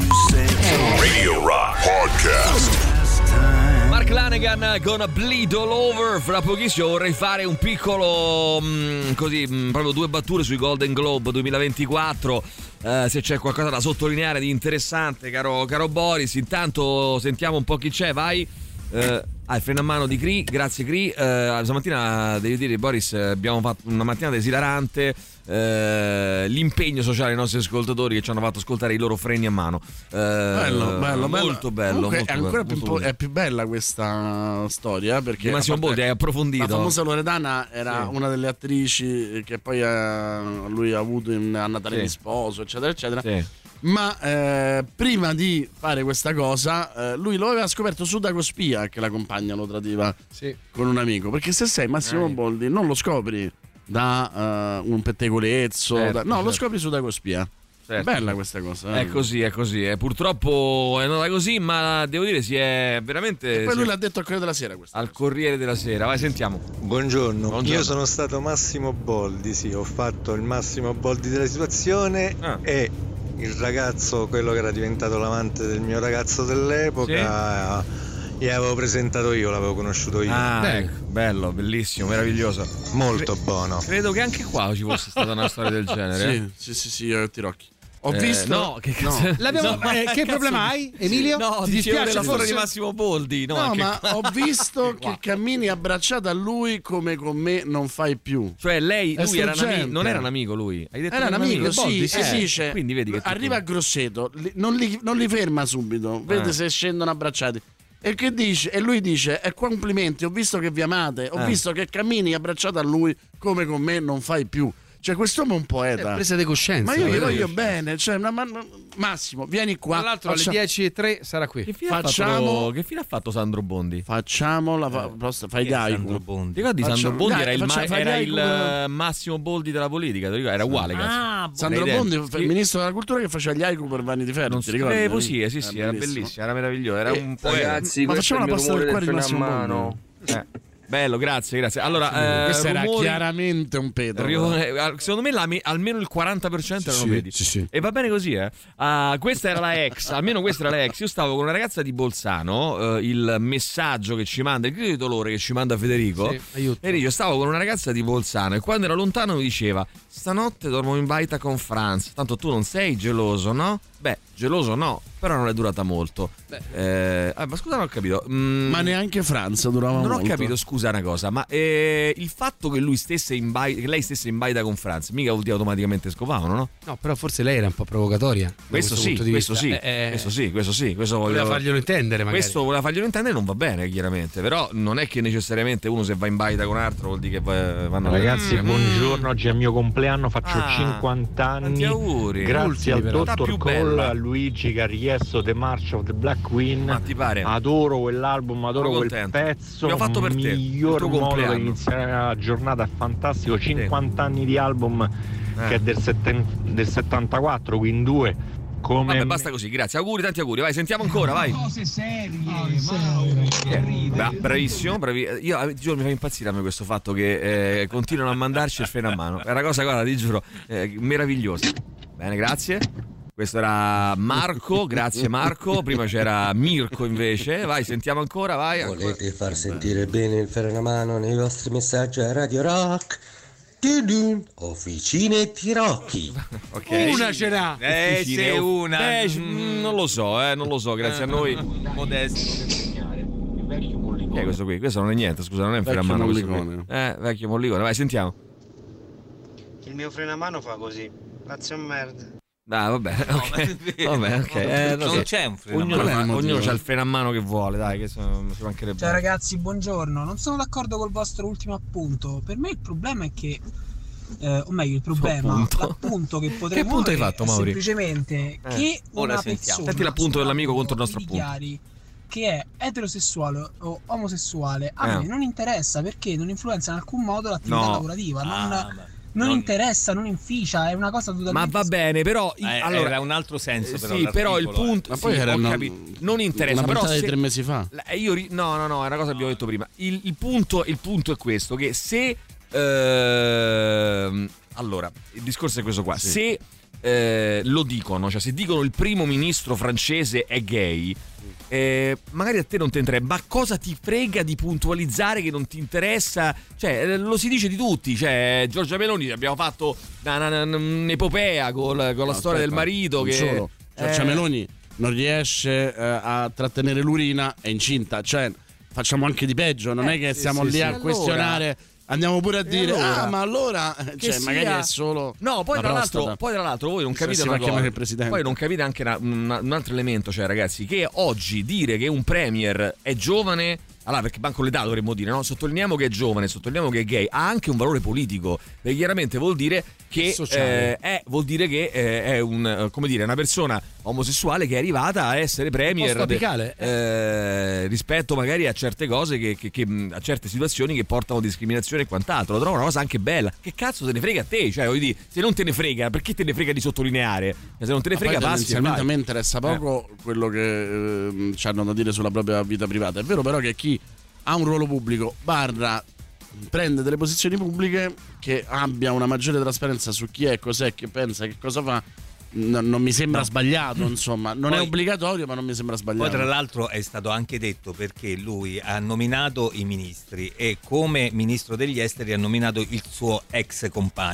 Radio Rock Podcast. Mark Lanegan con Bleed All Over. Fra pochissimo vorrei fare un piccolo mh, così, mh, proprio due battute sui Golden Globe duemilaventiquattro. Eh, se c'è qualcosa da sottolineare di interessante, caro, caro Boris. Intanto sentiamo un po' chi c'è, vai. Eh, ah, il freno a mano di Cree, grazie Cree. Eh, stamattina devi dire, Boris, eh, abbiamo fatto una mattinata esilarante. Eh, l'impegno sociale dei nostri ascoltatori che ci hanno fatto ascoltare i loro freni a mano. Eh, Bello, bello, molto bello. Comunque molto è ancora bello, più, molto bello. è più bella questa storia perché Di Massimo a parte- Boldi hai approfondito. La famosa Loredana era Sì. una delle attrici che poi eh, lui ha avuto in A Natale Sì. di sposo, eccetera, eccetera. Sì. Ma eh, prima di fare questa cosa, eh, lui lo aveva scoperto su Dago Spia che la compagna lo tradiva Sì. con un amico. Perché se sei Massimo Eh. Boldi, non lo scopri da eh, un pettegolezzo, Certo, da- no, lo certo. scopri su Dago Spia. Certo. Bella questa cosa. eh. È così, è così. Eh, purtroppo è andata così, ma devo dire si è veramente. Poi si lui è- l'ha detto al Corriere della Sera questo. Al Corriere della Sera, vai, sentiamo. Buongiorno. Buongiorno. Io sono stato Massimo Boldi, sì, ho fatto il Massimo Boldi della situazione Ah. e il ragazzo, quello che era diventato l'amante del mio ragazzo dell'epoca, gli avevo presentato io, l'avevo conosciuto io. Ah, Beh. ecco, bello, bellissimo, meraviglioso. Molto buono. Credo che anche qua ci fosse stata una storia del genere. eh. Sì, sì, sì, sì, io tirocchi. Ho Eh, visto no, che cazzo- no. L'abbiamo- No, eh, che cazzo problema di- hai, Emilio? No, Ti dicevo dispiace della storia forse? di Massimo Boldi. No, No, anche ma qua. ho visto che cammini abbracciata a lui come con me non fai più. Cioè lei, È lui era un struggente. amico, non era un amico lui. Hai detto Era che un era amico, sì, Boldi, e eh, dice, quindi vedi che tutto- arriva a Grosseto, li- non, li, non li ferma subito, vede Eh. se scendono abbracciati. E che dice? E lui dice: e complimenti, ho visto che vi amate, ho Eh. visto che cammini abbracciato a lui come con me non fai più. Cioè, quest'uomo è un poeta. Eh, presa di coscienza. Ma io gli eh. voglio bene. Cioè, ma- ma- Massimo, vieni qua. Tra l'altro faccia- alle dieci e tre sarà qui. Che fine, ha Facciamo- fatto, che fine ha fatto Sandro Bondi? Facciamo la fa- prossima- fai Chi è Sandro Gaiku. Bondi? Ti ricordi Facciamo- Sandro Bondi dai, era il, facciamo- ma- fai era dai il come- eh, Massimo Boldi della politica, ti ricordi? Era uguale, cazzo. Ah, Sandro Hai Bondi, idea? il ministro della cultura che faceva gli haiku per Vanni di Ferro. Non ti so, ricordi? eh, poesie, sì, sì, Era era bellissimo. bellissimo, era meraviglioso, era Eh, un poeta. ragazzi, Ma questo facciamo è il la mio posta del rumore cuore del di Massimo freno a Bondi. Eh, bello, grazie, grazie. Allora, eh, Questo era rumori- chiaramente un pedo. Rio- eh, secondo me la- almeno il quaranta per cento erano Sì, vedi. sì, sì. E va bene così, eh. Ah, questa era la ex, almeno questa era la ex. Io stavo con una ragazza di Bolzano, eh, il messaggio che ci manda, il grido di dolore che ci manda Federico. Sì, aiuto. E io stavo con una ragazza di Bolzano e quando era lontano mi diceva: stanotte dormo in baita con Franz. Tanto tu non sei geloso, no? Beh, geloso no, però non è durata molto. Eh, ah, ma scusa, non ho capito. Mm, Ma neanche Franza durava non molto. ho capito, scusa una cosa, ma eh, il fatto che lui stesse in baita, che lei stesse in baita con Franz, mica vuol dire automaticamente scopavano, no? No, però forse lei era un po' provocatoria. da Questo sì, punto di questo vista. sì, Eh, eh, questo sì, questo sì, questo voglio voleva farglielo intendere, magari. Questo voleva farglielo intendere, non va bene, chiaramente. Però non è che necessariamente uno se va in baita con altro vuol dire che va- vanno Ragazzi, Mm. buongiorno, oggi è il mio compleanno, faccio Ah, cinquanta tanti anni. auguri. Grazie Ultimi, al però. Sta dottor più Cole, bella. a Luigi che ha richiesto The March of the Black Queen. Ma ti pare? Adoro quell'album, adoro Sono quel contento. pezzo. L'ho fatto per te, il Miglior tuo modo per compleanno. iniziare la giornata, è fantastico. cinquanta anni di album Eh. che è del, setten- del settantaquattro, quindi due. Come Vabbè, basta così, grazie. Auguri, tanti auguri. Vai, sentiamo ancora, vai. Cose serie, Eh, bra- bravissimo, bravi. Io eh, giuro, mi fa impazzire a me questo fatto che eh, continuano a mandarci il freno a mano. È una cosa, guarda, ti giuro, eh, meravigliosa. Bene, grazie. Questo era Marco, grazie Marco. Prima c'era Mirko invece. Vai, sentiamo ancora, vai. ancora. Volete far sentire bene il freno a mano nei vostri messaggi a Radio Rock? Tudun, Officine Tirocchi. Ok. Una ce n'ha. Eh, Officine, se oh, una. beh, mm, non lo so, eh, non lo so, grazie a noi. Modesto. Che è questo qui? Questo non è niente, scusa, non è un freno a Vecchio mano. questo qui. mollicone. Eh, vecchio mollicone, vai, sentiamo. Il mio freno a mano fa così. Cazzo merda. Ah, vabbè, No, ok. ma è vero. Vabbè, ok. Eh, Non so. c'è un freno a Ognuno, mano. fa- Qual è il ognuno motivo? ha il freno a mano che vuole, dai, che so- ci mancherebbe. Ciao ragazzi, buongiorno. Non sono d'accordo col vostro ultimo appunto. Per me il problema è che, eh, o meglio, il problema, Appunto. l'appunto che potremmo appunto hai avere fatto, è Mauri? semplicemente Eh, che ora una sentiamo. persona Senti l'appunto dell'amico contro il nostro mi appunto. dichiari che è eterosessuale o omosessuale, a Eh. me non interessa perché non influenza in alcun modo l'attività No. lavorativa. Non, Ah, ma- non non- interessa, non inficia, è una cosa totalmente. Ma va bene, però i- Eh, allora era un altro senso, eh, però, sì, però il l'articolo, punto Ma sì, poi era ho una- capito, non interessa, una però puntata di se- tre mesi fa. La- Io ri- no, no, no, è una cosa che abbiamo detto prima. Il, il punto, il punto è questo: che se ehm, allora, il discorso è questo qua. Sì. Se eh, lo dicono, cioè se dicono il primo ministro francese è gay, eh, magari a te non ti interessa, ma cosa ti frega di puntualizzare che non ti interessa? Cioè, eh, lo si dice di tutti. Cioè, Giorgia Meloni abbiamo fatto una- una- una- un'epopea con, la- con la No, storia del aspetta, marito. non Che solo. Giorgia eh, Meloni non riesce eh, a trattenere l'urina, è incinta. Cioè, facciamo anche di peggio. Non Eh, è che sì, stiamo sì, lì sì. a Allora- questionare. Andiamo pure a dire, allora? ah, ma allora. Che Cioè, magari sia- è solo. No, poi la tra, l'altro, prostata. poi tra l'altro voi non Chissà capite se una va a chiamare cosa. il presidente. Poi non capite anche una- una- un altro elemento, cioè ragazzi, che oggi dire che un premier è giovane, allora perché manco l'età dovremmo dire, no? Sottolineiamo che è giovane, sottolineiamo che è gay, ha anche un valore politico, perché chiaramente vuol dire che E sociale. eh, è, vuol dire che eh, è un, eh, come dire, una persona omosessuale che è arrivata a essere premier Un po' stapicale. eh, rispetto magari a certe cose che, che- che, a certe situazioni che portano a discriminazione e quant'altro. Lo trovo una cosa anche bella. Che cazzo te ne frega a te? Cioè, voglio dire, se non te ne frega, perché te ne frega di sottolineare? Se non te ne Ma frega, poi passi e tendenzialmente a vai. me interessa poco quello che ehm, ci hanno da dire sulla propria vita privata. È vero però che chi ha un ruolo pubblico barra prende delle posizioni pubbliche che abbia una maggiore trasparenza su chi è, cos'è, che pensa, che cosa fa, n- non mi sembra No. sbagliato, insomma. Non Poi- è obbligatorio, ma non mi sembra sbagliato. Poi tra l'altro è stato anche detto perché lui ha nominato i ministri e come ministro degli esteri ha nominato il suo ex compagno.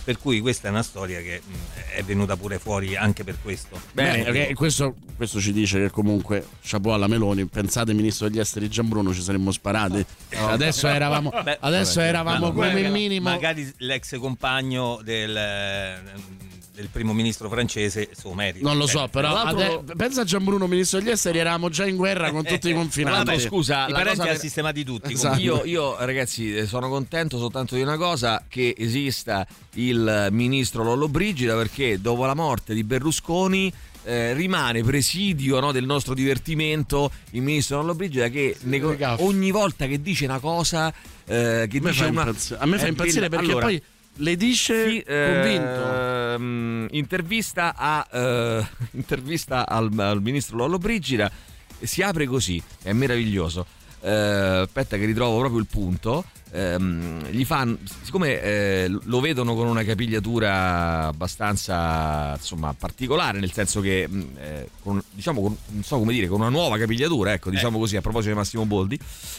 per cui questa è una storia che mh, è venuta pure fuori anche per questo. Bene, okay, questo, questo ci dice che comunque chapeau alla Meloni. Pensate, ministro degli esteri Gianbruno, ci saremmo sparati. No. Adesso eravamo, Beh, adesso vabbè, eravamo come magari, minimo. Magari l'ex compagno del, del primo ministro francese suo merito. Non lo so, eh, però ade- pensa a Gianbruno, ministro degli esteri, eravamo già in guerra con tutti i confinati. No, scusa, i parenti ha sistemati tutti. Esatto. Io, io ragazzi sono contento soltanto di una cosa, che esista il ministro Lollobrigida, perché dopo la morte di Berlusconi Eh, rimane presidio, no, del nostro divertimento il ministro Lollobrigida, che ne, ogni volta che dice una cosa eh, che a me dice fa una, impazz- a me fa impazzire perché allora, poi le dice sì, convinto. Eh, intervista a eh, intervista al, al ministro Lollobrigida, si apre così, è meraviglioso. Eh, aspetta che ritrovo proprio il punto. Ehm, gli fanno, siccome eh, lo vedono con una capigliatura abbastanza insomma particolare, nel senso che eh, con, diciamo con, non so come dire, con una nuova capigliatura, ecco, diciamo eh. così, a proposito di Massimo Boldi,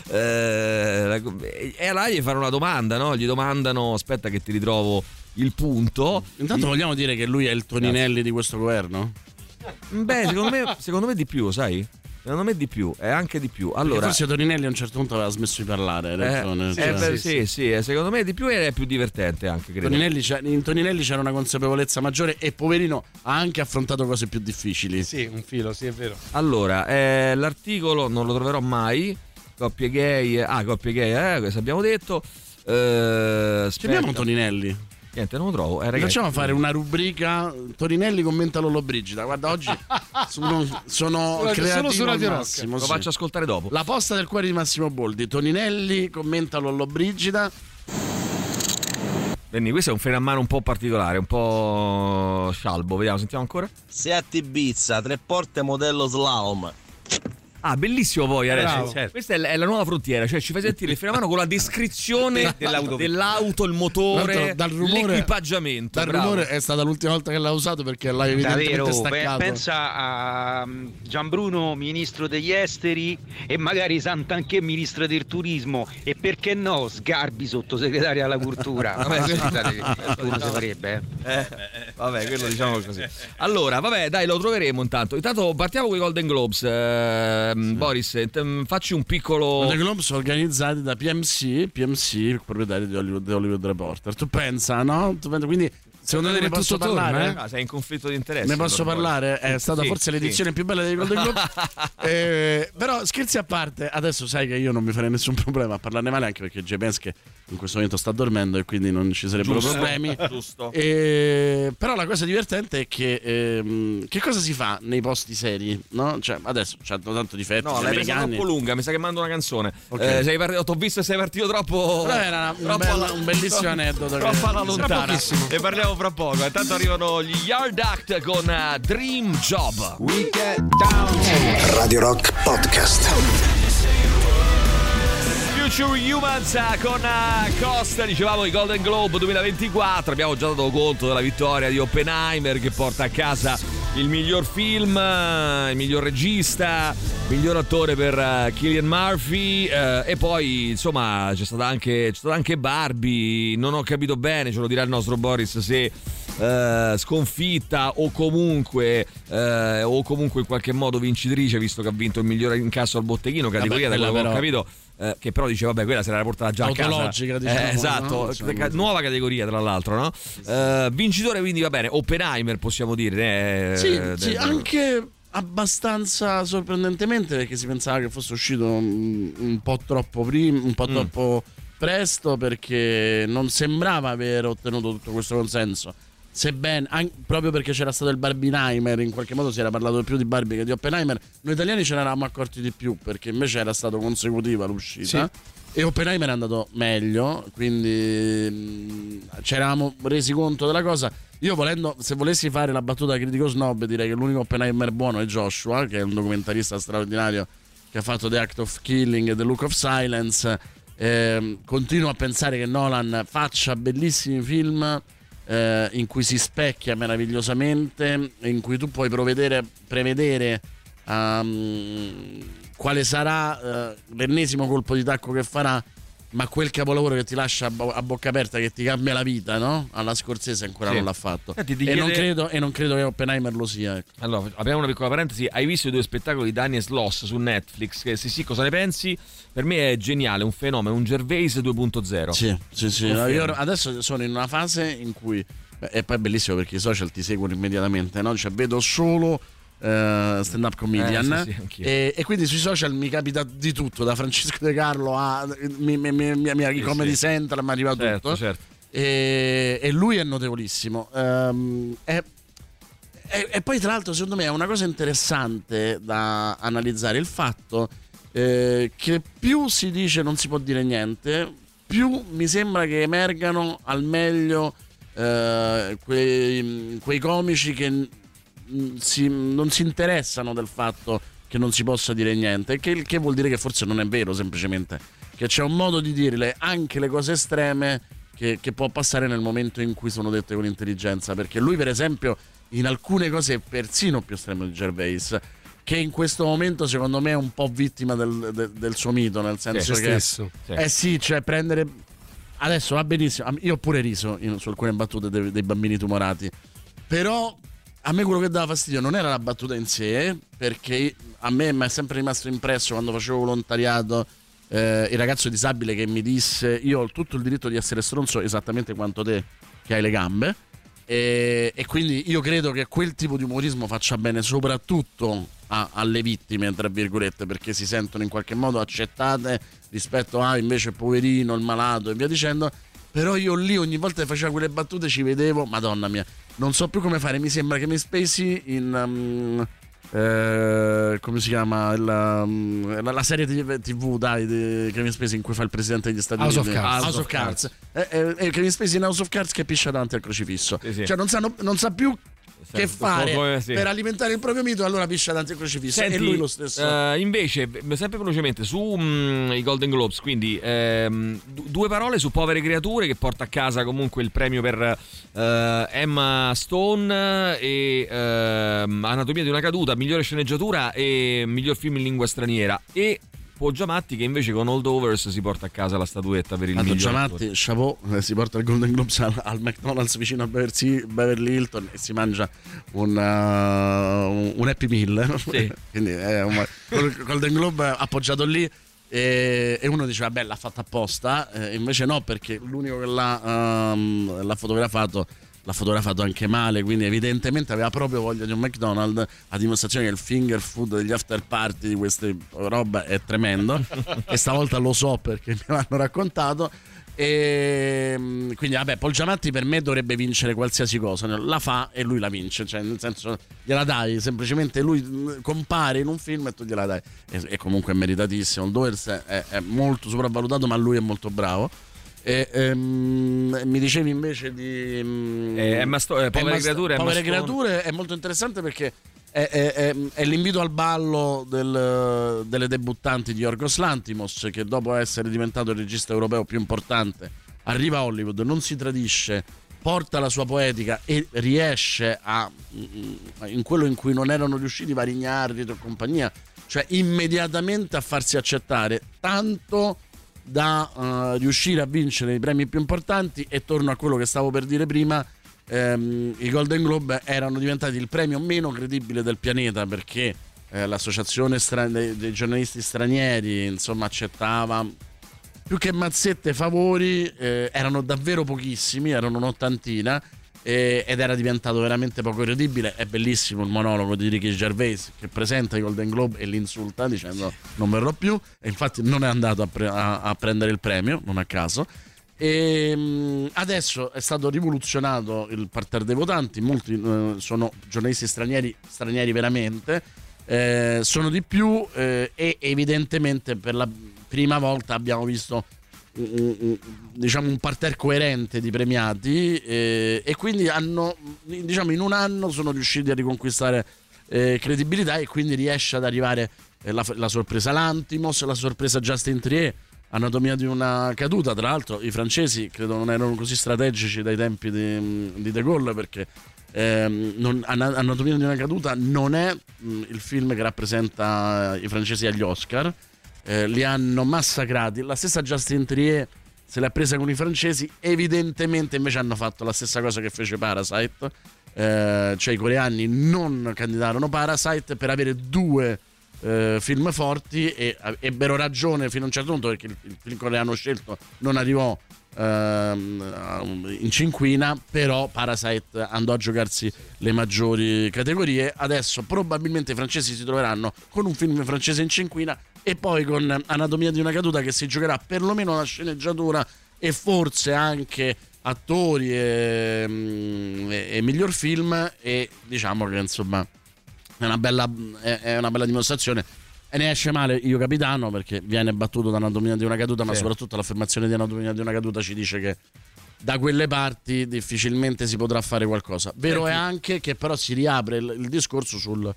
eh, e allora gli fanno una domanda, no? Gli domandano, aspetta che ti ritrovo il punto. Intanto gli... vogliamo dire che lui è il Toninelli di questo governo? Beh, secondo me, secondo me di più, sai? Secondo me di più, è anche di più. Allora, perché forse Toninelli a un certo punto aveva smesso di parlare, hai ragione. Eh, cioè. eh, beh, sì, sì, secondo me di più è più divertente anche, credo. Toninelli, in Toninelli c'era una consapevolezza maggiore e poverino ha anche affrontato cose più difficili. Sì, un filo, sì, è vero. Allora, eh, l'articolo non lo troverò mai. Coppie gay, ah, coppie gay, eh, questo abbiamo detto. Eh, Chiamiamo Toninelli. Niente, non lo trovo. Eh, ragazzi, facciamo fare una rubrica Toninelli commenta Lollobrigida. Guarda, oggi sono, sono creativo su al Radio massimo. Lo sì. faccio ascoltare dopo. La posta del cuore di Massimo Boldi. Toninelli commenta Lollobrigida. Quindi questo è un freno a mano un po' particolare, un po' scialbo. Vediamo, sentiamo ancora. Seat Ibiza, tre porte modello slalom. Ah, bellissimo poi adesso. Certo. Questa è la, è la nuova frontiera, cioè ci fai sentire il freno a mano con la descrizione dell'auto, dell'auto, il motore, dal rumore, l'equipaggiamento. Dal bravo. rumore è stata l'ultima volta che l'ha usato perché l'ha evidentemente Davvero, staccato. Pensa a Gianbruno, ministro degli esteri, e magari Santanchè, ministro del turismo, e perché no Sgarbi, sottosegretario alla cultura. Vabbè, scusate, uno si farebbe, eh. Eh, vabbè, quello diciamo così. Allora, vabbè, dai, lo troveremo intanto. Intanto partiamo con i Golden Globes. Eh, sì. Boris, t- facci un piccolo. Golden Globes organizzati da P M C, P M C, il proprietario di Hollywood, di Hollywood Reporter. Tu pensa, no? Tu pensa, quindi secondo te ne posso parlare? Torna, eh? Ah, sei in conflitto di interesse. Ne posso parlare? È stata sì, forse sì. l'edizione più bella dei Golden Globe. eh, però scherzi a parte, adesso sai che io non mi farei nessun problema a parlarne male, anche perché J. Pence in questo momento sta dormendo e quindi non ci sarebbero giusto, problemi. Giusto. Eh, però la cosa divertente è che ehm, che cosa si fa nei posti seri, no? Cioè, adesso c'hanno tanto difetti. No, l'hai presa troppo lunga, mi sa che mando una canzone. Okay. Eh, sei part- t'ho visto e sei partito troppo. Però era un, troppo bel, alla, un bellissimo aneddoto. Troppo alla lontana. Ne parliamo fra poco. Intanto arrivano gli Yard Act con uh, Dream Job. We get down. Radio Rock Podcast. Future Humans con Costa, dicevamo i Golden Globe duemilaventiquattro, abbiamo già dato conto della vittoria di Oppenheimer che porta a casa il miglior film, il miglior regista, il miglior attore per Cillian Murphy, eh, e poi insomma c'è stata anche c'è stata anche Barbie, non ho capito bene, ce lo dirà il nostro Boris se eh, sconfitta o comunque eh, o comunque in qualche modo vincitrice, visto che ha vinto il miglior incasso al botteghino, categoria da quello che ho capito. Eh, che però dice vabbè, quella se l'era portata già a casa, autologica, diciamo, eh, esatto, no? Cioè, nuova categoria tra l'altro, no? Eh, vincitore quindi va bene, Oppenheimer possiamo dire, eh, sì, eh, sì, eh, anche abbastanza sorprendentemente, perché si pensava che fosse uscito un, un po' troppo prima, un po' mm. troppo presto, perché non sembrava aver ottenuto tutto questo consenso. Sebbene, anche, proprio perché c'era stato il Barbenheimer, in qualche modo si era parlato più di Barbie che di Oppenheimer, noi italiani ce ne eravamo accorti di più perché invece era stato consecutiva l'uscita, sì. E Oppenheimer è andato meglio, quindi mh, ci eravamo resi conto della cosa. Io volendo, se volessi fare la battuta critico snob, direi che l'unico Oppenheimer buono è Joshua, che è un documentarista straordinario che ha fatto The Act of Killing e The Look of Silence. Eh, continuo a pensare che Nolan faccia bellissimi film Eh, in cui si specchia meravigliosamente, in cui tu puoi prevedere, prevedere um, quale sarà uh, l'ennesimo colpo di tacco che farà, ma quel capolavoro che ti lascia a, bo- a bocca aperta, che ti cambia la vita, no? Alla Scorsese ancora Sì. non l'ha fatto. Senti, ti e, chiede- non credo, e non credo che Oppenheimer lo sia. Ecco. Allora, apriamo una piccola parentesi. Hai visto i due spettacoli di Daniel Sloss su Netflix? Che, sì, sì, cosa ne pensi? Per me è geniale, un fenomeno, un Gervais due punto zero. Sì, sì, sì. No, io adesso sono in una fase in cui, e poi è bellissimo perché i social ti seguono immediatamente, no? Cioè vedo solo uh, stand up comedian, Eh, sì, sì, anch'io. e, e quindi sui social mi capita di tutto, da Francesco De Carlo a mi, mi, mi, mi, mi, Sì, Comedy sì. Central, mi arriva Certo, tutto. certo. E, e lui è notevolissimo. Ehm, è- e, e poi tra l'altro secondo me è una cosa interessante da analizzare il fatto eh, che più si dice non si può dire niente, più mi sembra che emergano al meglio eh, quei, quei comici che mm, si- non si interessano del fatto che non si possa dire niente, che, il che vuol dire che forse non è vero, semplicemente che c'è un modo di dirle anche le cose estreme che, che può passare nel momento in cui sono dette con intelligenza, perché lui per esempio in alcune cose è persino più estremo di Gervais, che in questo momento secondo me è un po' vittima del, del- del suo mito, nel senso se che stesso. Sì. eh sì, cioè prendere adesso va benissimo, io ho pure riso in- su alcune battute dei, dei bambini tumorati, però a me quello che dava fastidio non era la battuta in sé, perché a me mi è sempre rimasto impresso quando facevo volontariato eh, il ragazzo disabile che mi disse: io ho tutto il diritto di essere stronzo esattamente quanto te che hai le gambe. E, e quindi io credo che quel tipo di umorismo faccia bene soprattutto a- alle vittime, tra virgolette, perché si sentono in qualche modo accettate rispetto a invece poverino, il malato e via dicendo. Però io lì ogni volta che faceva quelle battute ci vedevo, madonna mia, non so più come fare, mi sembra che mi spesi in um, eh, come si chiama la, um, la, la serie tivù dai di, che mi spesi in cui fa il presidente degli Stati House Uniti, of Cards. House of Cards. Eh, eh, eh, che mi spesi in House of Cards che piscia davanti al crocifisso, Sì, sì. cioè non, sanno, non sa più che fare come- sì. per alimentare il proprio mito, allora piscia davanti al crocifisso. Senti, e lui lo stesso. eh, invece, b- sempre velocemente su mm, i Golden Globes, quindi ehm, du- due parole su Povere Creature, che porta a casa comunque il premio per eh, Emma Stone e ehm, Anatomia di una caduta, migliore sceneggiatura e miglior film in lingua straniera, e Poggiamatti che invece con Holdovers si porta a casa la statuetta per il Tanto miglior Giamatti, attore. chapeau, eh, si porta il Golden Globes al, al McDonald's vicino a Beverly, Beverly Hilton e si mangia un, uh, un Happy Meal. Sì. Quindi è un col- Golden Globe appoggiato lì. E, e uno dice vabbè l'ha fatta apposta, eh, invece no, perché l'unico che l'ha, um, l'ha fotografato l'ha fotografato anche male, quindi evidentemente aveva proprio voglia di un McDonald's, a dimostrazione che il finger food degli after party di queste roba è tremendo e stavolta lo so perché me l'hanno raccontato. E quindi vabbè, Paul Giamatti per me dovrebbe vincere qualsiasi cosa, la fa e lui la vince, cioè nel senso gliela dai, semplicemente lui compare in un film e tu gliela dai, e, e comunque è meritatissimo. Il Dovers è, è molto sopravvalutato, ma lui è molto bravo. E, ehm, mi dicevi invece di mm, Eh, Emma Sto- eh, Povere Emma Sto- Creature, Emma Povere Stone. Creature è molto interessante perché è, è- è- è l'invito al ballo del- delle debuttanti di Yorgos Lanthimos, che dopo essere diventato il regista europeo più importante arriva a Hollywood, non si tradisce, porta la sua poetica e riesce a, in quello in cui non erano riusciti vari Ignarri e compagnia, cioè immediatamente a farsi accettare, tanto da uh, riuscire a vincere i premi più importanti. E torno a quello che stavo per dire prima, ehm, i Golden Globe erano diventati il premio meno credibile del pianeta, perché eh, l'associazione stra- dei, dei giornalisti stranieri insomma accettava più che mazzette favori, eh, erano davvero pochissimi, erano un'ottantina, eh, ed era diventato veramente poco credibile. È bellissimo il monologo di Ricky Gervais che presenta i Golden Globe e li insulta dicendo non verrò più, e infatti non è andato a, pre- a-, a prendere il premio, non a caso. E mh, adesso è stato rivoluzionato il parterre dei votanti, molti eh, sono giornalisti stranieri, stranieri veramente, eh, sono di più, eh, e evidentemente per la prima volta abbiamo visto un, un, diciamo un parterre coerente di premiati, eh, e quindi hanno, diciamo, in un anno sono riusciti a riconquistare eh, credibilità, e quindi riesce ad arrivare eh, la, la sorpresa Lanthimos, la sorpresa Justin Trier, Anatomia di una caduta. Tra l'altro i francesi credo non erano così strategici dai tempi di, di De Gaulle, perché ehm, non, Anatomia di una caduta non è mh, il film che rappresenta i francesi agli Oscar, eh, li hanno massacrati. La stessa Justin Trier se l'ha presa con i francesi, evidentemente invece hanno fatto la stessa cosa che fece Parasite, eh, cioè i coreani non candidarono Parasite per avere due eh, film forti e ebbero ragione fino a un certo punto, perché il, il film coreano scelto non arrivò in cinquina, però Parasite andò a giocarsi le maggiori categorie. Adesso probabilmente i francesi si troveranno con un film francese in cinquina e poi con Anatomia di una caduta, che si giocherà perlomeno la sceneggiatura e forse anche attori e, e, e miglior film, e diciamo che insomma è una bella, è, è una bella dimostrazione. E ne esce male Io Capitano, perché viene battuto da Anatomia di una caduta, ma sì, soprattutto l'affermazione di Anatomia di una caduta ci dice che da quelle parti difficilmente si potrà fare qualcosa. Vero è anche che però si riapre il, il discorso sul,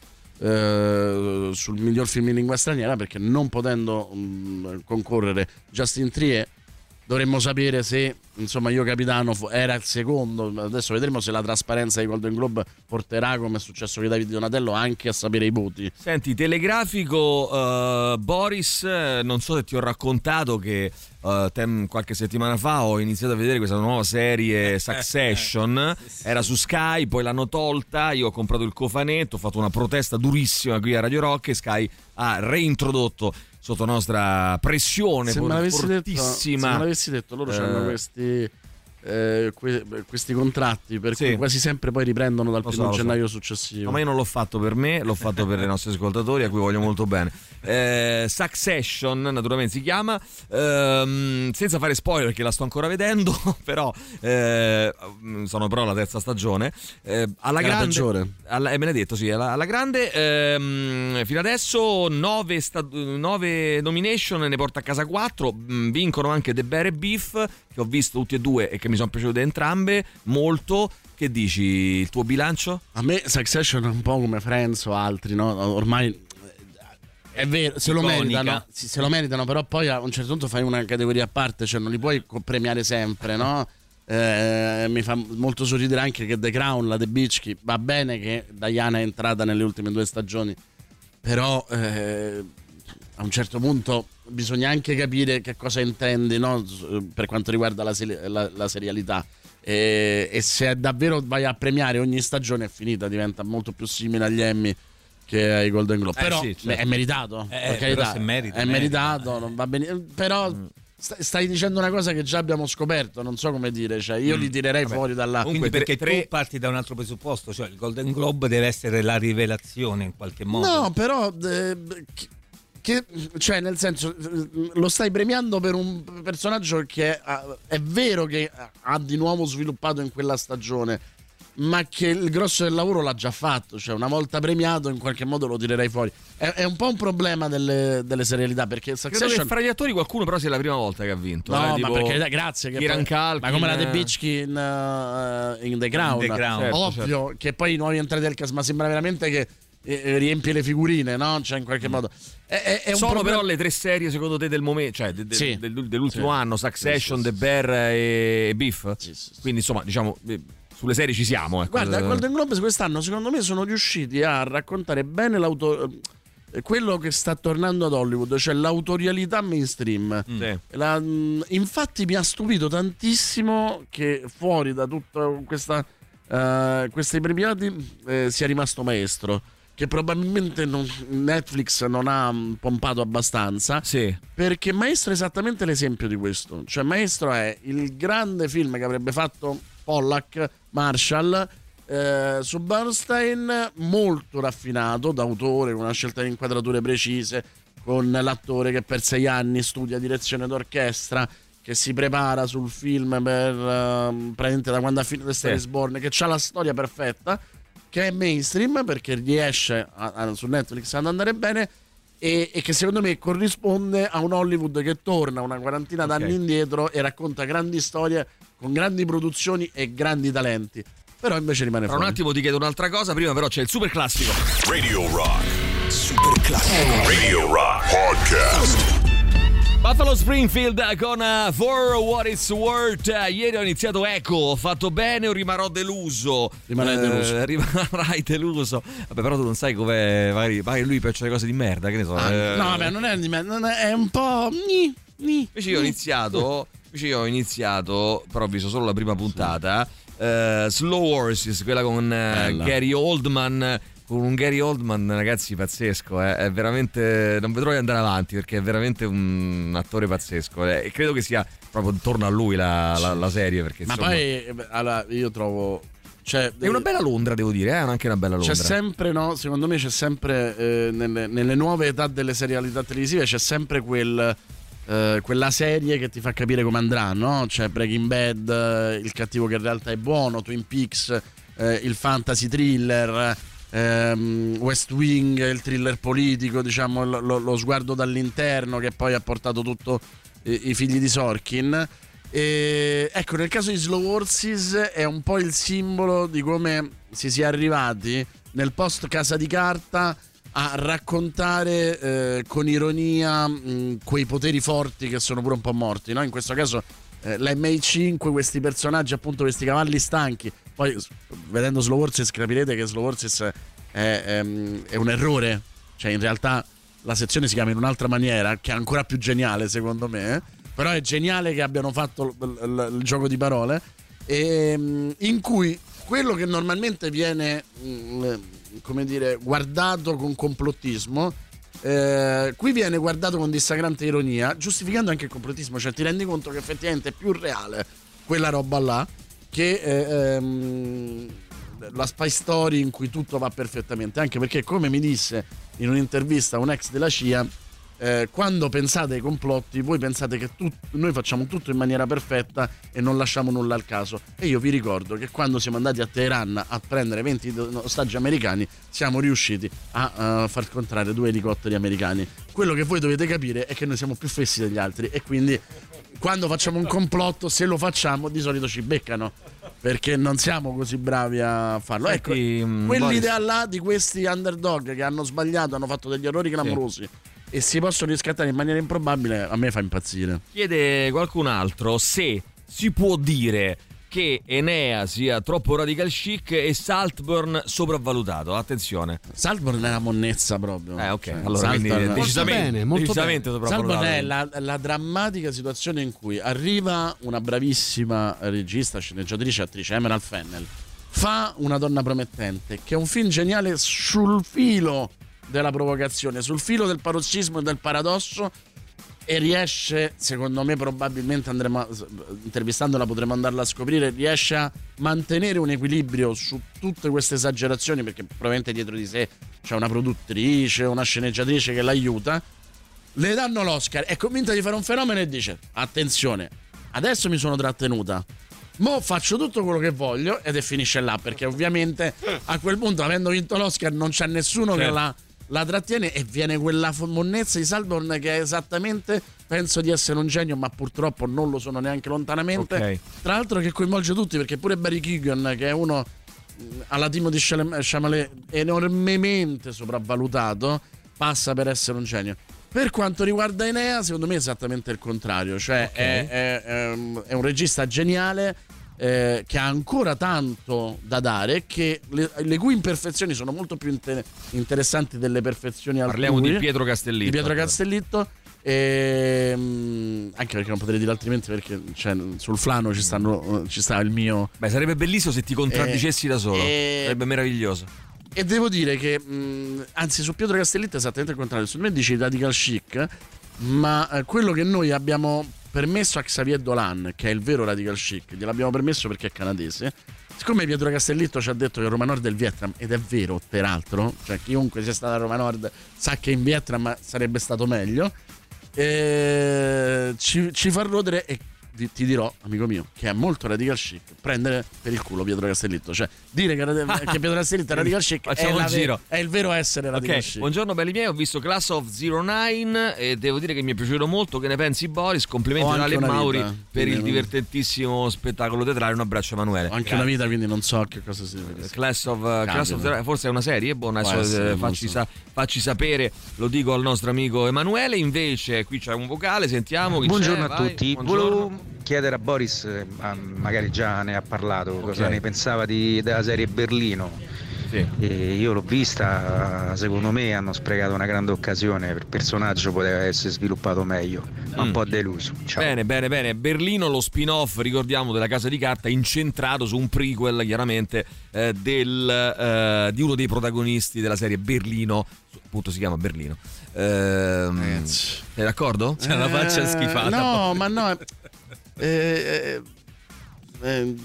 eh, sul miglior film in lingua straniera, perché non potendo mh, concorrere Justin Trier, dovremmo sapere se insomma Io Capitano era il secondo. Adesso vedremo se la trasparenza dei Golden Globe porterà, come è successo con Davide Donatello, anche a sapere i voti. Senti, telegrafico, uh, Boris, non so se ti ho raccontato che uh, tem, qualche settimana fa ho iniziato a vedere questa nuova serie Succession. Era su Sky, poi l'hanno tolta, io ho comprato il cofanetto, ho fatto una protesta durissima qui a Radio Rock e Sky ha reintrodotto sotto nostra pressione se fortissima. Detto, se me l'avessi detto, loro eh, hanno questi, eh, que, questi contratti per sì, cui quasi sempre poi riprendono dal primo so, gennaio so. successivo. No, ma io non l'ho fatto per me, l'ho fatto per i nostri ascoltatori a cui voglio molto bene. Eh, Succession naturalmente si chiama, ehm, senza fare spoiler perché la sto ancora vedendo, però eh, sono però alla terza stagione, eh, alla è grande, alla, eh, me l'hai detto sì, alla, alla grande, ehm, fino adesso nove, sta, nove nomination, ne porta a casa quattro, vincono anche The Bear e Beef, che ho visto tutti e due e che mi sono piaciute entrambe molto. Che dici, il tuo bilancio? A me Succession è un po' come Friends o altri, no? Ormai è vero, se lo meritano, sì, se lo meritano, però poi a un certo punto fai una categoria a parte, cioè non li puoi premiare sempre, no? Eh, mi fa molto sorridere anche che The Crown, la The Beach, va bene che Diana è entrata nelle ultime due stagioni, però eh, a un certo punto bisogna anche capire che cosa intendi, no? Per quanto riguarda la, la, la serialità. E, e se davvero vai a premiare ogni stagione è finita, diventa molto più simile agli Emmy che ai Golden Globe, eh, però sì, certo, è meritato, eh, però se merita, è meritato, non va bene, però mm. stai dicendo una cosa che già abbiamo scoperto, non so come dire, cioè io mm. li tirerei Vabbè. fuori dalla. Comunque perché tre... tu parti da un altro presupposto, cioè il Golden Globe deve essere la rivelazione in qualche modo. No, però eh, che, cioè nel senso lo stai premiando per un personaggio che è, è vero che ha di nuovo sviluppato in quella stagione, ma che il grosso del lavoro l'ha già fatto, cioè una volta premiato in qualche modo lo tirerei fuori. È, è un po' un problema delle, delle serialità, perché Succession... Credo che fra gli attori qualcuno però sia la prima volta che ha vinto. No, eh, ma tipo... perché grazie che poi... Calkin, ma come la The Beach in, uh, in The Crown, in The Crown. Certo, ovvio certo. Che poi i nuovi entrati del cast, ma sembra veramente che eh, riempie le figurine, no? Cioè in qualche mm. modo è, è, è un sono problema... però le tre serie secondo te del momento, cioè de, de, sì. del, dell'ultimo sì. anno, Succession, sì, sì, The Bear e Beef, sì, sì, sì. Quindi insomma diciamo sulle serie ci siamo, ecco. Guarda, Golden Globes quest'anno secondo me sono riusciti a raccontare bene l'auto... quello che sta tornando ad Hollywood, cioè l'autorialità mainstream. Mm. Sì. La, infatti mi ha stupito tantissimo che fuori da tutta questa uh, questi premiati eh, sia rimasto Maestro, che probabilmente non, Netflix non ha pompato abbastanza, sì. Perché Maestro è esattamente l'esempio di questo. Cioè Maestro è il grande film che avrebbe fatto Pollack, Marshall, eh, su Bernstein, molto raffinato d'autore, con una scelta di inquadrature precise, con l'attore che per sei anni studia direzione d'orchestra, che si prepara sul film per uh, praticamente da quando ha finito Star is Born, che ha la storia perfetta, che è mainstream perché riesce a, a, su Netflix ad andare bene e, e che secondo me corrisponde a un Hollywood che torna una quarantina okay. d'anni indietro e racconta grandi storie con grandi produzioni e grandi talenti, però invece rimane Tra fuori. un attimo ti chiedo un'altra cosa, prima però c'è il super classico Radio Rock Super classico Radio Rock Podcast. Buffalo Springfield con uh, For What It's Worth. Uh, ieri ho iniziato Echo, ho fatto bene o rimarrò deluso? Rimarrai deluso. Uh, rimarrai deluso. Vabbè, però tu non sai come magari, magari lui piacciono le cose di merda, che ne so. Ah, eh, no, vabbè, non è di merda, non è, è un po'. Ni, ni, invece io ho iniziato, invece io ho iniziato, però ho visto solo la prima puntata. Uh, Slow Horses, quella con uh, Gary Oldman. Con un Gary Oldman, ragazzi, pazzesco, eh? È veramente. Non vedrò di andare avanti perché è veramente un attore pazzesco. Eh? E credo che sia proprio intorno a lui la, la, la serie. Perché, ma insomma, poi allora, io trovo. Cioè, è una bella Londra, devo dire, è eh? anche una bella Londra. C'è sempre, no? Secondo me c'è sempre eh, nelle, nelle nuove età delle serialità televisive c'è sempre quel. Uh, quella serie che ti fa capire come andrà, no? C'è Breaking Bad, uh, il cattivo che in realtà è buono, Twin Peaks, uh, il fantasy thriller, um, West Wing, il thriller politico, diciamo lo, lo, lo sguardo dall'interno che poi ha portato tutto i, i figli di Sorkin. E, ecco, nel caso di Slow Horses è un po' il simbolo di come si sia arrivati nel post Casa di Carta a raccontare eh, con ironia mh, quei poteri forti che sono pure un po' morti, no? In questo caso eh, l'M I cinque, questi personaggi, appunto questi cavalli stanchi. Poi vedendo Slow Horses capirete che Slow Horses è, è, è un errore, cioè in realtà la sezione si chiama in un'altra maniera che è ancora più geniale secondo me, eh? Però è geniale che abbiano fatto il, il, il gioco di parole e, mh, in cui quello che normalmente viene mh, come dire guardato con complottismo eh, qui viene guardato con dissacrante ironia, giustificando anche il complottismo, cioè ti rendi conto che effettivamente è più reale quella roba là che eh, ehm, la spy story in cui tutto va perfettamente, anche perché come mi disse in un'intervista un ex della C I A Eh, quando pensate ai complotti voi pensate che tut- noi facciamo tutto in maniera perfetta e non lasciamo nulla al caso, e io vi ricordo che quando siamo andati a Teheran a prendere venti ostaggi americani siamo riusciti a uh, far scontrare due elicotteri americani. Quello che voi dovete capire è che noi siamo più fessi degli altri e quindi quando facciamo un complotto, se lo facciamo di solito ci beccano perché non siamo così bravi a farlo. Ecco, Senti, quell'idea là di questi underdog che hanno sbagliato, hanno fatto degli errori clamorosi, sì, e si possono riscattare in maniera improbabile, a me fa impazzire. Chiede qualcun altro se si può dire che Enea sia troppo radical chic e Saltburn sopravvalutato. Attenzione, Saltburn è una monnezza proprio. Eh ok, cioè, allora quindi Saltburn... decisamente, molto bene, molto decisamente bene. sopravvalutato. Saltburn è la, la drammatica situazione in cui arriva una bravissima regista, sceneggiatrice, attrice, Emerald Fennell, fa Una donna promettente, che è un film geniale sul filo della provocazione, sul filo del parossismo e del paradosso, e riesce, secondo me, probabilmente andremo a, intervistandola potremo andarla a scoprire, riesce a mantenere un equilibrio su tutte queste esagerazioni, perché probabilmente dietro di sé c'è una produttrice, una sceneggiatrice che l'aiuta. Le danno l'Oscar, è convinta di fare un fenomeno e dice: attenzione, adesso mi sono trattenuta, mo faccio tutto quello che voglio, ed è finisce là, perché ovviamente a quel punto, avendo vinto l'Oscar, non c'è nessuno certo. che la la trattiene, e viene quella monnezza di Saltburn che è esattamente, penso di essere un genio ma purtroppo non lo sono neanche lontanamente, okay. Tra l'altro che coinvolge tutti, perché pure Barry Keoghan, che è uno alla Timothée Chalamet enormemente sopravvalutato, passa per essere un genio. Per quanto riguarda Enea, secondo me è esattamente il contrario, cioè okay. è, è, è, è un regista geniale Eh, che ha ancora tanto da dare, che le, le cui imperfezioni sono molto più inter- interessanti delle perfezioni altrui. Parliamo di Pietro Castellitto. Di Pietro Castellitto, e, anche perché non potrei dire altrimenti, perché cioè, sul flano ci, stanno, ci sta il mio. Beh, sarebbe bellissimo se ti contraddicessi eh, da solo, eh, sarebbe meraviglioso. E devo dire che mh, anzi su Pietro Castellitto è esattamente il contrario. Secondo me dice radical chic, ma eh, quello che noi abbiamo permesso a Xavier Dolan, che è il vero radical chic, gliel'abbiamo permesso perché è canadese. Siccome Pietro Castellitto ci ha detto che Roma Nord è il Vietnam, ed è vero peraltro, cioè chiunque sia stato a Roma Nord sa che in Vietnam sarebbe stato meglio, e ci, ci fa rodere, e di, ti dirò, amico mio, che è molto radical chic prendere per il culo Pietro Castellitto. Cioè, dire che, che Pietro Castellitto è radical chic è, la, giro. è il vero essere radical okay. chic. Buongiorno belli miei, ho visto Class of zero nine e devo dire che mi è piaciuto molto. Che ne pensi Boris? Complimenti ad Ale Mauri vita, per il divertentissimo spettacolo teatrale. Un abbraccio Emanuele. Ho anche Grazie. una vita, quindi non so a che cosa si deve. Class of, uh, Class of zero, forse è una serie buona, adesso, essere, eh, facci, sa, facci sapere, lo dico al nostro amico Emanuele. Invece qui c'è un vocale, sentiamo chi buongiorno c'è, a vai. tutti. Buongiorno. Volevo chiedere a Boris, eh, magari già ne ha parlato, okay. cosa ne pensava di, della serie Berlino. Sì. E io l'ho vista, secondo me hanno sprecato una grande occasione, il personaggio poteva essere sviluppato meglio, ma mm. un po' deluso. Ciao. Bene, bene, bene. Berlino, lo spin-off, ricordiamo, della Casa di Carta, incentrato su un prequel, chiaramente, eh, del, eh, di uno dei protagonisti della serie Berlino, appunto si chiama Berlino. Ehm, sei d'accordo? C'è una faccia eh, schifata. No, ma no. Eh, eh, eh,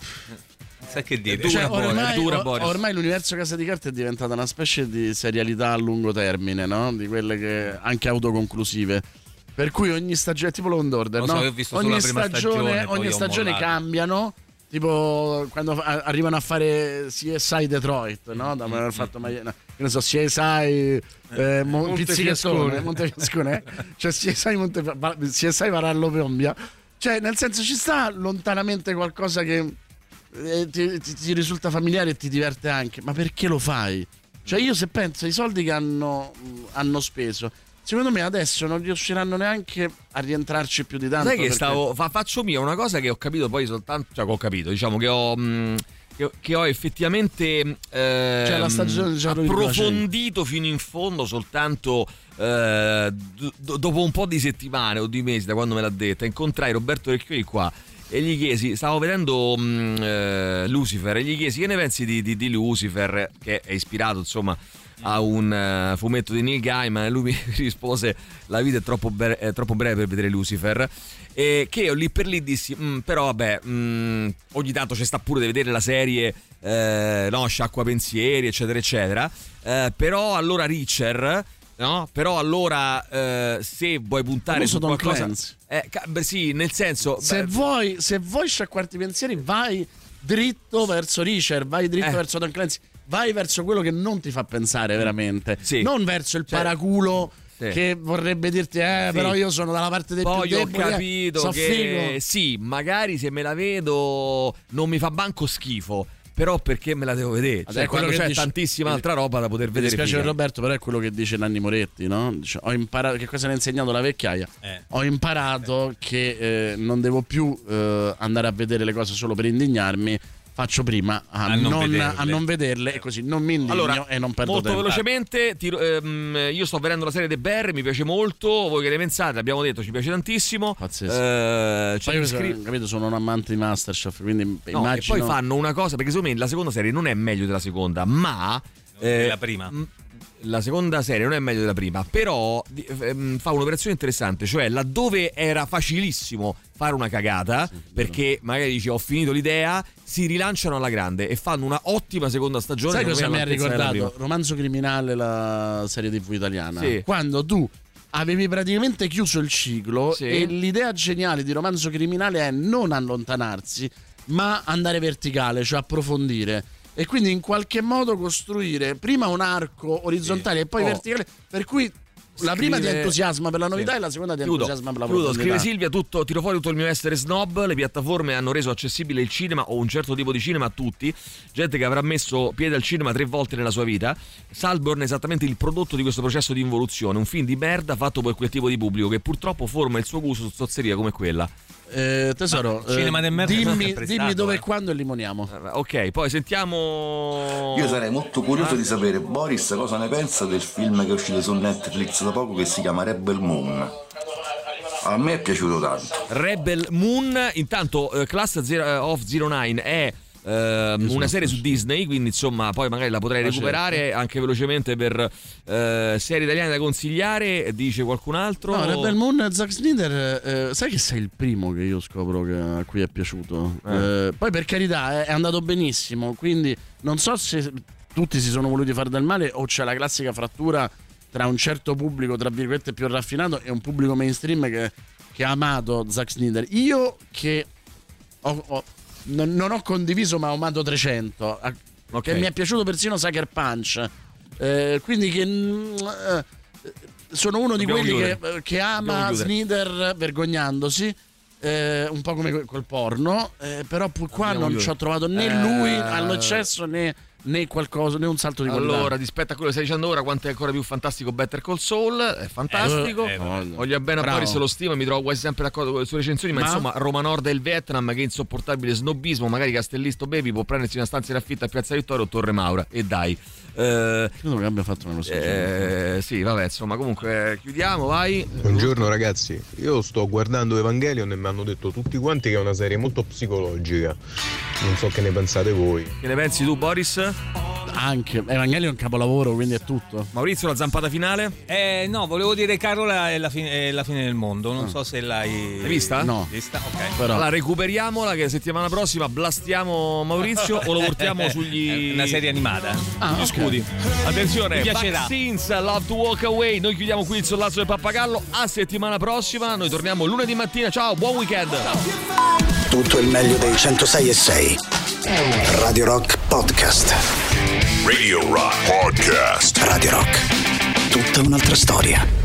sai che dire? Cioè, dura, ormai, dura, or, ormai l'universo Casa di Carta è diventata una specie di serialità a lungo termine, no? Di quelle che anche autoconclusive. Per cui ogni stagione, tipo Law and Order, so, no? Io ho visto ogni solo la prima stagione, stagione, ogni stagione cambiano. Tipo quando arrivano a fare C S I Detroit, no? Da aver fatto mai, no, che ne so, C S I eh, Mon- Pizzicattone, Montefiascone, cioè C S I Monte, C S I Varallo Piombia. Cioè, nel senso, ci sta lontanamente qualcosa che eh, ti, ti, ti risulta familiare e ti diverte anche, ma perché lo fai? Cioè, io se penso ai soldi che hanno, hanno speso, secondo me adesso non riusciranno neanche a rientrarci più di tanto. Sai che perché... stavo fa, faccio mia una cosa che ho capito poi soltanto, cioè che ho capito, diciamo che ho mh, che, che ho effettivamente eh, cioè, la stagione, approfondito fino in fondo soltanto eh, d- dopo un po' di settimane o di mesi da quando me l'ha detta. Incontrai Roberto Recchioni qua e gli chiesi, stavo vedendo mh, eh, Lucifer e gli chiesi che ne pensi di, di, di Lucifer, che è ispirato insomma a un uh, fumetto di Neil Gaiman, e lui mi rispose: la vita è troppo, be- è troppo breve per vedere Lucifer. E che io lì per lì dissi però vabbè, mh, ogni tanto c'è sta pure di vedere la serie eh, no, Sciacqua Pensieri eccetera eccetera, eh, però allora Reacher, no? Però allora eh, se vuoi puntare su qualcosa eh, beh, sì, nel senso se beh, vuoi se vuoi sciacquarti i pensieri vai dritto verso Reacher, vai dritto eh. verso Tom Clancy, vai verso quello che non ti fa pensare veramente, sì. non verso il cioè, paraculo sì. che vorrebbe dirti eh sì. però io sono dalla parte dei poi più deboli, ho capito eh, che figo. Sì, magari se me la vedo non mi fa banco schifo, però perché me la devo vedere? Cioè, quando c'è dice, tantissima altra roba da poter vedere. Mi dispiace per Roberto, però è quello che dice Nanni Moretti, no? Dice, ho imparato, che cosa ne ha insegnato la vecchiaia? Eh. Ho imparato eh. che eh, non devo più eh, andare a vedere le cose solo per indignarmi. Faccio prima a, a, non, non, a non vederle e così non mi indigno allora, e non perdo molto tempo. velocemente ti, ehm, io sto vedendo la serie The Bear, mi piace molto. Voi che ne pensate? Abbiamo detto ci piace tantissimo. Pazzesco. Eh, poi io scri- capito, sono un amante di Masterchef, quindi no, immagino. E poi fanno una cosa, perché secondo me la seconda serie non è meglio della seconda, ma eh, la prima. M- la seconda serie non è meglio della prima, però ehm, fa un'operazione interessante, cioè laddove era facilissimo fare una cagata, sì, perché magari dici ho finito l'idea, si rilanciano alla grande e fanno una ottima seconda stagione. Sai cosa mi ha ricordato? Romanzo Criminale, la serie tivù italiana, sì. Quando tu avevi praticamente chiuso il ciclo, sì. E l'idea geniale di Romanzo Criminale è non allontanarsi ma andare verticale, cioè approfondire. E quindi in qualche modo costruire prima un arco orizzontale, sì. E poi oh. verticale, per cui la prima ti entusiasma per la novità, sì. E la seconda ti Chiudo. entusiasma per la Chiudo. profondità. Scrive Silvia, tutto, tiro fuori tutto il mio essere snob. Le piattaforme hanno reso accessibile il cinema o un certo tipo di cinema a tutti. Gente che avrà messo piede al cinema tre volte nella sua vita. Saltburn è esattamente il prodotto di questo processo di involuzione. Un film di merda fatto per quel tipo di pubblico che purtroppo forma il suo gusto su zozzeria come quella. Eh, tesoro, eh, cinema del merda dimmi, dimmi stato, dove eh. e quando e limoniamo. Ok, poi sentiamo. Io sarei molto curioso di sapere, Boris, cosa ne pensa del film che è uscito su Netflix da poco che si chiama Rebel Moon. A me è piaciuto tanto. Rebel Moon, intanto uh, Class zero, of zero nine è Uh, una serie su Disney, quindi insomma poi magari la potrei recuperare, certo. Anche velocemente per uh, serie italiane da consigliare. Dice qualcun altro? No, Rebel Moon, Zack Snyder, eh, sai che sei il primo che io scopro che a cui è piaciuto, eh. Eh, poi per carità è andato benissimo, quindi non so se tutti si sono voluti fare del male o c'è la classica frattura tra un certo pubblico tra virgolette più raffinato e un pubblico mainstream che che ha amato Zack Snyder. Io che ho, ho, non, non ho condiviso, ma ho amato trecento, okay. Che mi è piaciuto persino Sucker Punch, eh, quindi che eh, sono uno Dobbiamo di quelli che, che ama Snyder vergognandosi. Eh, un po' come col porno, eh, però qua Dobbiamo non chiudere. ci ho trovato né eh... lui all'eccesso né, né qualcosa, né un salto di qualità. Allora, rispetto a quello che stai dicendo ora, quanto è ancora più fantastico Better Call Saul, è fantastico. Eh, eh, Voglio bene a Boris, lo stimo, mi trovo quasi sempre d'accordo con le sue recensioni, ma, ma insomma Roma Nord e il Vietnam, che insopportabile snobismo, magari Castellisto Baby può prendersi una stanza in affitto a Piazza Vittorio o Torre Maura, e dai. Eh, Credo che abbia fatto una cosa. Eh, sì, vabbè, insomma, comunque chiudiamo, vai. Buongiorno ragazzi, io sto guardando Evangelion e mi hanno detto tutti quanti che è una serie molto psicologica. Non so che ne pensate voi. Che ne pensi tu, Boris? Anche Evangelion è un capolavoro, quindi è tutto. Maurizio, la zampata finale? Eh, no, volevo dire Carola è la fine, è la fine del mondo. Non ah. so se l'hai L'hai vista? No. Vista? Ok. Però. Allora recuperiamola, che settimana prossima blastiamo Maurizio o lo portiamo sugli. Una serie animata. Ah, gli scudi. Attenzione, mi piacerà. Vaccines, Love to Walk Away. Noi chiudiamo qui il sollazzo del pappagallo. A settimana prossima. Noi torniamo lunedì mattina. Ciao, buon weekend. Tutto il meglio dei centosei e sei. Radio Rock Podcast. Radio Rock Podcast. Radio Rock. Tutta un'altra storia.